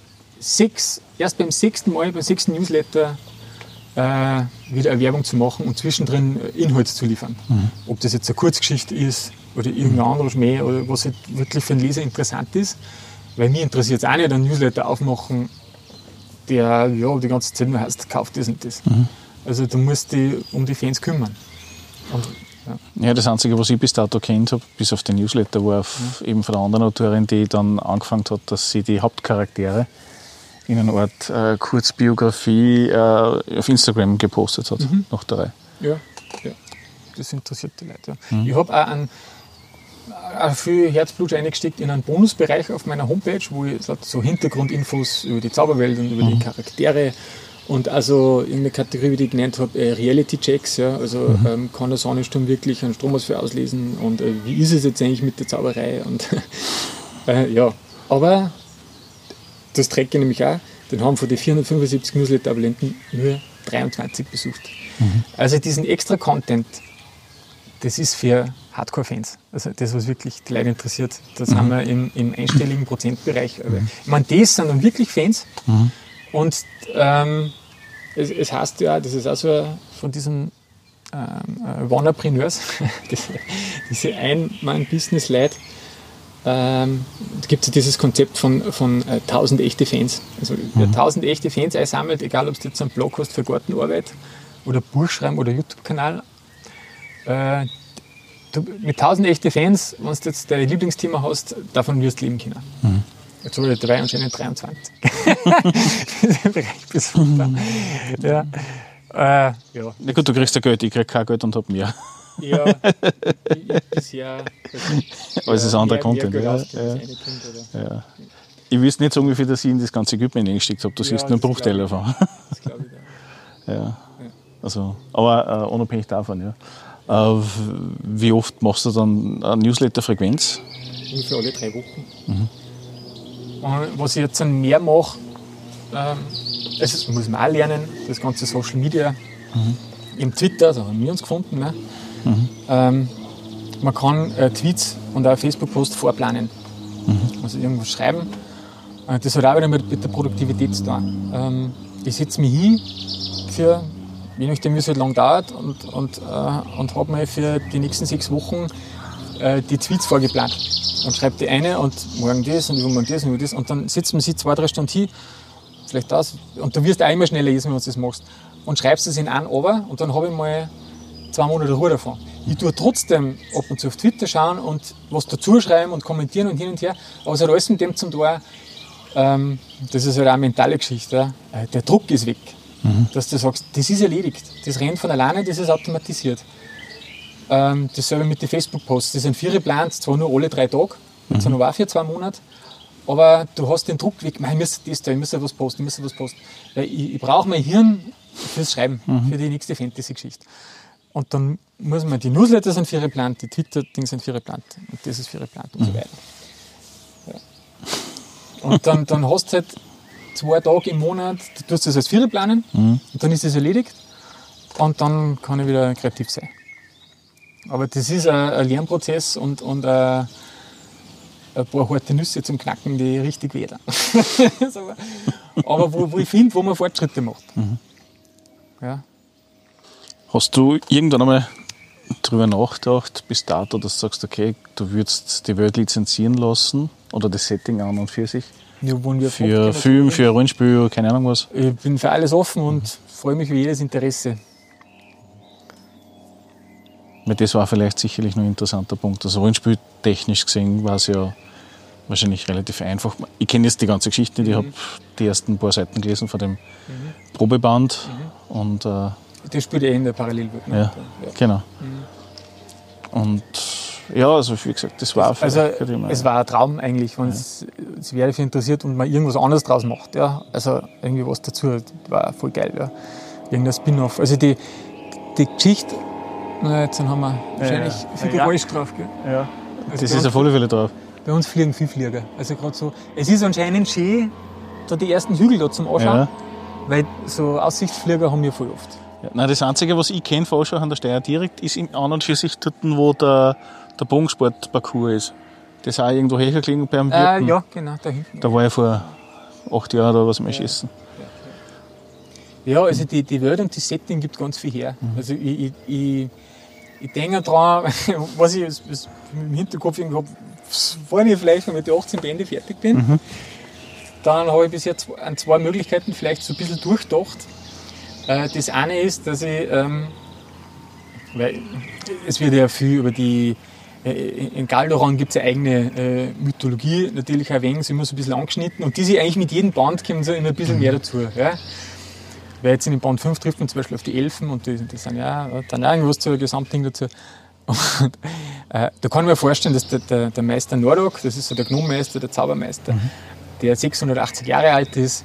[SPEAKER 4] erst beim 6. Newsletter wieder eine Werbung zu machen und zwischendrin Inhalte zu liefern. Ob das jetzt eine Kurzgeschichte ist oder irgendein anderer Schmäh oder was halt wirklich für einen Leser interessant ist. Weil mich interessiert es auch nicht, einen Newsletter aufmachen, der die ganze Zeit nur heißt, kauft das und das. Also du musst dich um die Fans kümmern. Und,
[SPEAKER 3] ja, das Einzige, was ich bis dato kennt habe, bis auf den Newsletter, war eben von einer anderen Autorin, die dann angefangen hat, dass sie die Hauptcharaktere in einer Art Kurzbiografie auf Instagram gepostet hat, nach der Reihe.
[SPEAKER 4] Ja, das interessiert die Leute. Ja. Ich habe auch viel Herzblut reingesteckt in einen Bonusbereich auf meiner Homepage, wo ich so Hintergrundinfos über die Zauberwelt und über die Charaktere und also in der Kategorie, die ich genannt habe, Reality-Checks, ja, also kann der Sonnensturm wirklich einen Stromausfall auslesen und wie ist es jetzt eigentlich mit der Zauberei und ja, aber das trägt ich nämlich auch, den haben von den 475 Newsletter-Abonnenten nur 23 besucht. Also diesen extra Content, das ist für Hardcore-Fans, also das, was wirklich die Leute interessiert, das haben wir im einstelligen Prozentbereich. Ich meine, das sind dann wirklich Fans und es heißt ja, das ist auch so von diesen Wanapreneurs, diese Ein-Mann-Business-Leute, gibt es ja dieses Konzept von 1000 echte Fans. Also wer 1000 echte Fans einsammelt, egal ob du jetzt einen Blog hast für Gartenarbeit oder Buchschreiben oder YouTube-Kanal, mit 1000 echte Fans, wenn du jetzt dein Lieblingsthema hast, davon wirst du leben können. Jetzt habe ich dabei anscheinend 23. Bereich bis runter. Ja. Ja.
[SPEAKER 3] Na gut, du kriegst ja Geld, ich krieg kein Geld und habe mehr.
[SPEAKER 4] Ja, ich bisher.
[SPEAKER 3] Alles ist anderer Content.
[SPEAKER 4] Ja.
[SPEAKER 3] Ich wüsste nicht so ungefähr, dass ich in das ganze Equipment eingesteckt habe. Du siehst nur einen Bruchteil davon.
[SPEAKER 4] Das glaube ich da.
[SPEAKER 3] Ja. Also, aber unabhängig davon, ja. Wie oft machst du dann eine Newsletter-Frequenz?
[SPEAKER 4] Ungefähr alle 3 Wochen. Und was ich jetzt mehr mache, das muss man auch lernen, das ganze Social Media. Im Twitter, da haben wir uns gefunden. Ne? Man kann Tweets und auch Facebook-Posts vorplanen. Also irgendwas schreiben. Das hat auch wieder mit der Produktivität zu tun. Ich setze mich hin für, je nachdem wie es halt lang dauert, und habe mir für die nächsten 6 Wochen die Tweets vorgeplant. Und schreibe die eine und morgen das und übermorgen das und über das. Und dann sitzt man sich 2-3 Stunden hin, vielleicht das, und du wirst auch immer schneller lesen, wenn du das machst. Und schreibst es in einen runter und dann habe ich mal 2 Monate Ruhe davon. Ich tue trotzdem ab und zu auf Twitter schauen und was dazu schreiben und kommentieren und hin und her. Aber es hat alles mit dem zum tun, das ist halt auch eine mentale Geschichte. Der Druck ist weg. Dass du sagst, das ist erledigt. Das rennt von alleine, das ist automatisiert. Dasselbe mit den Facebook-Posts. Das sind 4 geplant, zwar nur alle 3 Tage, jetzt sind aber auch für 2 Monate. Aber du hast den Druck weg, ich muss das da, ich muss was posten. Weil ich brauche mein Hirn fürs Schreiben, für die nächste Fantasy-Geschichte. Und dann muss man, die Newsletter sind 4 geplant, die Twitter-Dings sind 4 geplant und das ist 4 geplant und so weiter. Ja. Und dann hast du halt 2 Tage im Monat, du tust das als 4 planen und dann ist es erledigt und dann kann ich wieder kreativ sein. Aber das ist ein Lernprozess und ein paar harte Nüsse zum Knacken, die richtig wehtun. Aber wo ich finde, wo man Fortschritte macht. Ja.
[SPEAKER 3] Hast du irgendwann einmal darüber nachgedacht, bis dato, dass du sagst, okay, du würdest die Welt lizenzieren lassen oder das Setting an und für sich?
[SPEAKER 4] Ja,
[SPEAKER 3] für Film, für Rollenspiel, keine Ahnung was?
[SPEAKER 4] Ich bin für alles offen und freue mich über jedes Interesse.
[SPEAKER 3] Weil das war vielleicht sicherlich noch ein interessanter Punkt. Also rollenspieltechnisch gesehen war es ja wahrscheinlich relativ einfach. Ich kenne jetzt die ganze Geschichte nicht, ich habe die ersten paar Seiten gelesen von dem Probeband. Und,
[SPEAKER 4] das spielt in der Parallelwelt. Ne?
[SPEAKER 3] Ja, genau. Und ja, also wie gesagt, das war
[SPEAKER 4] also es war ein Traum eigentlich, wenn es wer dafür interessiert und man irgendwas anderes draus macht. Ja? Also irgendwie was dazu, das war voll geil. Ja? Irgendein Spin-off. Also die Geschichte, jetzt haben wir wahrscheinlich viel Geräusch drauf. Gell?
[SPEAKER 3] Ja.
[SPEAKER 4] Also
[SPEAKER 3] das ist auf alle Fälle drauf.
[SPEAKER 4] Bei uns fliegen viel Flieger. Also gerade so. Es ist anscheinend schön, da die ersten Hügel da zum Anschauen, weil so Aussichtsflieger haben wir voll oft.
[SPEAKER 3] Ja, nein, das Einzige, was ich kenne von Auschau an der Steier direkt, ist an und für sich dort, wo der Bogensportparcours ist. Das ist auch irgendwo hergelegen beim Wirten.
[SPEAKER 4] Ja, genau, da hinten.
[SPEAKER 3] Da war ich vor 8 Jahren da was mehr schießen.
[SPEAKER 4] Ja, also die Welt und das Setting gibt ganz viel her. Also ich denke daran, was ich im Hinterkopf irgendwie habe, wenn ich vielleicht mit den 18 Bände fertig bin, dann habe ich bisher an 2 Möglichkeiten vielleicht so ein bisschen durchgedacht. Das eine ist, dass ich, weil es wird ja viel über die, in Galdoran gibt es eine eigene Mythologie, natürlich auch ein wenig, immer so ein bisschen angeschnitten und die sich eigentlich mit jedem Band kommt so immer ein bisschen mehr dazu. Ja? Weil jetzt in dem Band 5 trifft man zum Beispiel auf die Elfen und die sind ja dann auch irgendwas zu Gesamtding dazu. Und, da kann ich mir vorstellen, dass der Meister Nordok, das ist so der Gnommeister, der Zaubermeister, der 680 Jahre alt ist,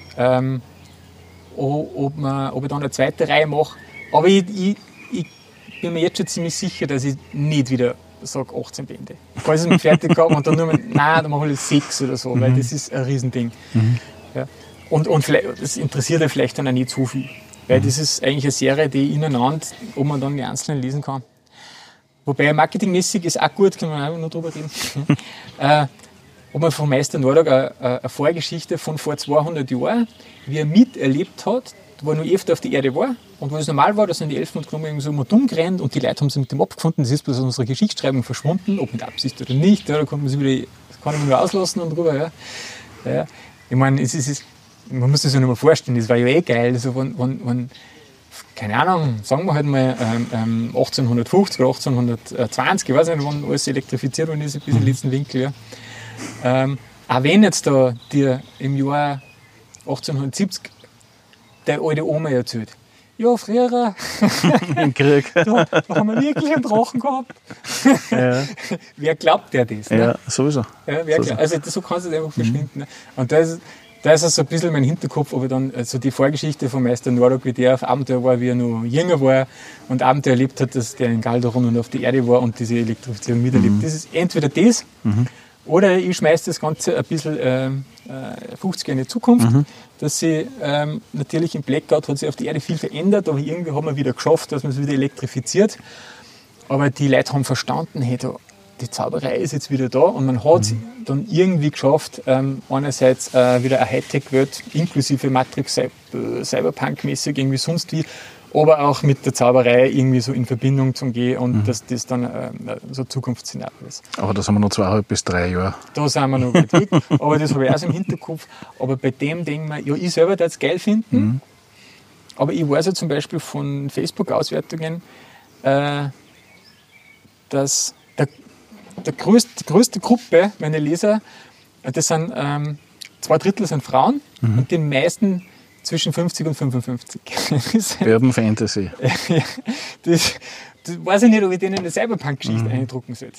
[SPEAKER 4] ob ich dann eine zweite Reihe mache. Aber ich bin mir jetzt schon ziemlich sicher, dass ich nicht wieder sage 18 Bände. Falls ich es fertig habe und dann nur nein, dann mache ich 6 oder so, weil das ist ein Riesending. Ja. Und das interessiert ja vielleicht dann auch nicht so viel. Weil das ist eigentlich eine Serie, die ineinander, ob man dann die einzelnen lesen kann. Wobei marketingmäßig ist auch gut, können wir auch noch drüber reden. Ob man von Meister Nordok eine Vorgeschichte von vor 200 Jahren, wie er miterlebt hat, wo er noch öfter auf der Erde war und wo es normal war, da sind die Elfen und Gnomen so mal dumm gerannt und die Leute haben sie mit dem abgefunden. Das ist bloß aus unserer Geschichtsschreibung verschwunden, ob mit Absicht oder nicht. Ja, da kann man sich wieder, das kann ich mir auslassen und drüber. Ja. Ich meine, man muss sich das ja nicht mal vorstellen, das war ja geil. Also wenn keine Ahnung, sagen wir halt mal 1850 oder 1820, ich weiß nicht, wann alles elektrifiziert worden ist, bis in den letzten Winkel. Ja. Auch wenn jetzt da dir im Jahr 1870 der alte Oma erzählt, ja, früher
[SPEAKER 3] im Krieg.
[SPEAKER 4] da haben wir wirklich einen Drachen gehabt.
[SPEAKER 3] Ja.
[SPEAKER 4] Wer glaubt der das? Ne?
[SPEAKER 3] Ja, sowieso.
[SPEAKER 4] Ja, also so kannst du es einfach verschwinden. Ne? Und da ist so ein bisschen mein Hinterkopf, ob ich dann so die Vorgeschichte von Meister Nordok, wie der auf Abenteuer war, wie er noch jünger war und Abenteuer erlebt hat, dass der in Galdoron und auf der Erde war und diese Elektrifizierung miterlebt. Das ist entweder das, oder ich schmeiße das Ganze ein bisschen 50 Jahre in die Zukunft, dass sie natürlich im Blackout hat sich auf der Erde viel verändert, aber irgendwie haben wir wieder geschafft, dass man es wieder elektrifiziert. Aber die Leute haben verstanden, hey, die Zauberei ist jetzt wieder da und man hat es dann irgendwie geschafft, einerseits wieder eine Hightech-Welt, inklusive Matrix, Cyberpunk-mäßig, irgendwie sonst wie, aber auch mit der Zauberei irgendwie so in Verbindung zu gehen und dass das dann so ein Zukunftsszenario ist.
[SPEAKER 3] Aber da sind wir noch 2,5 bis 3 Jahre.
[SPEAKER 4] Da sind wir noch weit weg, aber das habe ich auch so im Hinterkopf. Aber bei dem denke ich mir, ja, ich selber würde es geil finden, aber ich weiß ja zum Beispiel von Facebook-Auswertungen, dass die größte Gruppe meiner Leser, das sind 2/3 sind Frauen und die meisten zwischen 50 und 55.
[SPEAKER 3] Urban Fantasy.
[SPEAKER 4] das weiß ich nicht, ob ich denen eine Cyberpunk-Geschichte eindrucken sollte.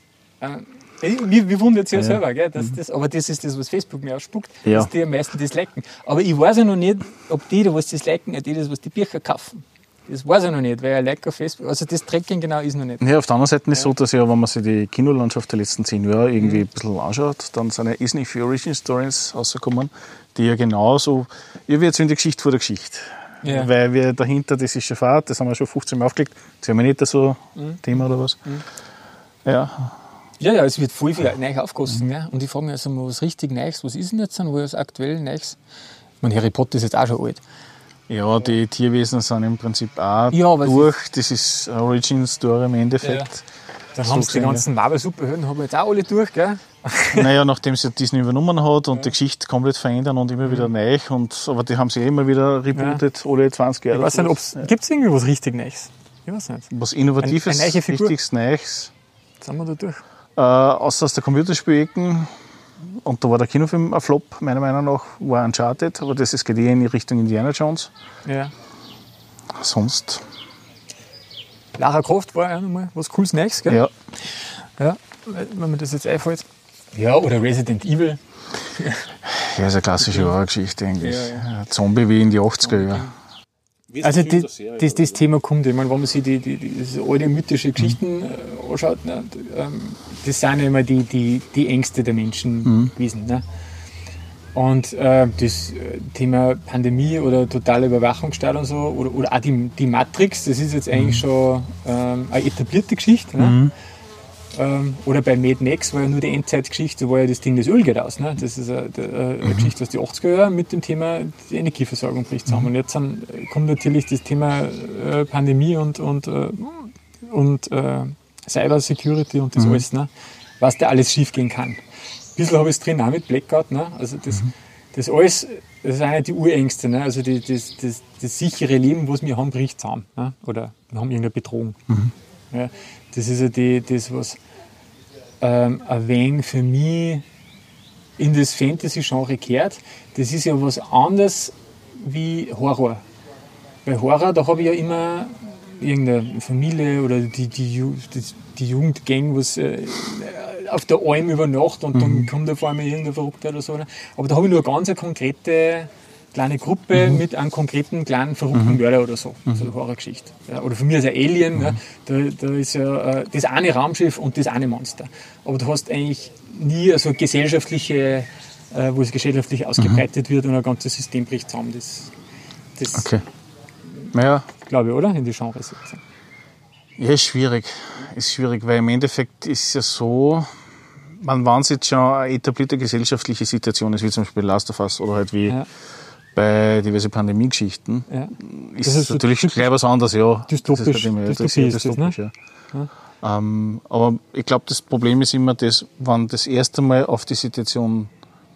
[SPEAKER 4] Wir wundern es ja selber, gell, dass aber das ist das, was Facebook mir ausspuckt, dass die am meisten das liken. Aber ich weiß ja noch nicht, ob die, was das liken, auch die, was die Bücher kaufen. Das weiß ich noch nicht, weil ein Like auf Facebook, also das Tracking genau ist noch nicht.
[SPEAKER 3] Ja, auf der anderen Seite ist es so, dass ja, wenn man sich die Kinolandschaft der letzten 10 Jahre irgendwie ein bisschen anschaut, dann sind ja Disney für Origin Stories rausgekommen, die ja genauso, wir erzählen die Geschichte vor der Geschichte. Ja. Weil wir dahinter, das ist schon Fahrt, das haben wir schon 15 Mal aufgelegt, das haben wir nicht so Thema oder was. Ja.
[SPEAKER 4] Ja, es wird voll viel neu aufkosten. Ja. Und ich frage mich also mal, was richtig Neues, was ist denn jetzt, wo das aktuell Neues? Ich meine, Harry Potter ist jetzt auch schon alt.
[SPEAKER 3] Ja, die Tierwesen sind im Prinzip auch durch. Das ist eine Origin-Story im Endeffekt.
[SPEAKER 4] Ja. Dann so haben sie die ganzen Marvel-Superhelden haben wir jetzt auch alle durch, gell?
[SPEAKER 3] Naja, nachdem sie Disney übernommen hat und die Geschichte komplett verändern und immer wieder neu. Aber die haben sie immer wieder rebootet, alle 20 Jahre.
[SPEAKER 4] Ich weiß nicht, gibt es irgendwie was richtig Neues? Ich weiß nicht.
[SPEAKER 3] Was Innovatives,
[SPEAKER 4] eine
[SPEAKER 3] richtiges Neues.
[SPEAKER 4] Jetzt sind wir da durch.
[SPEAKER 3] Außer aus der Computerspielecke und da war der Kinofilm ein Flop, meiner Meinung nach, war Uncharted, aber das geht eher in die Richtung Indiana Jones.
[SPEAKER 4] Ja.
[SPEAKER 3] Sonst...
[SPEAKER 4] Lara Croft war ja nochmal was Cooles Neues, gell?
[SPEAKER 3] Ja.
[SPEAKER 4] Ja, wenn mir das jetzt einfällt. Ja, oder Resident Evil.
[SPEAKER 3] Ja, ist eine klassische Horrorgeschichte eigentlich. Ja. Zombie wie in die 80er Jahre.
[SPEAKER 4] Also das Thema kommt, ich meine, wenn man sich die alte mythische Geschichten anschaut, ne, das sind ja immer die Ängste der Menschen gewesen. Ne? Und das Thema Pandemie oder totale Überwachungsstaat und so, oder auch die Matrix, das ist jetzt eigentlich schon eine etablierte Geschichte. Ne? Oder bei Mad Max war ja nur die Endzeitgeschichte, da war ja das Ding, das Öl geht aus. Ne? Das ist eine Geschichte aus den 80er Jahren mit dem Thema, die Energieversorgung bricht zusammen. Und jetzt kommt natürlich das Thema Pandemie und Cyber Security und das alles, ne? Was da alles schief gehen kann. Ein bisschen habe ich es drin, auch mit Blackout. Ne? Also das alles, das sind ja die Urängste. Ne? Also das sichere Leben, was wir haben, bricht zusammen. Ne? Oder wir haben irgendeine Bedrohung. Ja, das ist ja das, was ein wenig für mich in das Fantasy-Genre gehört. Das ist ja was anderes wie Horror. Bei Horror, da habe ich ja immer irgendeine Familie oder die Jugendgang, was auf der Alm über Nacht und dann kommt auf einmal irgendein Verrückter oder so. Aber da habe ich nur eine ganz konkrete kleine Gruppe mit einem konkreten kleinen verrückten Mörder oder so. So eine Horrorgeschichte. Ja, oder von mir ist ein Alien, ja, da ist ja das eine Raumschiff und das eine Monster. Aber du hast eigentlich nie so gesellschaftliche, wo es gesellschaftlich ausgebreitet wird und ein ganzes System bricht zusammen. Das
[SPEAKER 3] okay. Ja.
[SPEAKER 4] Glaube ich, oder? In die Genres.
[SPEAKER 3] Ja, ist schwierig. Weil im Endeffekt ist es ja so, wenn es jetzt schon eine etablierte gesellschaftliche Situation ist, wie zum Beispiel Last of Us oder halt wie bei diverse Pandemie-Geschichten, ist es natürlich so gleich was anderes, ja.
[SPEAKER 4] Dystopisch.
[SPEAKER 3] Dystopisch, ja. Aber ich glaube, das Problem ist immer das, wenn das erste Mal auf die Situation,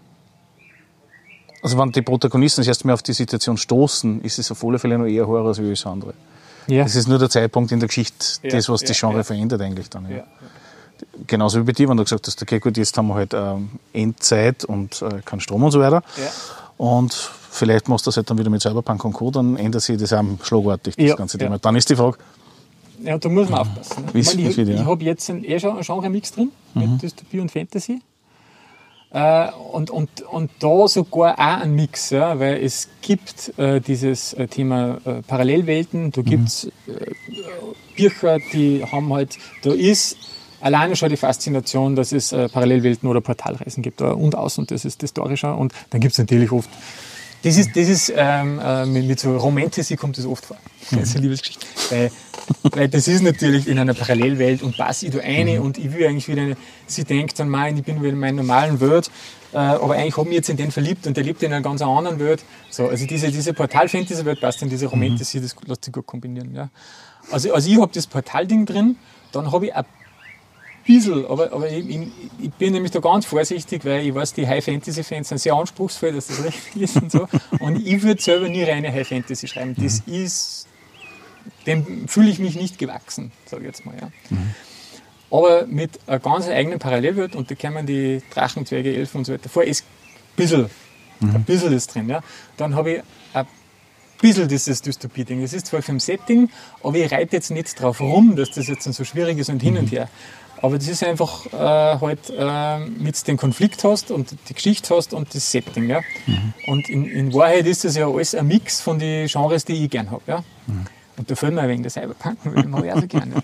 [SPEAKER 3] also wenn die Protagonisten das erste Mal auf die Situation stoßen, ist es auf alle Fälle noch eher Horror als alles andere. Ja. Das ist nur der Zeitpunkt in der Geschichte, das, was die Genre verändert eigentlich dann. Ja. Genauso wie bei dir, wenn du gesagt hast, okay, gut, jetzt haben wir halt Endzeit und keinen Strom und so weiter. Ja. Und vielleicht machst du das halt dann wieder mit Cyberpunk und Co., dann ändert sich das auch schlagartig, das ganze Thema. Dann ist die Frage...
[SPEAKER 4] Ja, da muss man aufpassen. Ne? Ich habe jetzt schon einen Genre-Mix drin, mit Dystopie und Fantasy. Und da sogar auch ein Mix, ja, weil es gibt dieses Thema Parallelwelten, da gibt es Bücher, die haben halt, da ist alleine schon die Faszination, dass es Parallelwelten oder Portalreisen gibt, und aus, und das ist historischer, und dann gibt es natürlich oft, das ist mit so Romantasy kommt das oft vor, das ist eine Liebesgeschichte, weil das ist natürlich in einer Parallelwelt und passe ich da rein und ich will eigentlich wieder, sie denkt dann mal, ich bin wieder in meiner normalen Welt, aber eigentlich habe ich mich jetzt in den verliebt und der lebt in einer ganz anderen Welt. So, also diese Portal-Fantasy-Welt passt in diese Romantasy, das lässt sich gut kombinieren. Ja. Also ich habe das Portal-Ding drin, dann habe ich ein bisschen, aber ich bin nämlich da ganz vorsichtig, weil ich weiß, die High-Fantasy-Fans sind sehr anspruchsvoll, dass das richtig ist und so. Und ich würde selber nie reine High-Fantasy schreiben. Das ist, dem fühle ich mich nicht gewachsen, sage ich jetzt mal. Ja. Aber mit einer ganz eigenen Parallelwelt, und da kommen die Drachen, Zwerge, Elfen und so weiter vor, ist ein bisschen ist drin. Ja. Dann habe ich ein bisschen dieses Dystopie-Ding. Das ist zwar vom Setting, aber ich reite jetzt nicht drauf rum, dass das jetzt so schwierig ist und hin und her. Aber das ist einfach mit dem Konflikt hast und die Geschichte hast und das Setting. Ja? Und in Wahrheit ist das ja alles ein Mix von den Genres, die ich gern habe. Ja? Und da fällt mir ein wenig der Cyberpunk, weil ich mag ich auch so gerne.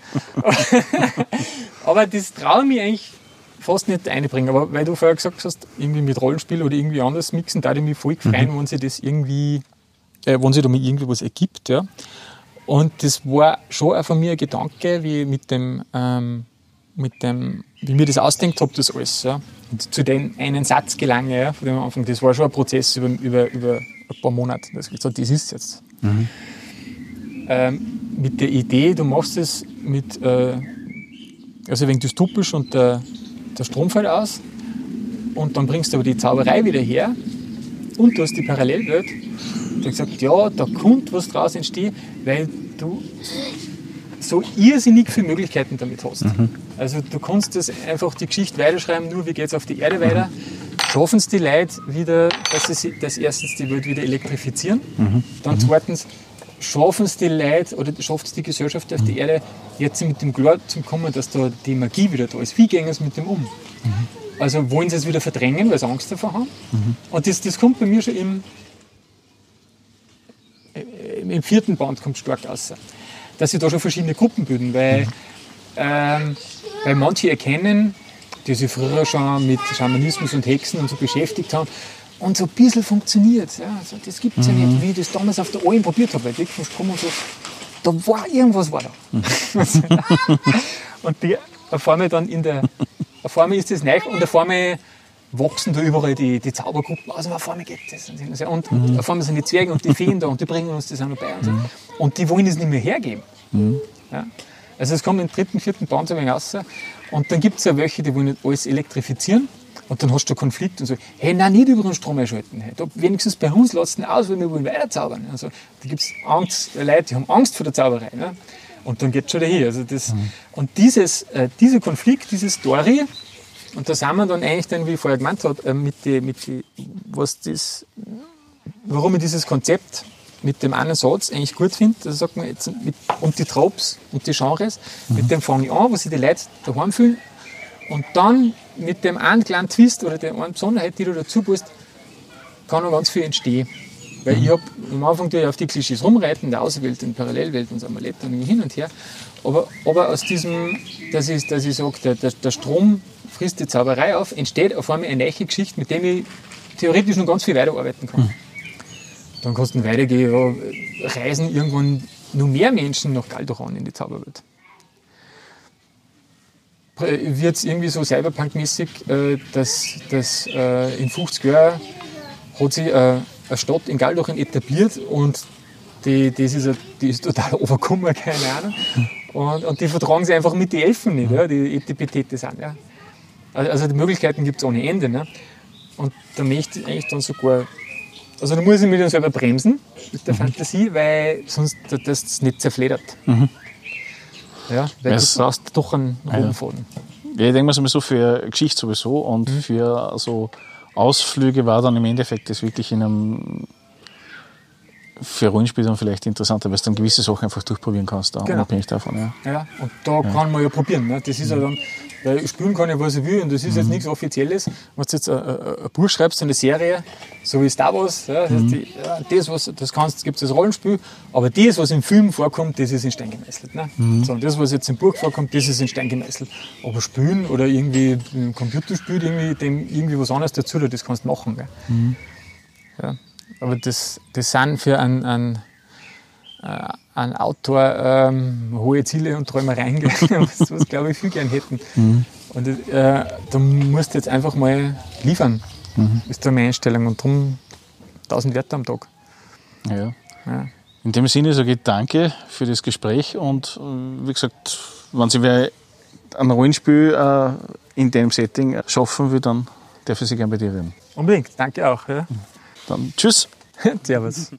[SPEAKER 4] Aber das traue ich mich eigentlich fast nicht einbringen. Aber weil du vorher gesagt hast, irgendwie mit Rollenspiel oder irgendwie anders mixen, da würde ich mich voll freuen, wenn sich das irgendwie, wenn sich da mal irgendwie was ergibt. Ja? Und das war schon auch von mir ein Gedanke, wie wie mir das ausdenkt habe, das alles. Ja. Und zu dem einen Satz gelange, ja, von dem Anfang, das war schon ein Prozess über ein paar Monate. Das ist jetzt. Mit der Idee, du machst es mit, also ein wenig dystopisch und der Strom fällt aus und dann bringst du aber die Zauberei wieder her und du hast die Parallelwelt. Und ich gesagt, ja, da kommt was draus entstehen, weil du so irrsinnig viele Möglichkeiten damit hast. Also du kannst das einfach die Geschichte weiterschreiben, nur wie geht es auf die Erde weiter. schaffen es die Leute wieder, dass erstens die Welt wieder elektrifizieren, dann zweitens schaffen es die Leute oder schafft es die Gesellschaft auf der Erde jetzt mit dem klar zu kommen, dass da die Magie wieder da ist. Wie gehen sie mit dem um? Also wollen sie es wieder verdrängen, weil sie Angst davor haben? Und das kommt bei mir schon im 4. Band kommt stark raus, dass sie da schon verschiedene Gruppen bilden, weil manche erkennen, die sich früher schon mit Schamanismus und Hexen und so beschäftigt haben, und so ein bisschen funktioniert. Ja, also das gibt es ja nicht, wie ich das damals auf der Alm probiert habe, weil die kommen und so, da war irgendwas war da. Und die auf einmal dann auf einmal ist das neu und auf einmal wachsen da überall die Zaubergruppen aus und auf einmal geht das. Und auf einmal sind die Zwerge und die Feen da und die bringen uns das auch noch bei. Und, so. Und die wollen das nicht mehr hergeben. Ja. Also es kommt im 3., 4. Band so ein wenig raus. Und dann gibt es ja welche, die wollen nicht alles elektrifizieren. Und dann hast du Konflikt und so, hey, nein, nicht über den Strom einschalten. Hey, da wenigstens bei uns lassen aus, weil wir wollen weiter zaubern. Also da gibt es Angst, Leute, die haben Angst vor der Zauberei. Ne? Und dann geht es schon dahin. Also und dieser Konflikt, diese Story, und da sind wir dann eigentlich, wie ich vorher gemeint habe, warum ich dieses Konzept mit dem einen Satz eigentlich gut finde, also sagt man jetzt, und die Tropes und die Genres, mit dem fange ich an, was sich die Leute daheim fühlen, und dann mit dem einen kleinen Twist oder der einen Besonderheit, die du dazu passt, kann noch ganz viel entstehen. Weil ich habe am Anfang auf die Klischees rumreiten, in der Außenwelt, in der Parallelwelt und Amulett und hin und her. Aber aus diesem, dass ich sage, der Strom frisst die Zauberei auf, entsteht auf einmal eine neue Geschichte, mit der ich theoretisch noch ganz viel weiterarbeiten kann. Dann kannst du weitergehen, reisen irgendwann noch mehr Menschen nach Galdoran in die Zauberwelt. Wird es irgendwie so Cyberpunk-mäßig, dass in 50 Jahren hat sich eine Stadt in Galdoran etabliert und die ist total overgekommen, keine Ahnung. Und die vertragen sich einfach mit den Elfen nicht, ja, die Etipetete sind. Ja. Also die Möglichkeiten gibt es ohne Ende. Ne? Und da möchte ich eigentlich dann sogar, also da muss ich mich dann selber bremsen mit der Fantasie, weil sonst das nicht zerfledert. Ja, weil du brauchst doch einen roten Faden.
[SPEAKER 3] Ja, ich denke mal sowieso für Geschichte sowieso und für so Ausflüge war dann im Endeffekt das wirklich für Rollenspiel dann vielleicht interessanter, weil du dann gewisse Sachen einfach durchprobieren kannst, unabhängig davon. Ja,
[SPEAKER 4] und da kann man ja probieren. Ne? Das ist ja dann, weil spielen kann ich, was ich will, und das ist jetzt nichts Offizielles. Wenn du jetzt ein Buch schreibst, eine Serie, so wie Star Wars, ja, das gibt es als Rollenspiel, aber das, was im Film vorkommt, das ist in Stein gemeißelt. Ne? So, und das, was jetzt im Buch vorkommt, das ist in Stein gemeißelt. Aber spielen oder irgendwie ein Computerspiel, irgendwie was anderes dazu, das kannst du machen. Gell? Ja. Aber das sind für einen Autor hohe Ziele und Träumereien, was glaube ich viel gern hätten. Und da musst du jetzt einfach mal liefern, ist da meine Einstellung. Und darum 1000 Wörter am Tag.
[SPEAKER 3] Ja. In dem Sinne sage ich danke für das Gespräch und wie gesagt, wenn Sie ein Rollenspiel in dem Setting schaffen will, dann darf ich Sie gerne bei dir reden.
[SPEAKER 4] Unbedingt, danke auch. Ja.
[SPEAKER 3] Dann tschüss.
[SPEAKER 4] Servus.